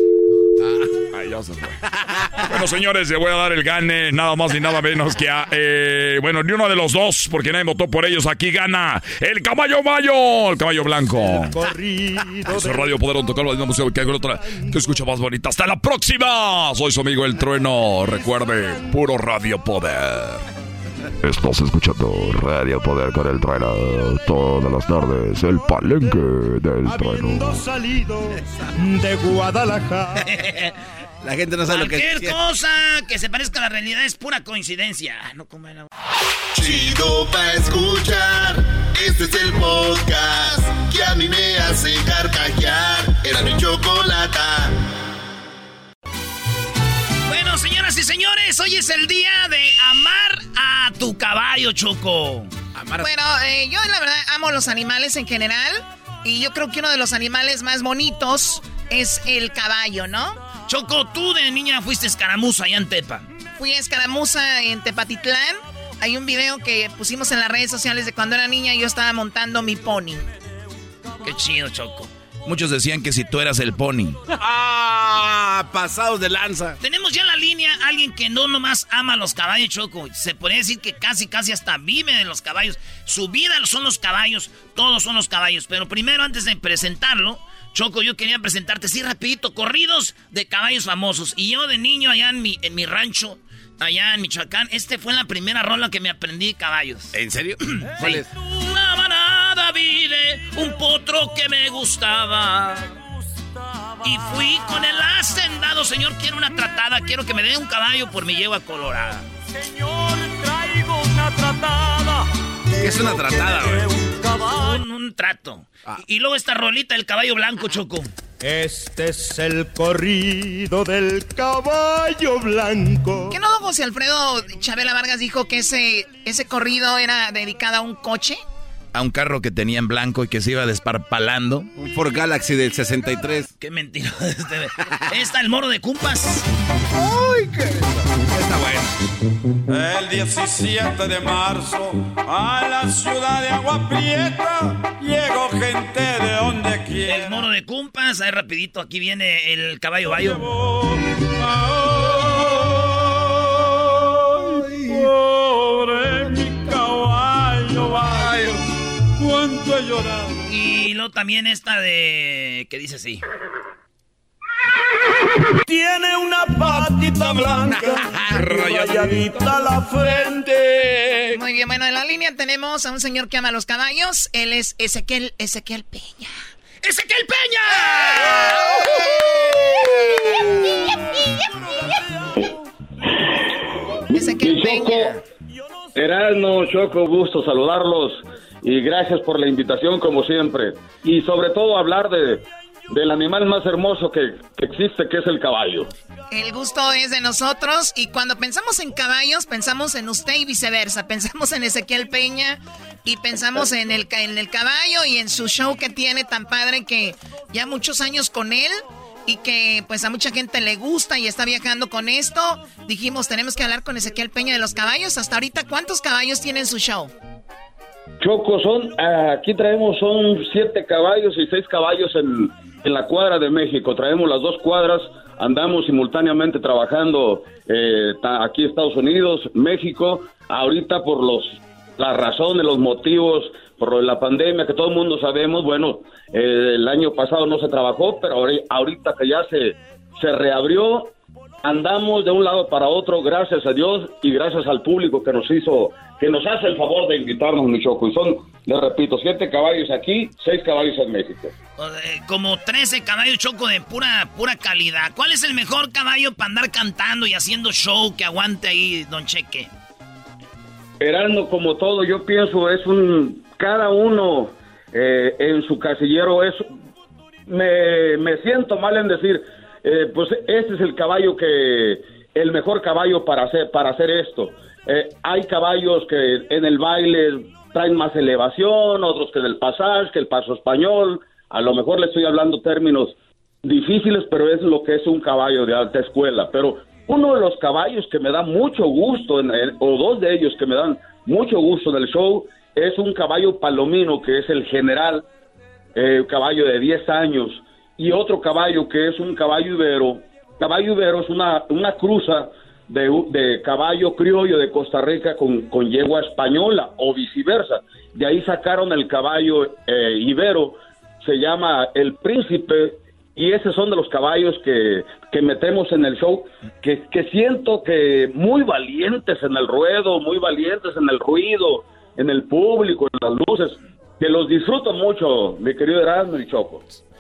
Ah, ay, ya se fue. Bueno, señores, le voy a dar el gane, nada más ni nada menos que a... Eh, bueno, ni uno de los dos, porque nadie votó por ellos. Aquí gana el caballo mayo, el caballo blanco. Es Radio Poder, donde tocar la misma música que hay otra que escucha más bonita. ¡Hasta la próxima! Soy su amigo El Trueno. Recuerde, puro Radio Poder. Estás escuchando Radio Poder con El Trueno. Todas las tardes, el palenque del Trueno. Salido de Guadalajara. La gente no sabe lo que es. Cualquier cosa que se parezca a la realidad es pura coincidencia. No como el... Chido pa' escuchar. Este es el podcast que a mí me hace carcajear. Era mi chocolata. Bueno, señoras y señores, hoy es el día de amar a tu caballo, Choco. Amar a... Bueno, eh, yo la verdad amo los animales en general. Y yo creo que uno de los animales más bonitos es el caballo, ¿no? Choco, tú de niña fuiste escaramuza allá en Tepa. Fui escaramuza en Tepatitlán. Hay un video que pusimos en las redes sociales de cuando era niña y yo estaba montando mi pony. Qué chido, Choco. Muchos decían que si tú eras el pony. ¡Ah! Pasados de lanza. Tenemos ya en la línea a alguien que no nomás ama a los caballos, Choco. Se podría decir que casi, casi hasta vive de los caballos. Su vida son los caballos, todos son los caballos. Pero primero, antes de presentarlo, Choco, yo quería presentarte, sí, rapidito, corridos de caballos famosos. Y yo de niño allá en mi, en mi rancho, allá en Michoacán, este fue la primera rola que me aprendí de caballos. ¿En serio? ¿Cuál sí. es? Una manada vine, un potro que me gustaba. Y fui con el hacendado, señor, quiero una tratada, quiero que me dé un caballo por mi yegua colorada. Señor, traigo una tratada. ¿Qué es una tratada, güey? Un, un trato. Ah. Y, y luego esta rolita del caballo blanco, Choco. Este es el corrido del caballo blanco. ¿Qué no, José Alfredo Chabela Vargas dijo que ese, ese corrido era dedicado a un coche? A un carro que tenía en blanco y que se iba desparpalando. Un Ford Galaxy del sesenta y tres. Qué mentira. Este, está el Moro de Cumpas. ¡Ay, qué! Está bueno. El diecisiete de marzo a la ciudad de Agua Prieta llegó gente de donde quiera. El Moro de Cumpas, ahí rapidito, aquí viene el caballo bayo. Ay, pobre mi caballo bayo, cuánto he llorado. Y luego también esta de... ¿qué dice así? Tiene una patita blanca, rayadita la frente. Muy bien, bueno, en la línea tenemos a un señor que ama los caballos. Él es Ezequiel, Ezequiel Peña. ¡Ezequiel Peña! Ezequiel Peña. Erasmo, Choco, gusto saludarlos y gracias por la invitación como siempre. Y sobre todo hablar de... del animal más hermoso que, que existe, que es el caballo. El gusto es de nosotros y cuando pensamos en caballos, pensamos en usted y viceversa. Pensamos en Ezequiel Peña y pensamos en el, en el caballo y en su show que tiene tan padre que ya muchos años con él y que pues a mucha gente le gusta y está viajando con esto. Dijimos, tenemos que hablar con Ezequiel Peña de los caballos. Hasta ahorita, ¿cuántos caballos tiene en su show? Choco, son, aquí traemos son siete caballos y seis caballos en, en la cuadra de México. Traemos las dos cuadras, andamos simultáneamente trabajando eh, aquí en Estados Unidos, México. Ahorita por los las razones, los motivos, por la pandemia que todo el mundo sabemos, bueno, eh, el año pasado no se trabajó, pero ahorita que ya se, se reabrió, andamos de un lado para otro, gracias a Dios y gracias al público que nos hizo, que nos hace el favor de invitarnos, mi Choco. Y son, les repito, siete caballos aquí, seis caballos en México. Como trece caballos, Choco, de pura pura calidad. ¿Cuál es el mejor caballo para andar cantando y haciendo show que aguante ahí, don Cheque? Esperando como todo, yo pienso, es un... cada uno eh, en su casillero es... Me, me siento mal en decir... Eh, pues este es el caballo que, el mejor caballo para hacer, para hacer esto. Eh, hay caballos que en el baile traen más elevación, otros que en el pasaje, que el paso español. A lo mejor le estoy hablando términos difíciles, pero es lo que es un caballo de alta escuela. Pero uno de los caballos que me da mucho gusto, en el, o dos de ellos que me dan mucho gusto en el show, es un caballo palomino que es el General, eh, caballo de diez años. Y otro caballo que es un caballo ibero. Caballo ibero es una, una cruza de, de caballo criollo de Costa Rica con, con yegua española o viceversa. De ahí sacaron el caballo eh, ibero, se llama el Príncipe, y esos son de los caballos que, que metemos en el show, que, que siento que muy valientes en el ruedo, muy valientes en el ruido, en el público, en las luces, que los disfruto mucho, mi querido Erasmo y Choco.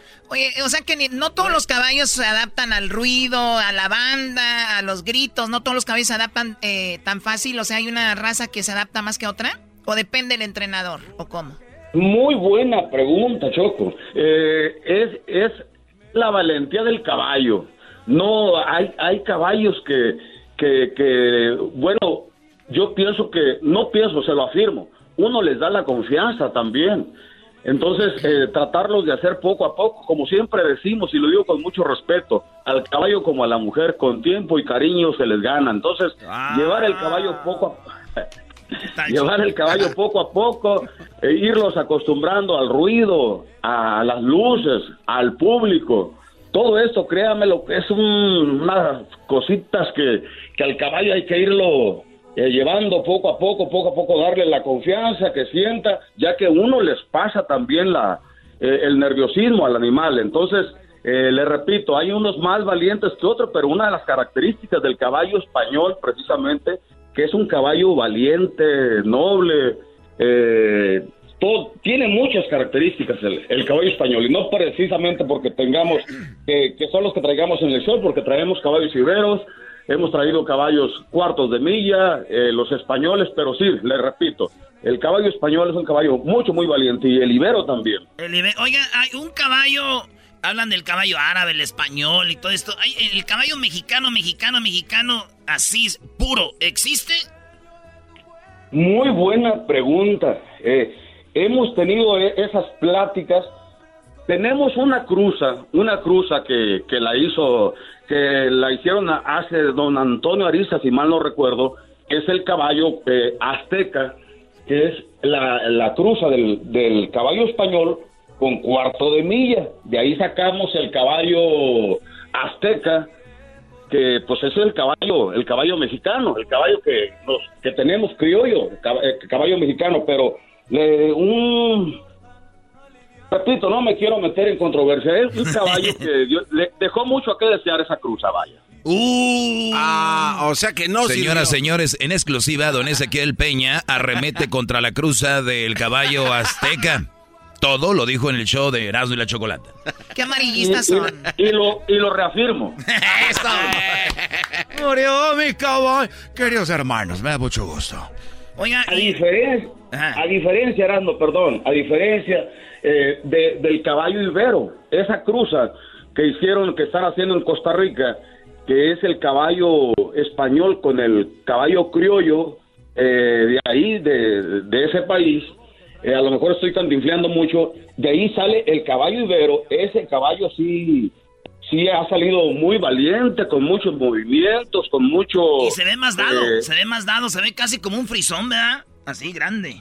Oye, o sea que ni, no todos los caballos se adaptan al ruido, a la banda, a los gritos, no todos los caballos se adaptan eh, tan fácil, o sea, ¿hay una raza que se adapta más que otra? ¿O depende del entrenador, o cómo? Muy buena pregunta, Choco. Eh, es, es la valentía del caballo. No, hay, hay caballos que, que, que, bueno, yo pienso que, no pienso, se lo afirmo, uno les da la confianza también. Entonces, eh, tratarlos de hacer poco a poco, como siempre decimos, y lo digo con mucho respeto, al caballo como a la mujer, con tiempo y cariño se les gana. Entonces, ah. llevar el caballo poco a llevar el caballo poco a poco, e irlos acostumbrando al ruido, a las luces, al público. Todo esto, créame, lo que es un, unas cositas que, que al caballo hay que irlo Eh, llevando poco a poco, poco a poco, darle la confianza que sienta, ya que uno les pasa también la eh, el nerviosismo al animal. Entonces, eh, le repito, hay unos más valientes que otros, pero una de las características del caballo español, precisamente, que es un caballo valiente, noble, eh, todo, tiene muchas características el, el caballo español, y no precisamente porque tengamos, eh, que son los que traigamos en el show, porque traemos caballos iberos. Hemos traído caballos cuartos de milla, eh, los españoles, pero sí, le repito, el caballo español es un caballo mucho, muy valiente, y el ibero también. El ibero, oiga, hay un caballo, hablan del caballo árabe, el español y todo esto. Hay el caballo mexicano, mexicano, mexicano, así, puro, ¿existe? Muy buena pregunta. Eh, hemos tenido esas pláticas. Tenemos una cruza, una cruza que, que la hizo... que la hicieron hace don Antonio Ariza, si mal no recuerdo, que es el caballo eh, azteca, que es la, la cruza del, del caballo español con cuarto de milla. De ahí sacamos el caballo azteca, que pues es el caballo, el caballo mexicano, el caballo que, nos, que tenemos criollo, el caballo mexicano, pero eh, un... Repito, no me quiero meter en controversia. Es un caballo que dio, le dejó mucho a que desear esa cruza, vaya. Uh, ah, o sea que no. Señoras, sirvió. Señores, en exclusiva, don Ezequiel Peña arremete contra la cruza del caballo azteca. Todo lo dijo en el show de Erasmo y la Chocolata. Qué amarillistas son. Y, y, lo, y lo reafirmo. Eso. Murió mi caballo. Queridos hermanos, me da mucho gusto. Oiga, a, y... diferencia, a diferencia, Erasmo, perdón, a diferencia... Eh, de, del caballo ibero, esa cruza que hicieron, que están haciendo en Costa Rica, que es el caballo español con el caballo criollo eh, de ahí, de, de ese país, eh, a lo mejor estoy cantinfleando mucho, de ahí sale el caballo ibero. Ese caballo sí, sí ha salido muy valiente, con muchos movimientos, con mucho... Y se ve más dado, eh, se ve más dado, se ve casi como un frisón, ¿verdad? Así, grande.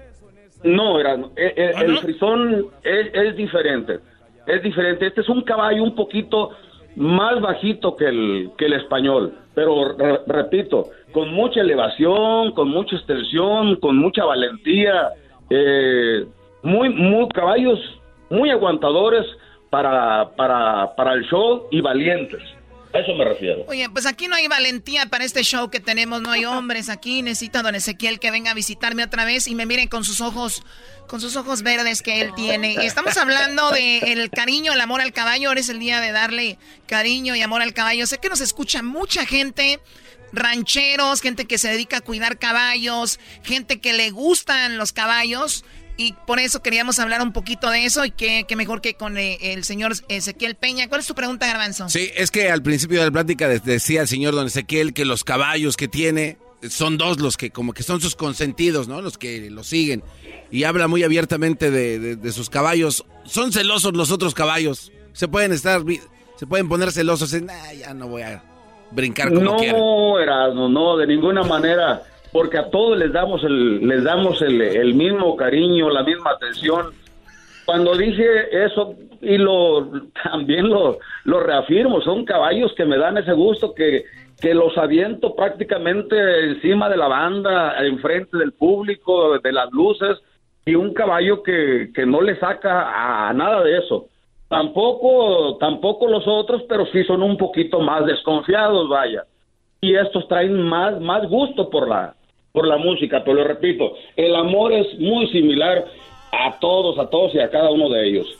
No, era, el, el, el frisón es, es diferente, es diferente. Este es un caballo un poquito más bajito que el, que el español, pero re, repito, con mucha elevación, con mucha extensión, con mucha valentía, eh, muy, muy caballos muy aguantadores para, para, para el show y valientes. A eso me refiero. Oye, pues aquí no hay valentía para este show que tenemos, no hay hombres aquí. Necesito a don Ezequiel que venga a visitarme otra vez y me miren con sus ojos, con sus ojos verdes que él tiene. Estamos hablando de el cariño, el amor al caballo. Ahora es el día de darle cariño y amor al caballo. Sé que nos escucha mucha gente, rancheros, gente que se dedica a cuidar caballos, gente que le gustan los caballos. Y por eso queríamos hablar un poquito de eso y que, que mejor que con eh, el señor Ezequiel Peña. ¿Cuál es tu pregunta, Garbanzo? Sí, es que al principio de la plática decía el señor don Ezequiel que los caballos que tiene son dos los que como que son sus consentidos, ¿no? Los que lo siguen. Y habla muy abiertamente de, de, de sus caballos. ¿Son celosos los otros caballos? ¿Se pueden estar, se pueden poner celosos en, ah, ya no voy a brincar como no, quiera? No, Erasmo, no, de ninguna manera. Porque a todos les damos el les damos el, el mismo cariño, la misma atención. Cuando dije eso, y lo también lo, lo reafirmo, son caballos que me dan ese gusto, que, que los aviento prácticamente encima de la banda, enfrente del público, de las luces, y un caballo que, que no le saca a nada de eso. Tampoco, tampoco los otros, pero sí son un poquito más desconfiados, vaya. Y estos traen más, más gusto por la... por la música, pero lo repito, el amor es muy similar a todos, a todos y a cada uno de ellos.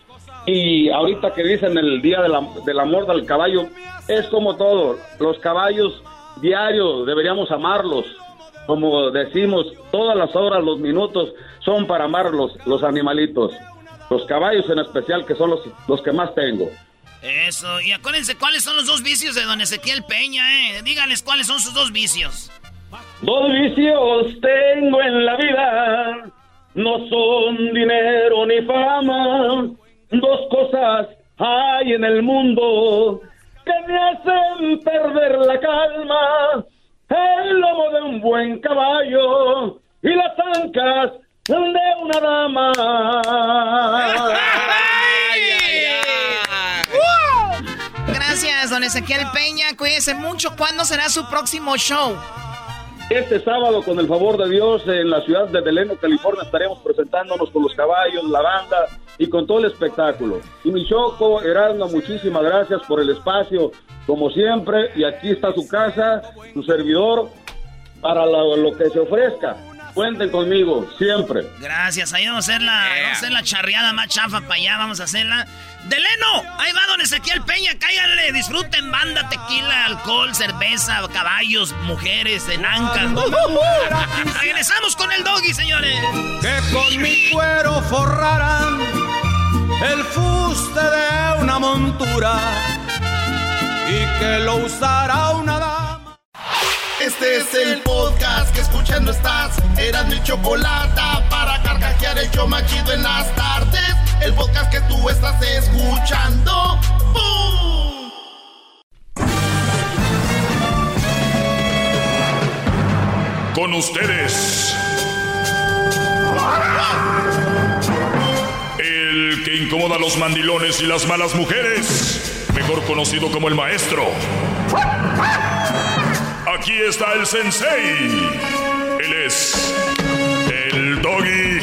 Y ahorita que dicen el día de la, del amor del caballo, es como todo, los caballos diarios deberíamos amarlos, como decimos, todas las horas, los minutos son para amar los, los animalitos, los caballos en especial, que son los, los que más tengo. Eso, y acuérdense cuáles son los dos vicios de don Ezequiel Peña, eh, díganles cuáles son sus dos vicios. Dos vicios tengo en la vida, no son dinero ni fama, dos cosas hay en el mundo que me hacen perder la calma, el lomo de un buen caballo y las ancas de una dama. Ay, ay, ay. ¡Uh! Gracias, don Ezequiel Peña, cuídese mucho. ¿Cuándo será su próximo show? Este sábado, con el favor de Dios, en la ciudad de Delano, California, estaremos presentándonos con los caballos, la banda y con todo el espectáculo. Y mi Choco, Erasmo, muchísimas gracias por el espacio, como siempre, y aquí está su casa, su servidor, para lo, lo que se ofrezca. Cuenten conmigo, siempre. Gracias, ahí vamos a hacer la, yeah. vamos a hacer la charreada más chafa para allá, vamos a hacerla. ¡Deleno! Ahí va don Ezequiel Peña, cáiganle, disfruten banda, tequila, alcohol, cerveza, caballos, mujeres, enancas. Uh, uh, uh. Regresamos con el Doggy, señores. Que con mi cuero forraran el fuste de una montura y que lo usara una dama. Este es el podcast que escuchando estás. Eran mi Chocolata para carcajear el show más chido en las tardes. El podcast que tú estás escuchando. ¡Bum! Con ustedes, el que incomoda a los mandilones y las malas mujeres, mejor conocido como el maestro. Aquí está el sensei. Él es el Doggy.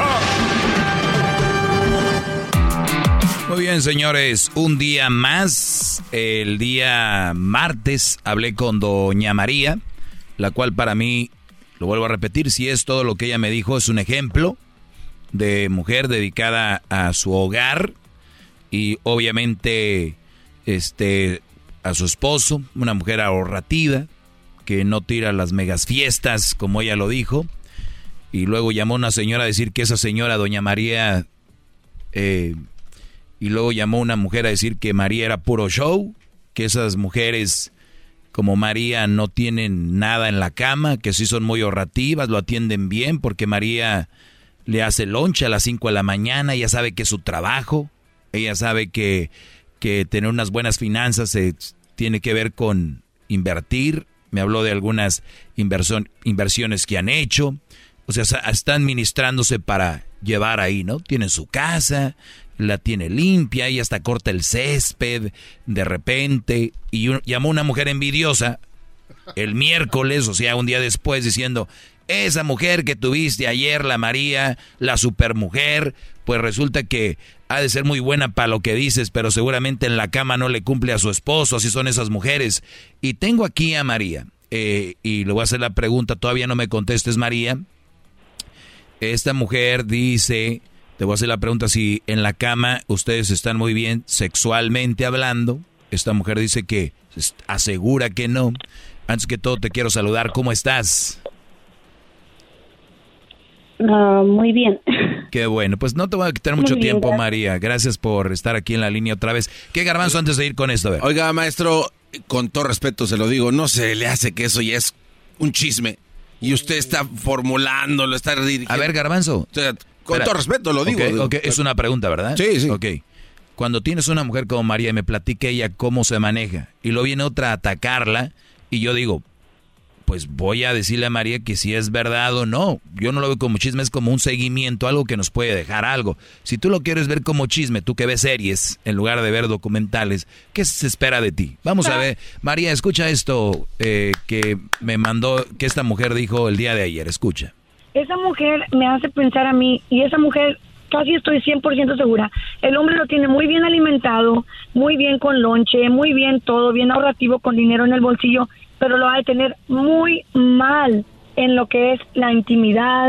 Muy bien, señores, un día más. El día martes hablé con doña María, la cual para mí, lo vuelvo a repetir, si es todo lo que ella me dijo, es un ejemplo de mujer dedicada a su hogar y obviamente este, a su esposo, una mujer ahorrativa, que no tira las megas fiestas, como ella lo dijo. Y luego llamó una señora a decir que esa señora, doña María, eh, y luego llamó una mujer a decir que María era puro show, que esas mujeres como María no tienen nada en la cama, que sí son muy ahorrativas, lo atienden bien, porque María le hace lonche a las cinco de la mañana, ella sabe que es su trabajo, ella sabe que, que tener unas buenas finanzas eh, tiene que ver con invertir. Me habló de algunas inversión, inversiones que han hecho. O sea, están administrándose para llevar ahí, ¿no? Tienen su casa, la tiene limpia, y hasta corta el césped de repente. Y un, llamó una mujer envidiosa el miércoles, o sea, un día después, diciendo, esa mujer que tuviste ayer, la María, la supermujer, pues resulta que ha de ser muy buena para lo que dices, pero seguramente en la cama no le cumple a su esposo, así son esas mujeres. Y tengo aquí a María, eh, y le voy a hacer la pregunta, todavía no me contestes, María. Esta mujer dice, te voy a hacer la pregunta si en la cama ustedes están muy bien sexualmente hablando. Esta mujer dice que asegura que no. Antes que todo te quiero saludar, ¿cómo estás? Uh, muy bien. Qué bueno, pues no te voy a quitar mucho bien, tiempo, gracias. María. Gracias por estar aquí en la línea otra vez. ¿Qué, Garbanzo, antes de ir con esto? A ver. Oiga, maestro, con todo respeto se lo digo, no se le hace que eso ya es un chisme. Y usted está formulándolo, está dirigiendo. A ver, Garbanzo. O sea, con Espera. todo respeto lo digo. Okay, okay. Es una pregunta, ¿verdad? Sí, sí. Ok. Cuando tienes una mujer como María y me platica ella cómo se maneja, y luego viene otra a atacarla, y yo digo, pues voy a decirle a María que si es verdad o no. Yo no lo veo como chisme, es como un seguimiento, algo que nos puede dejar algo. Si tú lo quieres ver como chisme, tú que ves series en lugar de ver documentales, ¿qué se espera de ti? Vamos a ver. María, escucha esto eh, que me mandó, que esta mujer dijo el día de ayer. Escucha. Esa mujer me hace pensar a mí, y esa mujer, casi estoy cien por ciento segura, el hombre lo tiene muy bien alimentado, muy bien con lonche, muy bien todo, bien ahorrativo, con dinero en el bolsillo, pero lo va a tener muy mal en lo que es la intimidad,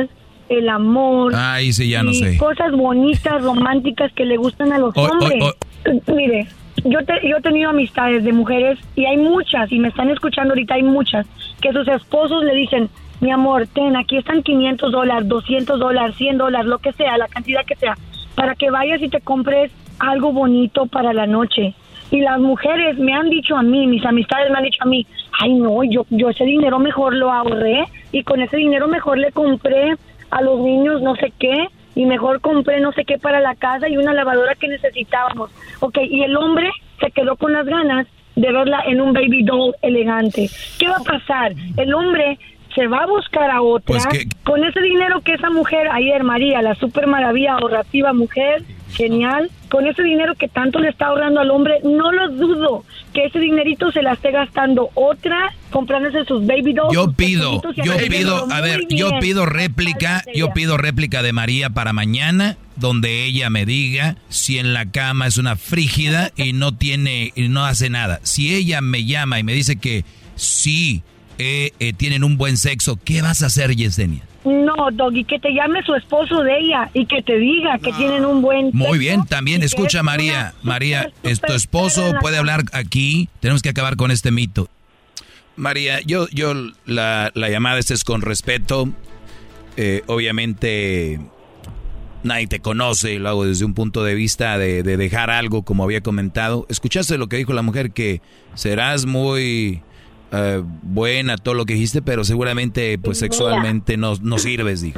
el amor. Ay, sí, ya no y sé. cosas bonitas, románticas que le gustan a los Oh, hombres. oh, oh. Mire, yo, te, yo he tenido amistades de mujeres y hay muchas, y me están escuchando ahorita, hay muchas, que sus esposos le dicen, mi amor, ten, aquí están quinientos dólares, doscientos dólares, cien dólares, lo que sea, la cantidad que sea, para que vayas y te compres algo bonito para la noche. Y las mujeres me han dicho a mí, mis amistades me han dicho a mí, ay no, yo, yo ese dinero mejor lo ahorré y con ese dinero mejor le compré a los niños no sé qué y mejor compré no sé qué para la casa y una lavadora que necesitábamos. Ok, y el hombre se quedó con las ganas de verla en un baby doll elegante. ¿Qué va a pasar? El hombre se va a buscar a otra Pues que- con ese dinero que esa mujer ayer, María, la super maravilla ahorrativa mujer, genial, con ese dinero que tanto le está ahorrando al hombre, no lo dudo que ese dinerito se la esté gastando otra, comprándose sus baby dolls. Yo sus pido, pequeñitos y yo haciéndolo pido, a muy ver, bien. yo pido réplica, yo pido réplica de María para mañana, donde ella me diga si en la cama es una frígida y no tiene, y no hace nada. Si ella me llama y me dice que sí, eh, eh, tienen un buen sexo, ¿qué vas a hacer, Yesenia? No, Doggy, que te llame su esposo de ella y que te diga que tienen un buen Muy sexo bien, también y que escucha es María, una María, super, es tu super esposo en la puede cama. hablar aquí, tenemos que acabar con este mito. María, yo, yo, la, la llamada esta es con respeto, eh, obviamente nadie te conoce, lo hago desde un punto de vista de, de dejar algo, como había comentado. ¿Escuchaste lo que dijo la mujer? Que serás muy eh, buena, todo lo que dijiste, pero seguramente pues Mira. sexualmente no, no sirves, dijo.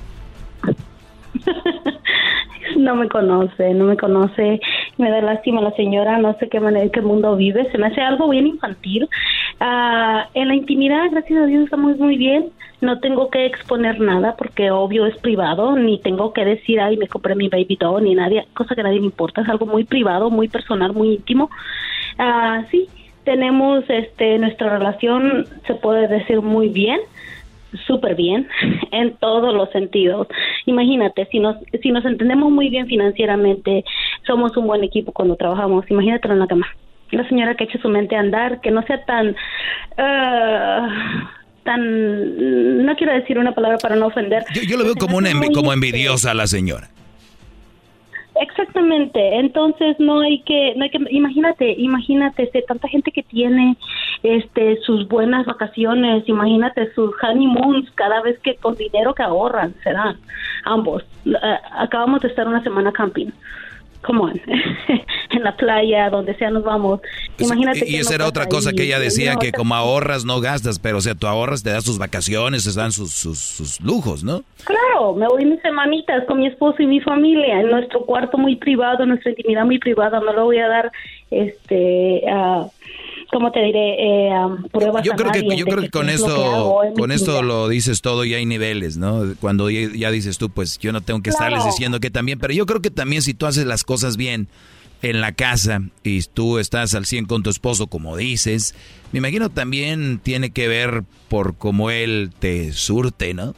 No me conoce, no me conoce, me da lástima la señora, no sé qué manera, en qué mundo vive, se me hace algo bien infantil. Ah, en la intimidad, gracias a Dios, estamos muy bien, no tengo que exponer nada porque obvio es privado, ni tengo que decir, ay, me compré mi baby doll, ni nadie, cosa que a nadie me importa, es algo muy privado, muy personal, muy íntimo. Ah, sí, tenemos este nuestra relación, se puede decir muy bien, súper bien en todos los sentidos. Imagínate, si nos si nos entendemos muy bien financieramente, somos un buen equipo cuando trabajamos. Imagínatelo en la cama. La señora que eche su mente a andar, que no sea tan uh, tan no quiero decir una palabra para no ofender. Yo, yo lo veo como una envi- como envidiosa a la señora. Exactamente, entonces no hay que, no hay que, imagínate, imagínate, este, tanta gente que tiene, este, sus buenas vacaciones, imagínate sus honeymoons, cada vez que con dinero que ahorran, se dan, ambos. Uh, acabamos de estar una semana camping, come on, en la playa, donde sea nos vamos. Imagínate. Y, y que esa no era pasa otra cosa ahí, que ella decía, no, que como ahorras no gastas, pero o sea, tú ahorras, te das tus vacaciones, te dan sus, sus, sus lujos, ¿no? Claro, me voy mis semanitas con mi esposo y mi familia, en nuestro cuarto muy privado, nuestra intimidad muy privada, no lo voy a dar, este, uh, ¿cómo te diré? Eh, um, pruebas Yo a creo que nadie yo de creo que con es lo que esto hago en mi con esto intimidad. lo dices todo y hay niveles, ¿no? Cuando ya, ya dices tú, pues yo no tengo que Claro. estarles diciendo que también, pero yo creo que también si tú haces las cosas bien en la casa y tú estás al cien con tu esposo, como dices, me imagino también tiene que ver por cómo él te surte, ¿no?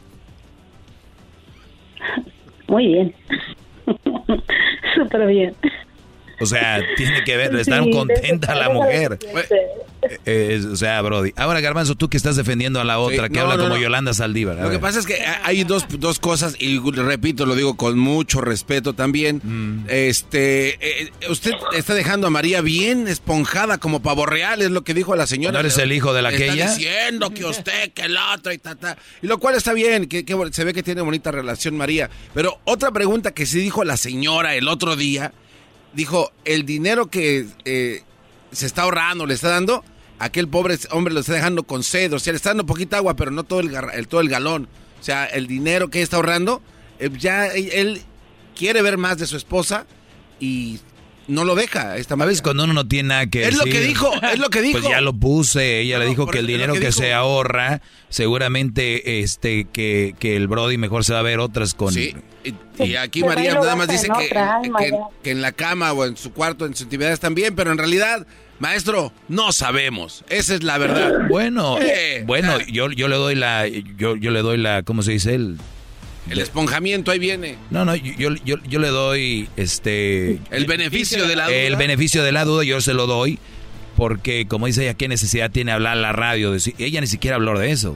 Muy bien. Súper bien. O sea, tiene que ver, estar Sí, contenta de- la de- mujer. de- Eh, es- o sea, Brody. Ahora, Garbanzo, tú que estás defendiendo a la otra, Sí, que no, habla no, como no. Yolanda Saldívar. a Lo que ver. pasa es que hay dos, dos cosas, y repito, lo digo con mucho respeto también. Mm. Este, eh, usted está dejando a María bien esponjada como pavo real, es lo que dijo la señora. ¿No eres el hijo de la Está aquella? diciendo que usted, que el otro y ta, ta. Y lo cual está bien, que, que se ve que tiene bonita relación María. Pero otra pregunta que sí dijo la señora el otro día, dijo, el dinero que eh, se está ahorrando, le está dando, aquel pobre hombre lo está dejando con sed, o sea, le está dando poquita agua, pero no todo el, gar- el- todo el galón. O sea, el dinero que está ahorrando, eh, ya él, él quiere ver más de su esposa y no lo deja. Esta A veces cuando uno no tiene nada que Es lo decir, que dijo, es lo que dijo. Pues ya lo puse, ella le dijo por que el eso es lo dinero que que, dijo. se ahorra, seguramente este que, que el Brody mejor se va a ver otras con... Sí, y, y aquí Se va a María ir nada más otra dice en que, otra, que- María. que en la cama o en su cuarto, en su intimidad están bien, pero en realidad, maestro, no sabemos. Esa es la verdad. Bueno, Eh, bueno, ah, yo, yo le doy la, yo, yo le doy la, ¿cómo se dice? El, el esponjamiento ahí viene. no, no, yo, yo, yo le doy este... El beneficio de la duda. El beneficio de la duda yo se lo doy porque, como dice ella, ¿qué necesidad tiene hablar a la radio? Decir, ella ni siquiera habló de eso.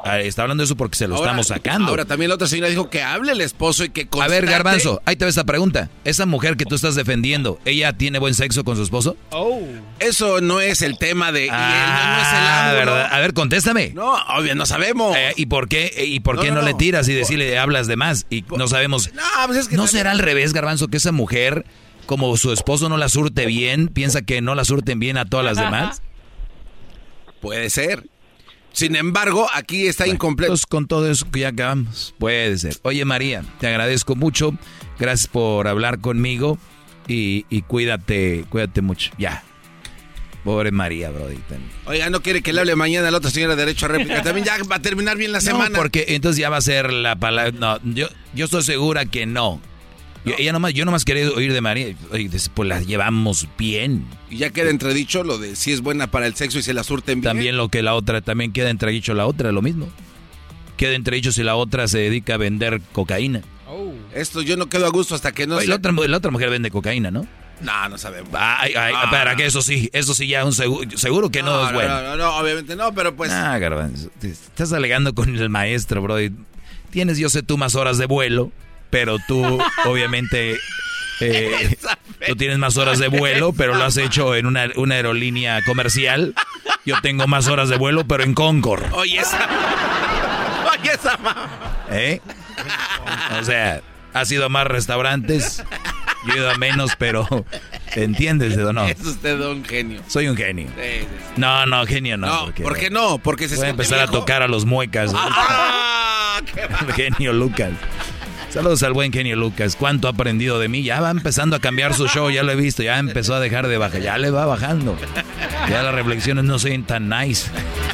Está hablando de eso porque se lo ahora, estamos sacando. Ahora también la otra señora dijo que hable el esposo y que constate. A ver, Garbanzo, ahí te va esta pregunta. ¿Esa mujer que tú estás defendiendo, ella tiene buen sexo con su esposo? Oh. Eso no es el tema de... Ah, y no es el ángulo. ¿verdad? A ver, contéstame. No, obvio, no sabemos. Eh, ¿Y por qué, y por qué no, no, no, no le tiras y decirle hablas de más? Y no sabemos... No, pues es que ¿No también... será al revés, Garbanzo, que esa mujer, como su esposo no la surte bien, piensa que no la surten bien a todas las demás? Puede ser. Sin embargo, aquí está bueno, incompleto. Pues con todo eso que ya acabamos, puede ser. Oye, María, te agradezco mucho. Gracias por hablar conmigo. Y, y cuídate, cuídate mucho. Ya. Pobre María, brody. Oiga, ¿no quiere que le hable mañana a la otra señora de derecho a réplica? También ya va a terminar bien la semana. No, porque entonces ya va a ser la palabra... No, yo, yo estoy segura que no. Yo, ella nomás, yo nomás quería oír de María, oye, pues la llevamos bien. Y ya queda entredicho lo de si es buena para el sexo y se la surten bien. También lo que la otra, también queda entredicho la otra, lo mismo. Queda entredicho si la otra se dedica a vender cocaína. Oh. Esto yo no quedo a gusto hasta que no... Oye, la, otra, la otra mujer vende cocaína, ¿no? No, no sabemos. Ay, ay, ah, para no. que eso sí, eso sí ya un seguro, seguro que no, no es no, bueno. No, no, no, obviamente no, pero pues... Ah, Garbanzo, estás alegando con el maestro, bro. Tienes, yo sé, tú más horas de vuelo, pero tú, obviamente... Eh, tú tienes más horas de vuelo, pero lo has hecho en una, una aerolínea comercial. Yo tengo más horas de vuelo, pero en Concorde. Oye, esa... Oye, esa mamá. ¿Eh? O sea, has ido a más restaurantes, yo he ido a menos, pero... ¿Entiendes o no? Es usted un genio. Soy un genio. Sí, sí, sí. No, no, genio no. No, porque, ¿por qué no? Porque se voy a empezar viejo. a tocar a los muecas. Ah, el genio Lucas. Saludos al buen genio Lucas. ¿Cuánto ha aprendido de mí? Ya va empezando a cambiar su show, ya lo he visto. Ya empezó a dejar de bajar, ya le va bajando. Ya las reflexiones no son tan nice.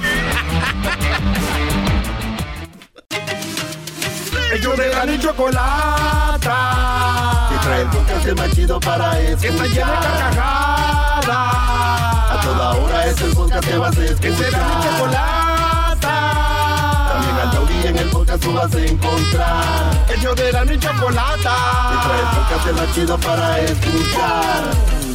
Ellos de la ni chocolata. Que trae el podcast más chido para escuchar. Que está llena de carcajadas. A toda hora es el podcast que vas a escuchar. Que será mi chocolata. También al Doggy en el podcast tú vas a encontrar. Ellos de la ni chocolata. Que trae el podcast más chido para escuchar.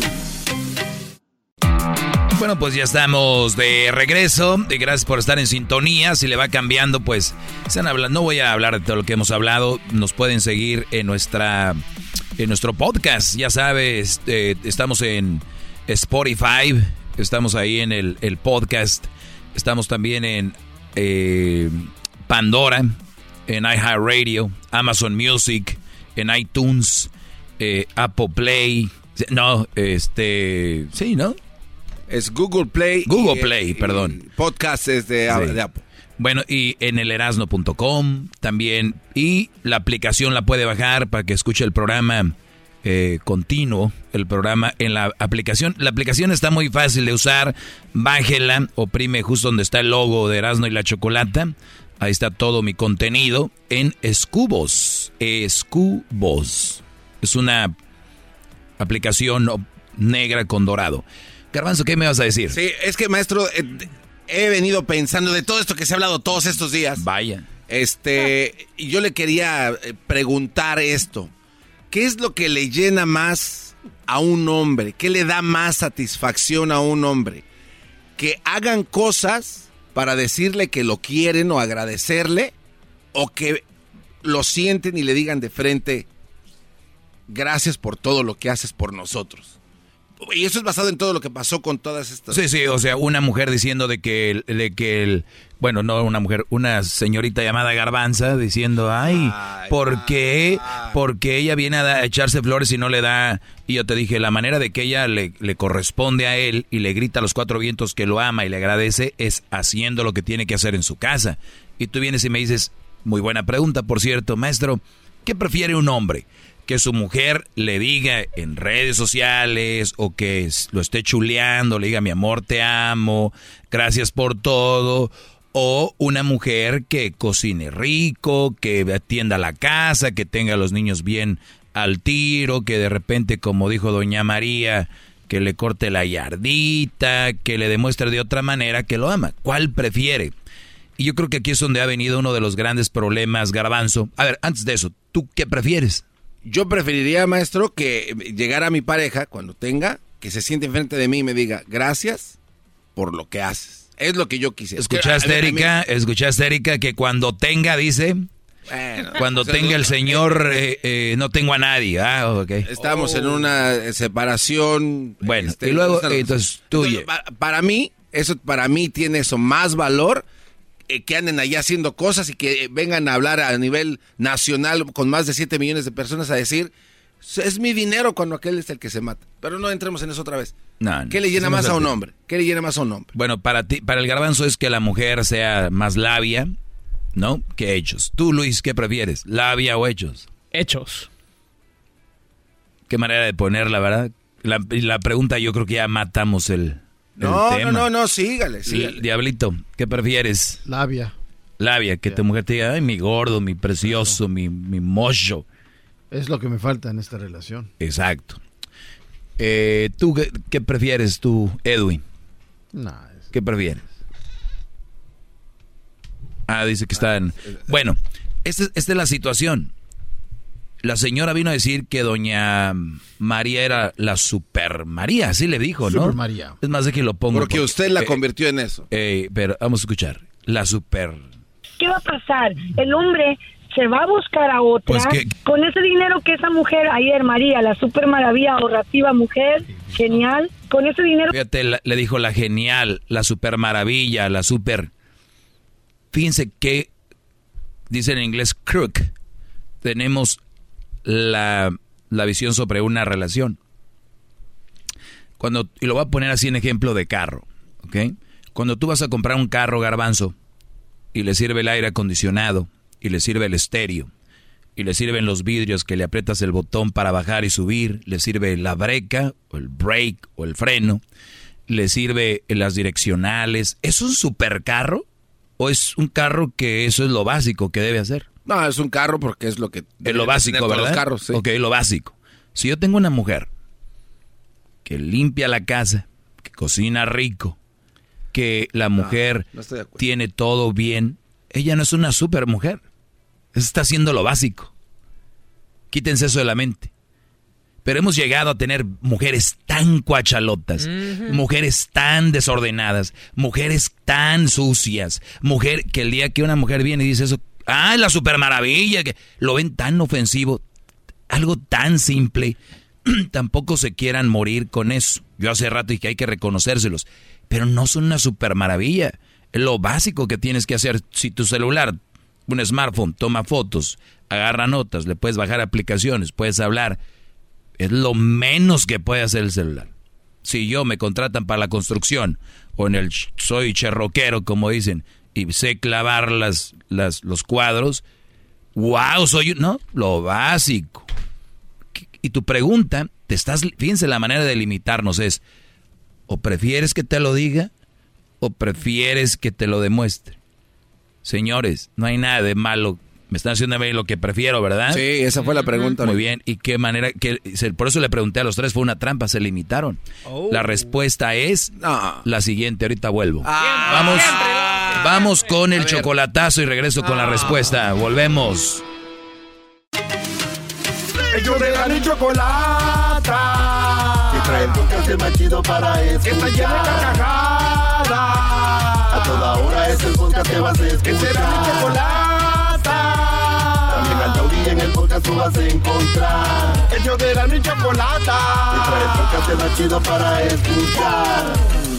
Bueno, pues ya estamos de regreso. Y gracias por estar en sintonía. Si le va cambiando, pues están hablando. No voy a hablar de todo lo que hemos hablado. Nos pueden seguir en nuestra en nuestro podcast. Ya sabes, eh, estamos en Spotify. Estamos ahí en el, el podcast. Estamos también en eh, Pandora, en iHeartRadio, Amazon Music, en iTunes, eh, Apple Play. No, este, sí, ¿no? Es Google Play. Google y, Play, y perdón. Podcast es de, sí. de Apple. Bueno, y en el erasno punto com también. Y la aplicación la puede bajar para que escuche el programa eh, continuo. El programa en la aplicación. La aplicación está muy fácil de usar. Bájela, oprime justo donde está el logo de Erasno y la Chocolata. Ahí está todo mi contenido en Escubos. Escubos. Es una aplicación negra con dorado. Garbanzo, ¿qué me vas a decir? Sí, es que, maestro, eh, he venido pensando de todo esto que se ha hablado todos estos días. Vaya. Este, y yo le quería preguntar esto. ¿Qué es lo que le llena más a un hombre? ¿Qué le da más satisfacción a un hombre? ¿Que hagan cosas para decirle que lo quieren o agradecerle? ¿O que lo sienten y le digan de frente, gracias por todo lo que haces por nosotros? Y eso es basado en todo lo que pasó con todas estas... Sí, sí, o sea, una mujer diciendo de que, de que el... Bueno, no una mujer, una señorita llamada Garbanza diciendo, ay, ay ¿por qué? Ay. Porque ella viene a echarse flores y no le da... Y yo te dije, la manera de que ella le, le corresponde a él y le grita a los cuatro vientos que lo ama y le agradece es haciendo lo que tiene que hacer en su casa. Y tú vienes y me dices, muy buena pregunta, por cierto, maestro, ¿qué prefiere un hombre? Que su mujer le diga en redes sociales o que lo esté chuleando, le diga mi amor, te amo, gracias por todo, o una mujer que cocine rico, que atienda la casa, que tenga a los niños bien al tiro, que de repente, como dijo doña María, que le corte la yardita, que le demuestre de otra manera que lo ama. ¿Cuál prefiere? Y yo creo que aquí es donde ha venido uno de los grandes problemas, Garbanzo. A ver, antes de eso, ¿tú qué prefieres? Yo preferiría, maestro, que llegara mi pareja cuando tenga, que se siente enfrente de mí y me diga, gracias por lo que haces. Es lo que yo quisiera. ¿Escuchaste, que, Erika? Mí... ¿Escuchaste, Erika? Que cuando tenga, dice... Bueno, cuando tenga el señor, eh, eh, no tengo a nadie. Ah, okay. Estamos oh. en una separación. Bueno, este, y luego, entonces, tú... Entonces, para, para mí, eso para mí tiene eso más valor eh, que anden allá haciendo cosas y que vengan a hablar a nivel nacional con más de siete millones de personas a decir, es mi dinero cuando aquel es el que se mata. Pero no entremos en eso otra vez. No, no, ¿Qué le llena más a un hombre? ¿Qué le llena más a un hombre? Bueno, para ti, para el garbanzo es que la mujer sea más labia, ¿no? Que hechos. Tú, Luis, ¿qué prefieres? ¿Labia o hechos? Hechos. Qué manera de ponerla, ¿verdad? La, la pregunta yo creo que ya matamos el, el no, tema. No, no, no, sígale, sígale. Diablito, ¿qué prefieres? Labia. Labia, que yeah. tu mujer te diga, ay, mi gordo, mi precioso, claro. mi, mi mocho. Es lo que me falta en esta relación. Exacto. Eh, ¿Tú qué, qué prefieres, tú, Edwin? No, es... ¿Qué prefieres? Ah, dice que está en... Bueno, esta, esta es la situación. La señora vino a decir que doña María era la Super María, así le dijo, ¿no? Super María. Es más de que lo pongo. Porque, porque usted la eh, convirtió en eso. Eh, pero vamos a escuchar. La Super... ¿Qué va a pasar? El hombre se va a buscar a otra. Pues que... Con ese dinero que esa mujer ayer, María, la Super Maravilla, ahorrativa mujer, genial. Con ese dinero... Fíjate, la, le dijo la genial, la Super Maravilla, la Super... Fíjense que, dice en inglés, crook, tenemos la, la visión sobre una relación. Cuando, y lo voy a poner así en ejemplo de carro, ¿ok? Cuando tú vas a comprar un carro, garbanzo, y le sirve el aire acondicionado, y le sirve el estéreo, y le sirven los vidrios que le aprietas el botón para bajar y subir, le sirve la breca, o el brake, o el freno, le sirve las direccionales, ¿es un supercarro? ¿O es un carro que eso es lo básico que debe hacer? No, es un carro porque es lo que... Es lo básico, ¿verdad? Los carros, sí. Ok, lo básico. Si yo tengo una mujer que limpia la casa, que cocina rico, que la mujer no, no tiene todo bien, ella no es una super mujer. Está haciendo lo básico. Quítense eso de la mente. Pero hemos llegado a tener mujeres tan cuachalotas, uh-huh. mujeres tan desordenadas, mujeres tan sucias, mujer que el día que una mujer viene y dice eso, ¡ah, la super maravilla! Que lo ven tan ofensivo, algo tan simple, tampoco se quieran morir con eso. Yo hace rato dije que hay que reconocérselos, pero no son una super maravilla. Es lo básico que tienes que hacer. Si tu celular, un smartphone, toma fotos, agarra notas, le puedes bajar aplicaciones, puedes hablar... Es lo menos que puede hacer el celular. Si yo me contratan para la construcción, o en el soy cherroquero, como dicen, y sé clavar las, las, los cuadros, wow, soy... No, lo básico. Y tu pregunta, te estás... Fíjense, la manera de limitarnos es, o prefieres que te lo diga, o prefieres que te lo demuestre. Señores, no hay nada de malo. Me están haciendo a mí lo que prefiero, ¿verdad? Sí, esa fue la pregunta. Muy bien. ¿Y qué manera? Que, por eso le pregunté a los tres, fue una trampa, se limitaron. Oh. La respuesta es no. la siguiente, ahorita vuelvo. Ah, vamos siempre, vamos con el chocolatazo y regreso ah. con la respuesta. Volvemos. Ellos de la chocolata, que trae el podcast más chido para escuchar. Que está lleno de carcajadas. A toda hora es el podcast que vas a escuchar. Que será mi chocolata. También al Tauri en el podcast tú vas a encontrar. Ellos de la chocolata, que trae el podcast más chido para escuchar.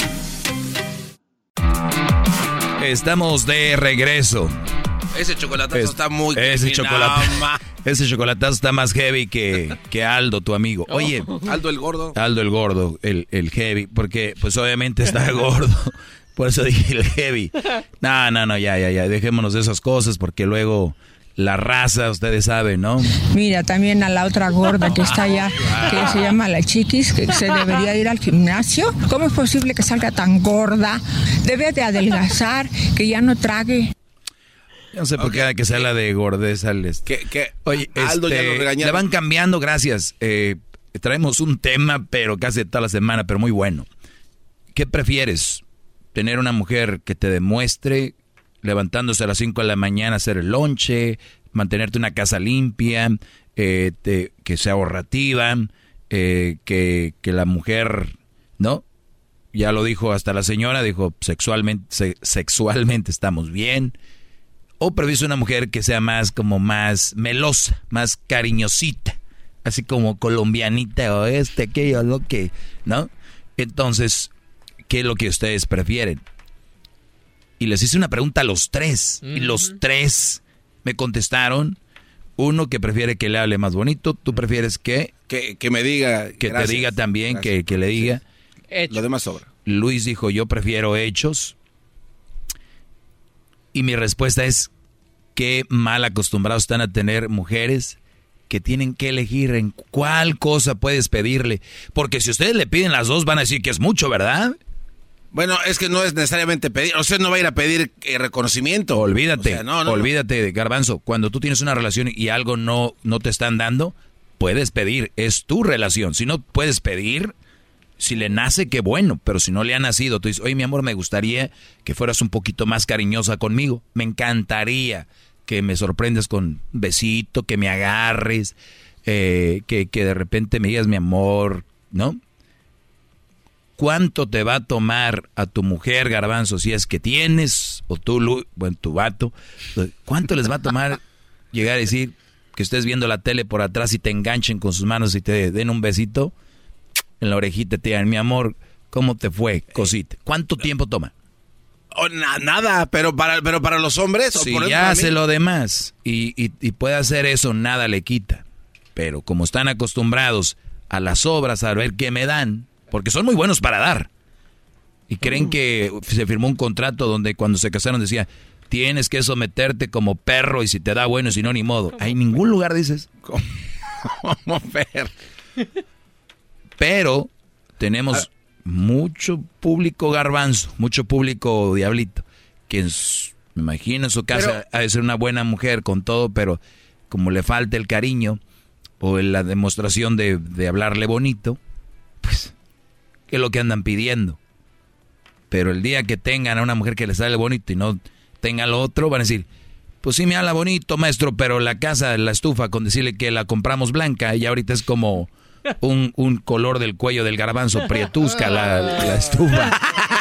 Estamos de regreso. Ese chocolatazo es, está muy... Ese chocolatazo, ese chocolatazo está más heavy que, que Aldo, tu amigo. Oye... Aldo el gordo. Aldo el gordo, el, el heavy, porque pues obviamente está gordo. Por eso dije el heavy. No, no, no, ya, ya, ya. Dejémonos de esas cosas porque luego la raza, ustedes saben, ¿no? Mira, también a la otra gorda que está allá, que se llama la Chiquis, que se debería ir al gimnasio. ¿Cómo es posible que salga tan gorda? Debe de adelgazar, que ya no trague. No sé por qué okay. que sea la de gordeza. ¿Qué, qué? Oye, Aldo este, ya lo regañaron. Le van cambiando, gracias. Eh, traemos un tema, pero casi toda la semana, pero muy bueno. ¿Qué prefieres? ¿Tener una mujer que te demuestre levantándose a las cinco de la mañana, hacer el lonche, mantenerte una casa limpia, eh, te, que sea ahorrativa, eh, que, que la mujer, ¿no? ya lo dijo hasta la señora, dijo, sexualmente, se, sexualmente estamos bien. O prefieres una mujer que sea más como más melosa, más cariñosita, así como colombianita o este, aquello, lo que, ¿no? Entonces, ¿qué es lo que ustedes prefieren? Y les hice una pregunta a los tres, uh-huh. y los tres me contestaron. Uno que prefiere que le hable más bonito, tú prefieres que... Que, que me diga... Que gracias, te diga también, que, que le diga. Hecho. Lo demás sobra. Luis dijo, yo prefiero hechos. Y mi respuesta es, qué mal acostumbrados están a tener mujeres que tienen que elegir en cuál cosa puedes pedirle. Porque si ustedes le piden las dos, van a decir que es mucho, ¿verdad? Bueno, es que no es necesariamente pedir, usted no va a ir a pedir eh, reconocimiento. Olvídate, o sea, no, no, olvídate, no. Garbanzo, cuando tú tienes una relación y algo no, no te están dando, puedes pedir, es tu relación. Si no puedes pedir, si le nace, qué bueno, pero si no le ha nacido, tú dices, oye, mi amor, me gustaría que fueras un poquito más cariñosa conmigo, me encantaría que me sorprendas con un besito, que me agarres, eh, que, que de repente me digas mi amor, ¿no? ¿Cuánto te va a tomar a tu mujer, Garbanzo, si es que tienes, o tú, bueno, tu vato, cuánto les va a tomar llegar a decir que estés viendo la tele por atrás y te enganchen con sus manos y te den un besito en la orejita, te digan, mi amor, ¿cómo te fue, cosita? ¿Cuánto tiempo toma? Oh, na, nada, pero para, pero para los hombres... Si o por ya hace lo demás y, y, y puede hacer eso, nada le quita. Pero como están acostumbrados a las obras, a ver qué me dan... Porque son muy buenos para dar. Y creen que se firmó un contrato donde cuando se casaron decía, tienes que someterte como perro y si te da bueno, si no, ni modo. Hay ningún lugar dices. ¿Cómo perro? Pero tenemos mucho público garbanzo, mucho público diablito, que en su, me imagino en su casa pero, ha de ser una buena mujer con todo, pero como le falta el cariño o la demostración de, de hablarle bonito, pues... que es lo que andan pidiendo. Pero el día que tengan a una mujer que les sale bonito y no tengan lo otro, van a decir, pues sí me habla bonito, maestro, pero la casa, la estufa, con decirle que la compramos blanca y ahorita es como un, un color del cuello del garbanzo, prietusca la, la estufa.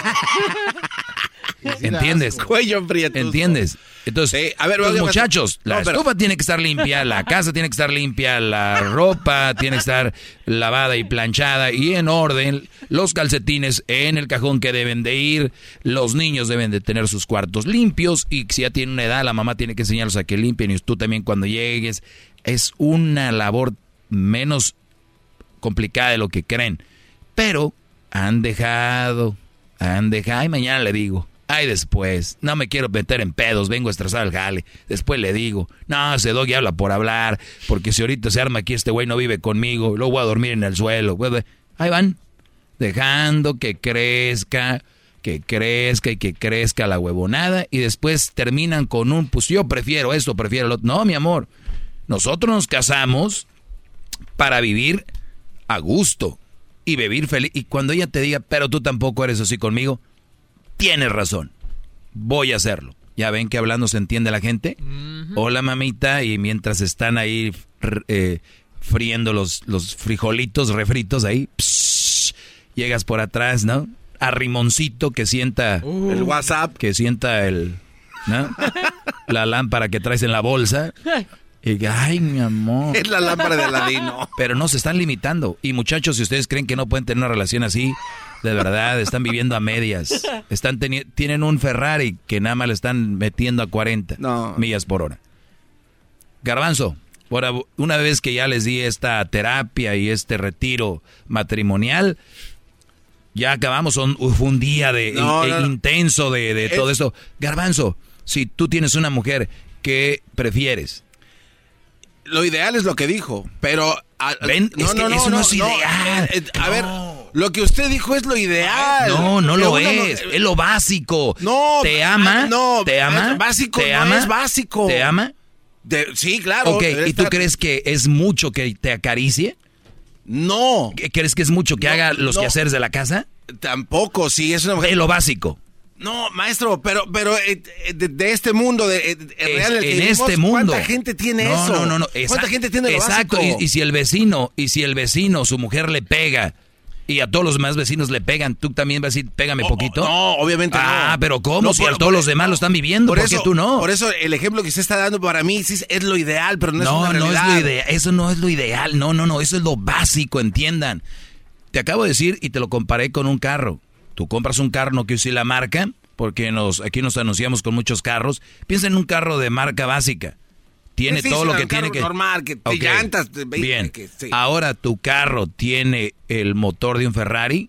¿Entiendes? Cuello prietusco. ¿Entiendes? Entonces, sí, a ver, los muchachos, la no, pero... estufa tiene que estar limpia, la casa tiene que estar limpia, la ropa tiene que estar lavada y planchada y en orden, los calcetines en el cajón que deben de ir, los niños deben de tener sus cuartos limpios y si ya tienen una edad, la mamá tiene que enseñarlos a que limpien y tú también cuando llegues. Es una labor menos complicada de lo que creen, pero han dejado, han dejado, y mañana le digo. Ay, después, no me quiero meter en pedos, vengo a estresar al jale. Después le digo, no, ese doggy habla por hablar, porque si ahorita se arma aquí este güey no vive conmigo, luego voy a dormir en el suelo. Ahí van, dejando que crezca, que crezca y que crezca la huevonada, y después terminan con un, pues yo prefiero esto, prefiero lo otro. No, mi amor, nosotros nos casamos para vivir a gusto y vivir feliz. Y cuando ella te diga, pero tú tampoco eres así conmigo, tienes razón, voy a hacerlo. ¿Ya ven que hablando se entiende la gente? Uh-huh. Hola, mamita, y mientras están ahí eh, friendo los, los frijolitos refritos ahí, psh, llegas por atrás, ¿no? A Rimoncito que sienta... Uh, el WhatsApp. Que sienta el... ¿no? La lámpara que traes en la bolsa. Y ay, mi amor. Es la lámpara de Aladino. Pero no, se están limitando. Y muchachos, si ustedes creen que no pueden tener una relación así... De verdad, están viviendo a medias. Están teni- tienen un Ferrari que nada más le están metiendo a cuarenta no. millas por hora. Garbanzo, por una vez que ya les di esta terapia y este retiro matrimonial, ya acabamos, son, fue un día de, no, in, no, no. intenso de, de es... todo esto. Garbanzo, si tú tienes una mujer, ¿qué prefieres? Lo ideal es lo que dijo, pero... A, Ven, no, es que no, no, eso no, no es ideal. No, eh, eh, a no. ver, lo que usted dijo es lo ideal. No, no lo es. No, es lo básico. No. ¿Te ama? Ah, no. ¿Te ama? Básico ¿Te no ama? es básico. ¿Te ama? De, sí, claro. Ok, ¿y tú crees que es mucho que te acaricie? No. ¿Crees que es mucho que no, haga los no. quehaceres de la casa? Tampoco, sí, es una mujer. Es lo básico. No, maestro, pero pero eh, de, de este mundo de, de, de es, real, el que en vivimos, este mundo. ¿cuánta gente tiene no, eso? No, no, no. ¿Cuánta gente tiene lo exacto. básico? Y, y si el vecino, y si el vecino, su mujer le pega Y a todos los demás vecinos le pegan. ¿Tú también vas a decir, pégame oh, poquito? No, obviamente ah, no. Ah, pero ¿cómo? No, si por, a todos por, los demás lo están viviendo, ¿por, por eso, qué tú no? Por eso el ejemplo que usted está dando para mí sí es lo ideal, pero no, no es una realidad. No, es lo ideal. Eso no es lo ideal. No, no, no. Eso es lo básico, entiendan. Te acabo de decir y te lo comparé con un carro. Tú compras un carro, no quiero decir la marca, porque nos, aquí nos anunciamos con muchos carros. Piensa en un carro de marca básica. Tiene sí, todo sí, lo que tiene que... normal, que okay. llantas... De Bien. Que, sí. Ahora, ¿tu carro tiene el motor de un Ferrari?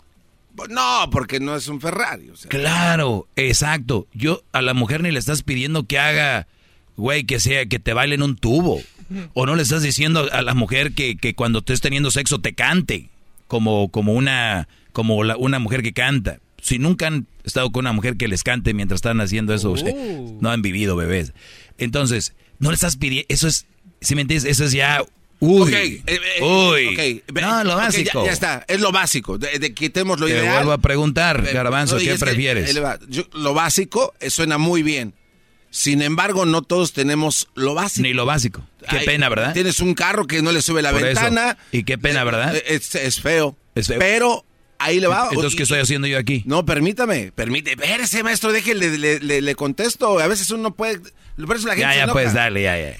No, porque no es un Ferrari. O sea. Claro, exacto. Yo a la mujer ni le estás pidiendo que haga, güey, que sea, que te baile en un tubo. O no le estás diciendo a la mujer que, que cuando estés teniendo sexo te cante. Como, como, una, como la, una mujer que canta. Si nunca han estado con una mujer que les cante mientras están haciendo eso, uh. o no han vivido, bebés. Entonces, no le estás pidiendo, eso es, si me entiendes, eso es ya... Uy, okay, eh, eh, uy, okay. no, lo básico. Okay, ya, ya está, es lo básico, de, de quitemos lo Te ideal. Te vuelvo a preguntar, Garbanzo, no, ¿qué prefieres? Que, yo, lo básico eh, suena muy bien. Sin embargo, no todos tenemos lo básico. Ni lo básico. Qué Ay, pena, ¿verdad? Tienes un carro que no le sube la Por ventana. Eso. Y qué pena, ¿verdad? Es, es, feo. Es feo. Pero ahí le va. Entonces, ¿qué estoy haciendo yo aquí? No, permítame, permíteme. Espérese, maestro, déjele, le, le, le, le contesto. A veces uno puede... Por eso la gente ya, se ya, enoja. pues, dale, ya, ya.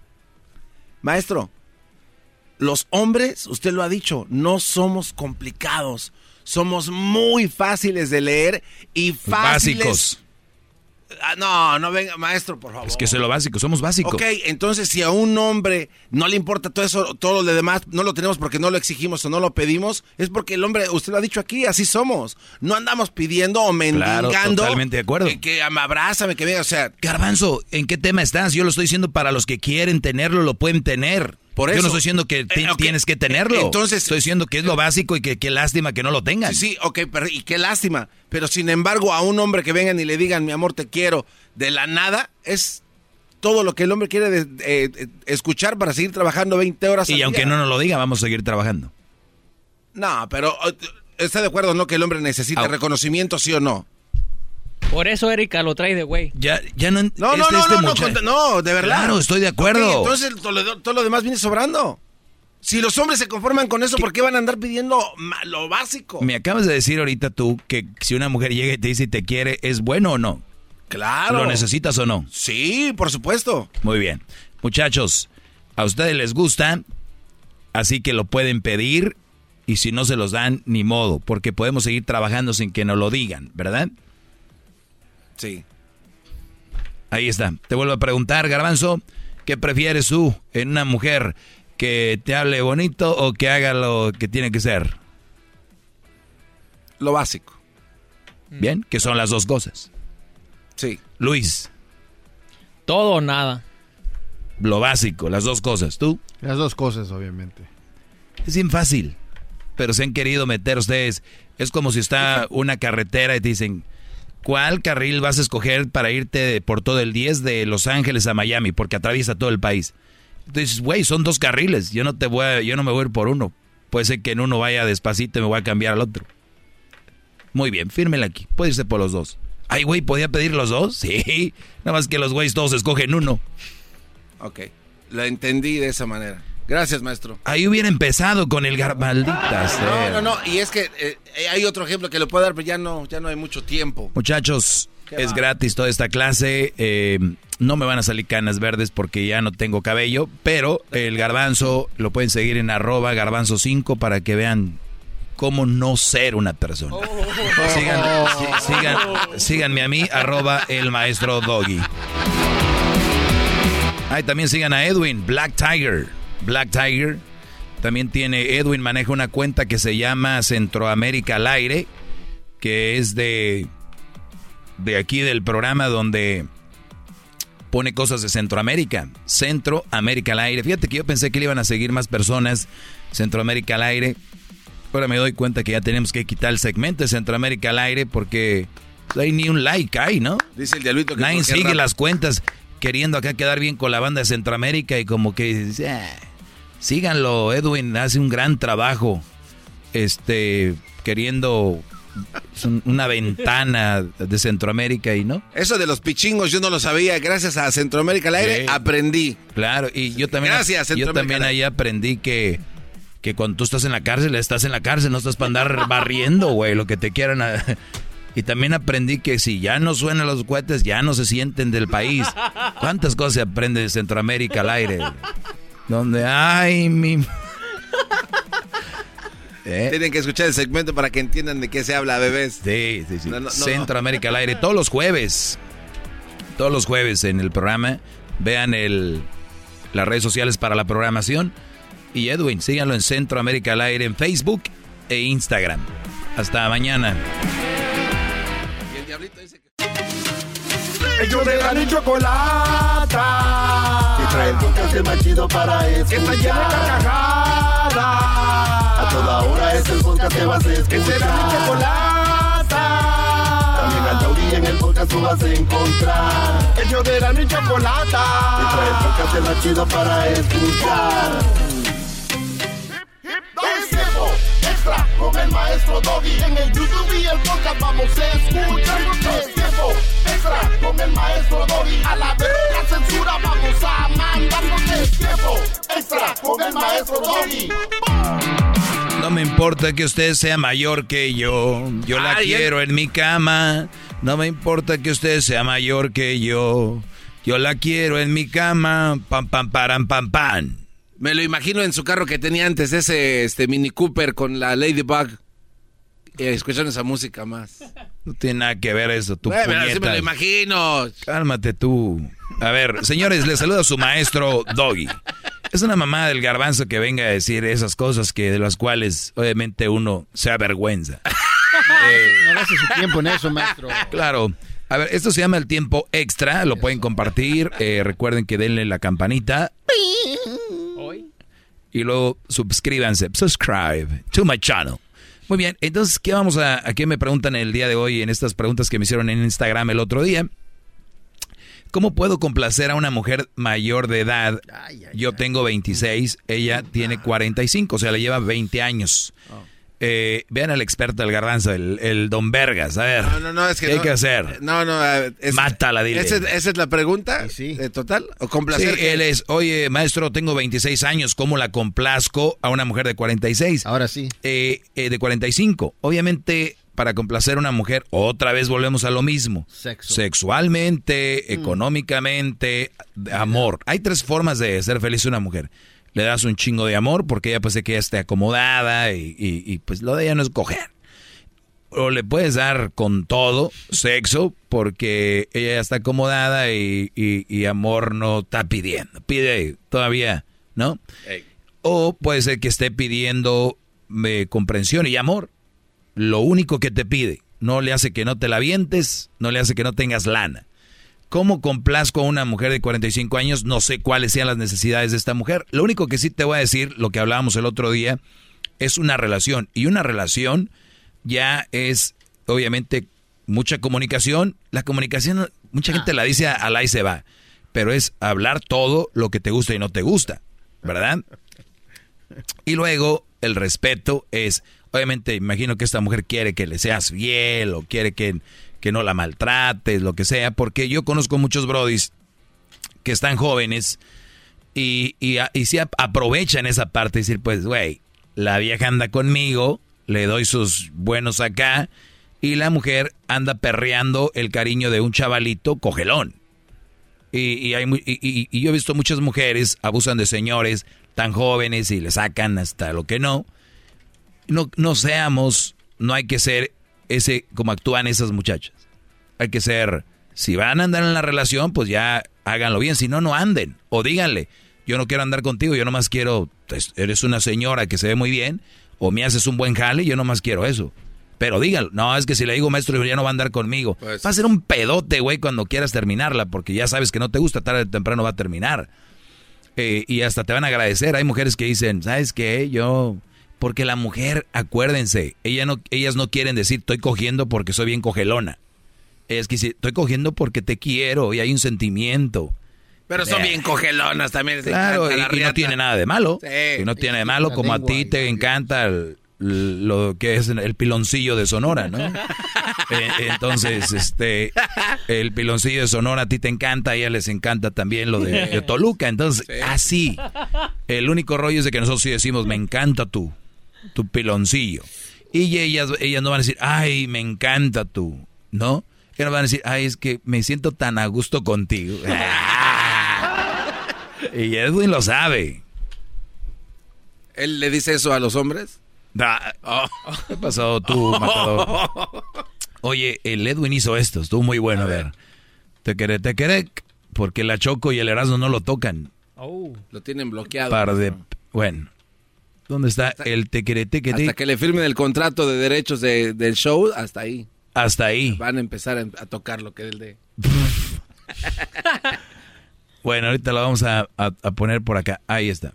Maestro, los hombres, usted lo ha dicho, no somos complicados. Somos muy fáciles de leer y fáciles... Básicos. Ah, no, no venga, maestro, por favor. Es que eso es lo básico, somos básicos. Ok, entonces si a un hombre no le importa todo eso, todo lo demás, no lo tenemos porque no lo exigimos o no lo pedimos, es porque el hombre, usted lo ha dicho aquí, así somos. No andamos pidiendo o mendigando. Claro, totalmente de acuerdo. Que, que abrázame, que venga, o sea. Garbanzo, ¿en qué tema estás? Yo lo estoy diciendo para los que quieren tenerlo, lo pueden tener. Por eso. Yo no estoy diciendo que t- eh, okay. tienes que tenerlo. Entonces, estoy diciendo que es lo básico y que qué lástima que no lo tengan. Sí, sí, ok, pero, y qué lástima. Pero sin embargo, a un hombre que vengan y le digan, mi amor, te quiero, de la nada, es todo lo que el hombre quiere de, de, de, escuchar para seguir trabajando veinte horas al día. Y aunque no nos lo diga, vamos a seguir trabajando. No, pero ¿está de acuerdo no que el hombre necesita ah. reconocimiento, sí o no? Por eso Erika lo trae de güey. Ya, ya no... No, este, no, no, este no, mucha... no, no, de verdad. Claro, estoy de acuerdo. Okay, entonces todo lo, todo lo demás viene sobrando. Si los hombres se conforman con eso, ¿por qué van a andar pidiendo lo básico? Me acabas de decir ahorita tú que si una mujer llega y te dice y te quiere, ¿es bueno o no? Claro. ¿Lo necesitas o no? Sí, por supuesto. Muy bien. Muchachos, a ustedes les gusta, así que lo pueden pedir y si no se los dan, ni modo, porque podemos seguir trabajando sin que nos lo digan, ¿verdad? Sí. Ahí está. Te vuelvo a preguntar, Garbanzo, ¿qué prefieres tú en una mujer? ¿Que te hable bonito o que haga lo que tiene que ser? Lo básico. Bien, que son las dos cosas. Sí. Luis. Todo o nada. Lo básico, las dos cosas. ¿Tú? Las dos cosas, obviamente. Es bien fácil, pero se han querido meter ustedes. Es como si está una carretera y te dicen, ¿cuál carril vas a escoger para irte por todo el diez de Los Ángeles a Miami? Porque atraviesa todo el país. Entonces, güey, son dos carriles. Yo no te voy a, yo no me voy a ir por uno. Puede ser que en uno vaya despacito y me voy a cambiar al otro. Muy bien, fírmela aquí. Puede irse por los dos. Ay, güey, ¿podía pedir los dos? Sí. Nada más que los güeyes todos escogen uno. Ok, lo entendí de esa manera. Gracias, maestro. Ahí hubiera empezado con el gar... Maldita sea. No, no, no. Y es que eh, hay otro ejemplo que le puedo dar, pero ya no, ya no hay mucho tiempo. Muchachos, es va? gratis toda esta clase. Eh, no me van a salir canas verdes porque ya no tengo cabello, pero el Garbanzo lo pueden seguir en arroba garbanzo cinco para que vean cómo no ser una persona. Oh. Sigan, oh. sigan, síganme a mí, arroba el maestro Doggy. Ahí también sigan a Edwin, Black Tiger. Black Tiger. También tiene, Edwin maneja una cuenta que se llama Centroamérica al Aire, que es de, de aquí del programa donde pone cosas de Centroamérica. Centroamérica al Aire. Fíjate que yo pensé que le iban a seguir más personas. Centroamérica al Aire. Ahora me doy cuenta que ya tenemos que quitar el segmento de Centroamérica al Aire porque no hay ni un like ahí, ¿no? Dice el diablito que nadie sigue rap. Las cuentas queriendo acá quedar bien con la banda de Centroamérica y como que eh, síganlo, Edwin hace un gran trabajo este queriendo una ventana de Centroamérica y no. Eso de los pichingos yo no lo sabía, gracias a Centroamérica al Aire sí. Aprendí. Claro, y yo también gracias, yo también ahí aprendí que que cuando tú estás en la cárcel, estás en la cárcel, no estás para andar barriendo, güey, lo que te quieran. A... Y también aprendí que si ya no suenan los cohetes, ya no se sienten del país. ¿Cuántas cosas se aprende de Centroamérica al aire? Donde, ay, mi... ¿Eh? Tienen que escuchar el segmento para que entiendan de qué se habla, bebés. Sí, sí, sí. No, no, Centroamérica al aire, todos los jueves. Todos los jueves en el programa. Vean el, las redes sociales para la programación. Y Edwin, síganlo en Centroamérica al aire en Facebook e Instagram. Hasta mañana. Y el diablito dice que... Ellos de la ni chocolata. Que trae el podcast más chido para escuchar. Que está llena de carcajadas. A toda hora es el podcast que vas a escuchar. Que será mi chocolata. También al Tauri en el podcast tú vas a encontrar. Ellos de la ni chocolata. Que trae el podcast más chido para escuchar. Es tiempo extra con el maestro Doggy. En el YouTube y el podcast vamos a escuchar. Es tiempo extra con el maestro Doggy. A la verga censura vamos a mandarnos. Es tiempo extra con el maestro Doggy. No me importa que usted sea mayor que yo. Yo la Ay, quiero en mi cama. No me importa que usted sea mayor que yo. Yo la quiero en mi cama. Pam, pam, param, pam, pam. Me lo imagino en su carro que tenía antes, ese este Mini Cooper con la Ladybug. Eh, escuchando esa música más. No tiene nada que ver eso, tú puñetas. Así me lo imagino. Cálmate tú. A ver, señores, les saluda su maestro Doggy. Es una mamá del garbanzo que venga a decir esas cosas que de las cuales obviamente uno se avergüenza. eh, no hace su tiempo en eso, maestro. Claro. A ver, esto se llama el tiempo extra, lo pueden compartir. Eh, recuerden que denle la campanita. Y luego suscríbanse, subscribe to my channel. Muy bien, entonces, ¿qué vamos a, a qué me preguntan el día de hoy en estas preguntas que me hicieron en Instagram el otro día? ¿Cómo puedo complacer a una mujer mayor de edad? Ay, ay, Yo ay. tengo veintiséis, ella tiene cuarenta y cinco, o sea, le lleva veinte años. Oh. Eh, vean al experto del garbanzo, el, el Don Vergas, a ver, no, no, no, es que ¿qué no, hay que hacer? No, no, es, mátala, dile. ¿Esa, esa es la pregunta? Sí. ¿De total? ¿O complacer? Sí, que... él es, oye, maestro, tengo veintiséis años, ¿cómo la complazco a una mujer de cuarenta y seis? Ahora sí. Eh, eh, de cuarenta y cinco, obviamente, para complacer a una mujer, otra vez volvemos a lo mismo. Sexo. Sexualmente, mm. económicamente, amor. Hay tres formas de ser feliz a una mujer. Le das un chingo de amor porque ella pues que ella esté acomodada y, y, y pues lo de ella no es coger. O le puedes dar con todo, sexo, porque ella ya está acomodada y, y, y amor no está pidiendo. Pide todavía, ¿no? Hey. O puede ser que esté pidiendo eh, comprensión y amor. Lo único que te pide. No le hace que no te la avientes, no le hace que no tengas lana. ¿Cómo complazco a una mujer de cuarenta y cinco años? No sé cuáles sean las necesidades de esta mujer. Lo único que sí te voy a decir, lo que hablábamos el otro día, es una relación. Y una relación ya es, obviamente, mucha comunicación. La comunicación, mucha gente la dice a la y se va. Pero es hablar todo lo que te gusta y no te gusta, ¿verdad? Y luego, el respeto es, obviamente, imagino que esta mujer quiere que le seas fiel o quiere que... que no la maltrates, lo que sea, porque yo conozco muchos brodis que están jóvenes y, y, y sí aprovechan esa parte y decir, pues, güey, la vieja anda conmigo, le doy sus buenos acá, y la mujer anda perreando el cariño de un chavalito cogelón. Y, y, hay, y, y, y yo he visto muchas mujeres abusan de señores tan jóvenes y le sacan hasta lo que no. No, no seamos, no hay que ser ese como actúan esas muchachas. Hay que ser, si van a andar en la relación, pues ya háganlo bien, si no, no anden. O díganle, yo no quiero andar contigo, yo nomás quiero, pues, eres una señora que se ve muy bien, o me haces un buen jale, yo nomás quiero eso. Pero díganlo, no, es que si le digo maestro, ya no va a andar conmigo. Pues, va a ser un pedote, güey, cuando quieras terminarla, porque ya sabes que no te gusta, tarde o temprano va a terminar. Eh, y hasta te van a agradecer. Hay mujeres que dicen, ¿sabes qué? Yo... Porque la mujer, acuérdense, ella no, ellas no quieren decir estoy cogiendo porque soy bien cogelona. Es que estoy cogiendo porque te quiero y hay un sentimiento. Pero son eh, bien cogelonas también. Claro, y, y no tiene nada de malo. Sí, y no tiene de malo, como a ti te encanta el, lo que es el piloncillo de Sonora, ¿no? Eh, entonces, este, el piloncillo de Sonora a ti te encanta, a ella les encanta también lo de, de Toluca. Entonces, sí. así, el único rollo es de que nosotros sí decimos, me encanta tú, tu piloncillo. Y ellas, ellas no van a decir, ay, me encanta tú, ¿no? Ellas van a decir, ay, es que me siento tan a gusto contigo. Y Edwin lo sabe. ¿Él le dice eso a los hombres? Da, oh, ¿qué pasó tú, matador? Oye, el Edwin hizo esto, estuvo muy bueno, a, a ver. ver. Te queré, te queré, porque la Choco y el Erasmo no lo tocan. Oh, lo tienen bloqueado. Par de, bueno, ¿dónde está hasta, el te queré, te queré? Hasta que le firmen el contrato de derechos de, del show, hasta ahí. Hasta ahí. Van a empezar a, a tocar lo que es el de... Bueno, ahorita lo vamos a, a, a poner por acá. Ahí está.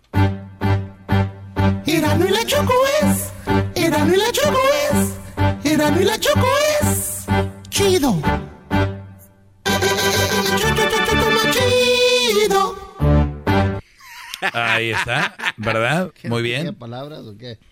Erasmo y la Choco es, Erasmo y la Choco es, Erasmo y la Choco es chido. Chido. Ahí está, ¿verdad? Muy bien. ¿Qué palabras o qué?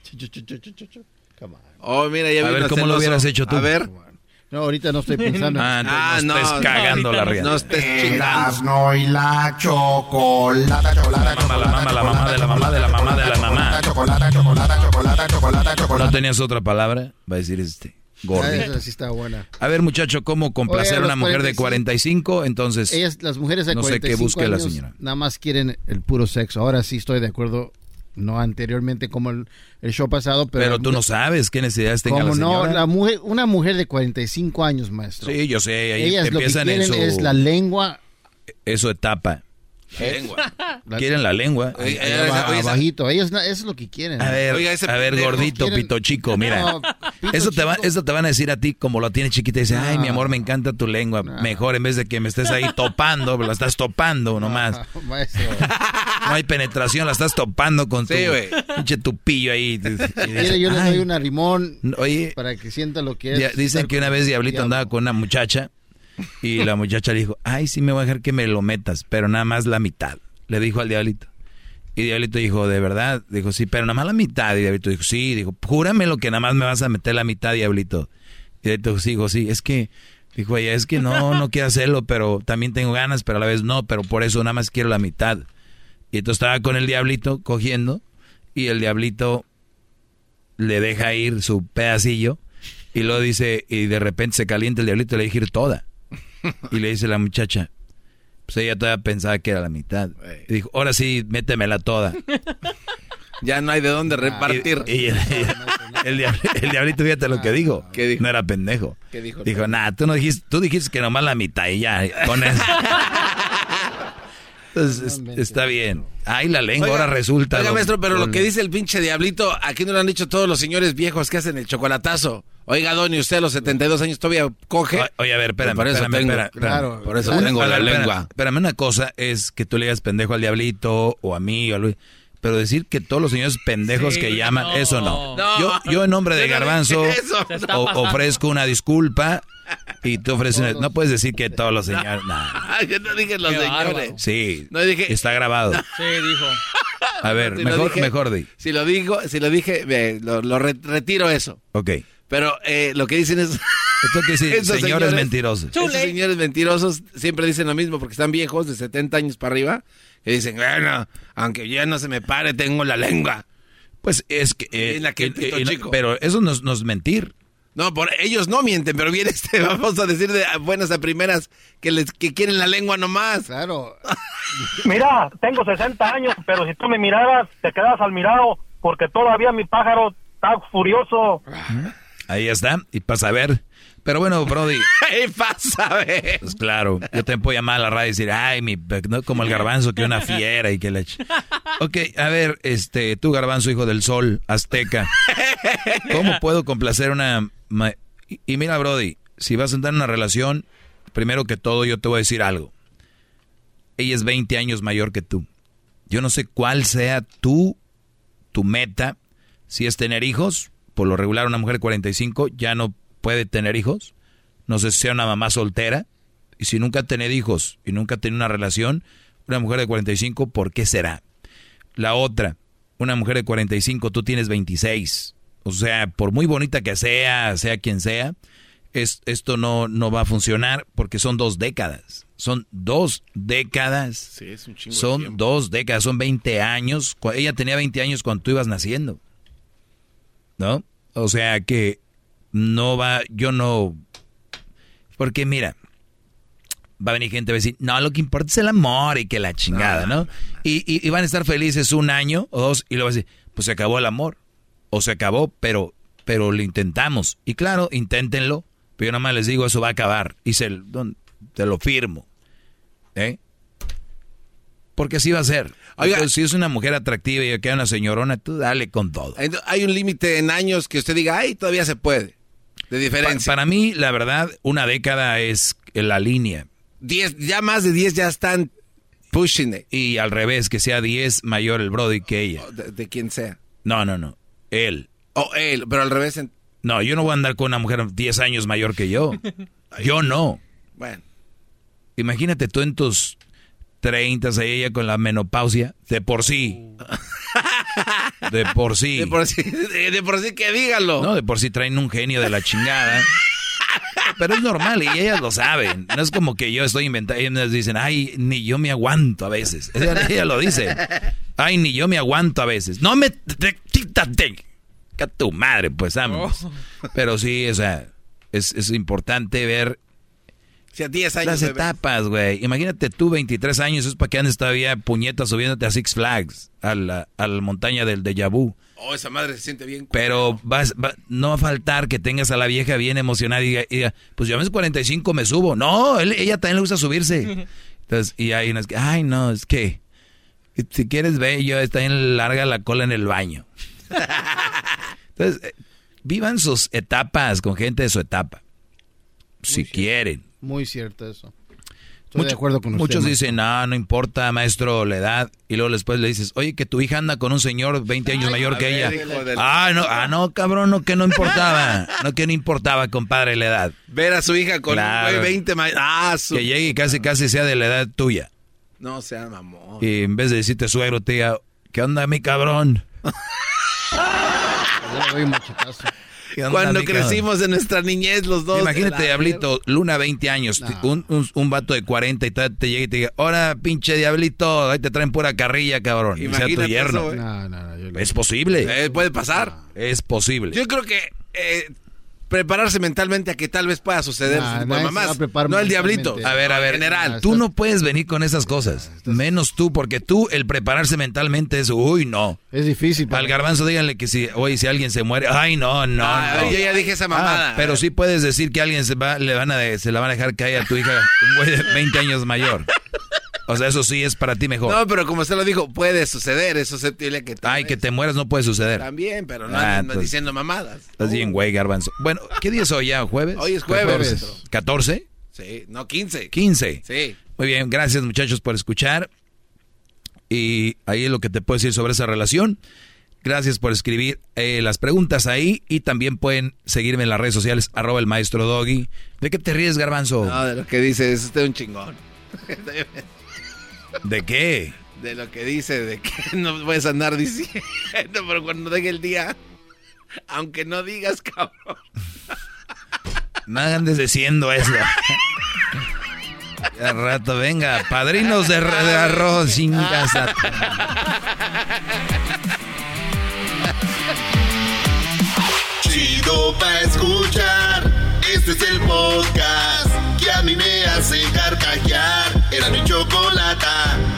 Oh, mira, ya a ver, ¿cómo lo hubieras hecho tú? A ver. No, ahorita no estoy pensando. Ah, ah no, no estés cagando no, la rienda. No estés chingando. Erasmo y la chocolata, chocolata, la mamá, la mamá, la mamá de la mamá de la mamá de la mamá. Chocolata, chocolata, chocolata, chocolata, chocolata. ¿No tenías otra palabra? Va a decir este, gordito. Esa sí está buena. A ver, muchacho, ¿cómo complacer a una mujer de cuarenta y cinco? Entonces, ellas, las mujeres de no cuarenta y cinco sé qué busque años, la señora. Nada más quieren el puro sexo. Ahora sí estoy de acuerdo. No anteriormente como el, el show pasado, pero... Pero tú no sabes qué necesidades tenga la señora. No, la mujer, una mujer de cuarenta y cinco años, maestro. Sí, yo sé. Ahí ellas empiezan lo que quieren en su... es la lengua. Eso etapa. Lengua. Quieren la lengua. Ahí, ahí, ahí, ahí, abajito. Ellos, eso es lo que quieren. A ver, Oiga, ese a ver gordito, quieren... pito chico, mira. No, pito eso, te va, eso te van a decir a ti como lo tienes chiquita y dices, no. ay, mi amor, me encanta tu lengua. No. Mejor en vez de que me estés ahí topando, la estás topando nomás. No, maestro. No hay penetración, la estás topando con sí, tu pinche tupillo ahí. Y dices, Mire, yo le doy un arrimón oye, para que sienta lo que es. Dicen que una vez Diablito diablo. andaba con una muchacha y la muchacha le dijo, ay, sí me voy a dejar que me lo metas, pero nada más la mitad. Le dijo al Diablito. Y Diablito dijo, ¿de verdad? Dijo, sí, pero nada más la mitad. Y Diablito dijo, sí. Dijo, júrame lo que nada más me vas a meter la mitad, Diablito. Y Diablito dijo, sí, es que... Dijo ella, es que no, no quiero hacerlo, pero también tengo ganas, pero a la vez no, pero por eso nada más quiero la mitad. Y entonces estaba con el Diablito cogiendo y el Diablito le deja ir su pedacillo y luego dice, y de repente se calienta el Diablito y le deja ir toda. Y le dice la muchacha, pues ella todavía pensaba que era la mitad. Y dijo, ahora sí, métemela toda. Ya no hay de dónde repartir. Y, y el, el, el, el Diablito, fíjate lo que dijo. ¿Qué dijo? No era pendejo. ¿Qué dijo? Dijo, nah, tú no dijiste, tú dijiste que nomás la mitad y ya, con eso. Entonces, no, está bien. Ay, la lengua oiga, ahora resulta. Oiga, don, maestro, pero don... lo que dice el pinche Diablito, aquí no lo han dicho todos los señores viejos que hacen el chocolatazo. Oiga, don, ¿y usted a los setenta y dos años todavía coge? O, oye, a ver, espérame, por eso espérame, tengo, espérame, claro, espérame. Por eso ¿Eh? tengo la espérame, lengua. Espérame, espérame, una cosa es que tú le digas pendejo al Diablito o a mí o a Luis. Pero decir que todos los señores pendejos sí, que llaman, no, eso no. no. Yo, yo en nombre de Garbanzo o, ofrezco una disculpa y tú ofreces una... No puedes decir que todos los señores... Nah. Yo no dije los Qué señores. Bárbaro. Sí, no dije... está grabado. Sí, dijo. A ver, si mejor, dije, mejor di. Si lo digo, si lo dije, eh, lo, lo re, retiro eso. Ok. Pero eh, lo que dicen es... Esto que sí, señores, señores mentirosos. Esos señores mentirosos siempre dicen lo mismo porque están viejos de setenta años para arriba. Que dicen, bueno, aunque ya no se me pare, tengo la lengua. Pues es que... Eh, la que eh, eh, no, pero eso no, no es mentir. No, por ellos no mienten, pero viene este, vamos a decir de buenas a primeras que les que quieren la lengua nomás. Claro. Mira, tengo sesenta años, pero si tú me miraras, te quedas al mirado, porque todavía mi pájaro está furioso. Ahí está, y para saber... Pero bueno, Brody. ¡Ay, pasa, ver! Pues claro, yo te puedo llamar a la radio y decir, ay, mi, no como el Garbanzo, que una fiera y que le... Ok, a ver, este, tú, Garbanzo, hijo del sol, azteca, ¿cómo puedo complacer una... Ma... Y, y mira, Brody, si vas a entrar en una relación, primero que todo yo te voy a decir algo. Ella es veinte años mayor que tú. Yo no sé cuál sea tu, tu meta. Si es tener hijos, por lo regular una mujer de cuarenta y cinco ya no puede tener hijos. No sé si sea una mamá soltera. Y si nunca ha tenido hijos y nunca ha tenido una relación, una mujer de cuarenta y cinco, ¿por qué será? La otra, una mujer de cuarenta y cinco, tú tienes veintiséis. O sea, por muy bonita que sea, sea quien sea, es, esto no, no va a funcionar porque son dos décadas. Son dos décadas. Sí, es un chingo Son de tiempo. dos décadas, son veinte años. Ella tenía veinte años cuando tú ibas naciendo. ¿No? O sea que no va, yo no... Porque mira, va a venir gente a decir, no, lo que importa es el amor y que la chingada, ¿no? Y, y, y van a estar felices un año o dos y luego va a decir, pues se acabó el amor. O se acabó, pero, pero lo intentamos. Y claro, inténtenlo, pero yo nada más les digo, eso va a acabar. Y se, te lo firmo. ¿Eh? Porque así va a ser. Oiga, entonces, si es una mujer atractiva y queda una señorona, tú dale con todo. Hay un límite en años que usted diga, ay, todavía se puede. De diferencia. Pa- para mí, la verdad, una década es la línea. Diez, ya más de diez ya están pushing it. Y al revés, que sea diez mayor el brody que ella. De, de quien sea. No, no, no. Él. O oh, él, pero al revés. En... No, yo no voy a andar con una mujer diez años mayor que yo. Yo no. Bueno. Imagínate tú en tus treinta, ella con la menopausia. De por sí. De por sí. De por sí, de, de por sí que dígalo. No, de por sí traen un genio de la chingada. Pero es normal y ellas lo saben. No es como que yo estoy inventando. Ellas dicen, ay, ni yo me aguanto a veces. Ella, ella lo dice. Ay, ni yo me aguanto a veces. No me... Quítate. Que a tu madre, pues, vámonos. Oh. Pero sí, o sea, es, es importante ver... Si a diez años las etapas, güey. Imagínate tú, veintitrés años, es para que andes todavía puñetas subiéndote a Six Flags, a la, a la montaña del Déjà Vu. Oh, esa madre se siente bien. Pero vas, va, no va a faltar que tengas a la vieja bien emocionada y diga, y diga pues yo a mis cuarenta y cinco me subo. No, él, ella también le gusta subirse. Entonces, y hay unas que, ay, no, es que si quieres ver, yo está bien larga la cola en el baño. Entonces, eh, vivan sus etapas con gente de su etapa. Si Muy quieren. Cierto. Muy cierto eso. Estoy Mucho, de acuerdo con usted. Muchos maestro. dicen, no, no importa, maestro, la edad. Y luego después le dices, oye, que tu hija anda con un señor veinte años Ay, mayor que ver, ella. Del... Ah, no, ah, no, cabrón, no, que no importaba. No, que no importaba, compadre, la edad. Ver a su hija con claro. un veinte mayor. Ah, su... Que llegue y casi, casi sea de la edad tuya. No sea mamón. Y en vez de decirte suegro, te diga, ¿qué onda, mi cabrón? Yo doy un machetazo. Cuando crecimos en nuestra niñez los dos. Imagínate, Diablito, Luna veinte años, no. un, un, un vato de cuarenta y te, te llega y te diga, ahora pinche Diablito, ahí te traen pura carrilla, cabrón. Imagínate y sea tu yerno. Eso, no, no, no, yo es posible. Eh, puede pasar. No. Es posible. Yo creo que eh, prepararse mentalmente a que tal vez pueda suceder. No, mamás, no el Diablito. A ver, a ver, en general. No, tú no puedes venir con esas cosas. Estás... Menos tú, porque tú, el prepararse mentalmente es, uy, no. Es difícil. Al Garbanzo díganle que si, oye, si alguien se muere, ay, no, no. Ah, no. Yo ya dije esa mamada. Ah, pero sí puedes decir que alguien se va, le van a, de, se la van a dejar caer a tu hija, un güey de veinte años mayor. O sea, eso sí es para ti mejor. No, pero como usted lo dijo, puede suceder, eso se tiene que... Ay, que te mueras no puede suceder. También, pero no ah, andas diciendo mamadas. Estás bien, güey, Garbanzo. Bueno, ¿qué día es hoy ya? ¿Jueves? Hoy es jueves. ¿catorce? Sí, no, quince. quince. Sí. Muy bien, gracias muchachos por escuchar. Y ahí es lo que te puedo decir sobre esa relación. Gracias por escribir eh, las preguntas ahí. Y también pueden seguirme en las redes sociales, arroba el maestro Doggy. ¿De qué te ríes, Garbanzo? No, de lo que dice, es usted un chingón. ¿De qué? De lo que dice, de que no puedes andar diciendo, pero cuando llegue el día, aunque no digas, cabrón. No andes diciendo eso. Al rato, venga, padrinos de, de arroz sin casa. Chido pa' escuchar. Este es el podcast que a mí me hace carcajear. Era mi chocolata.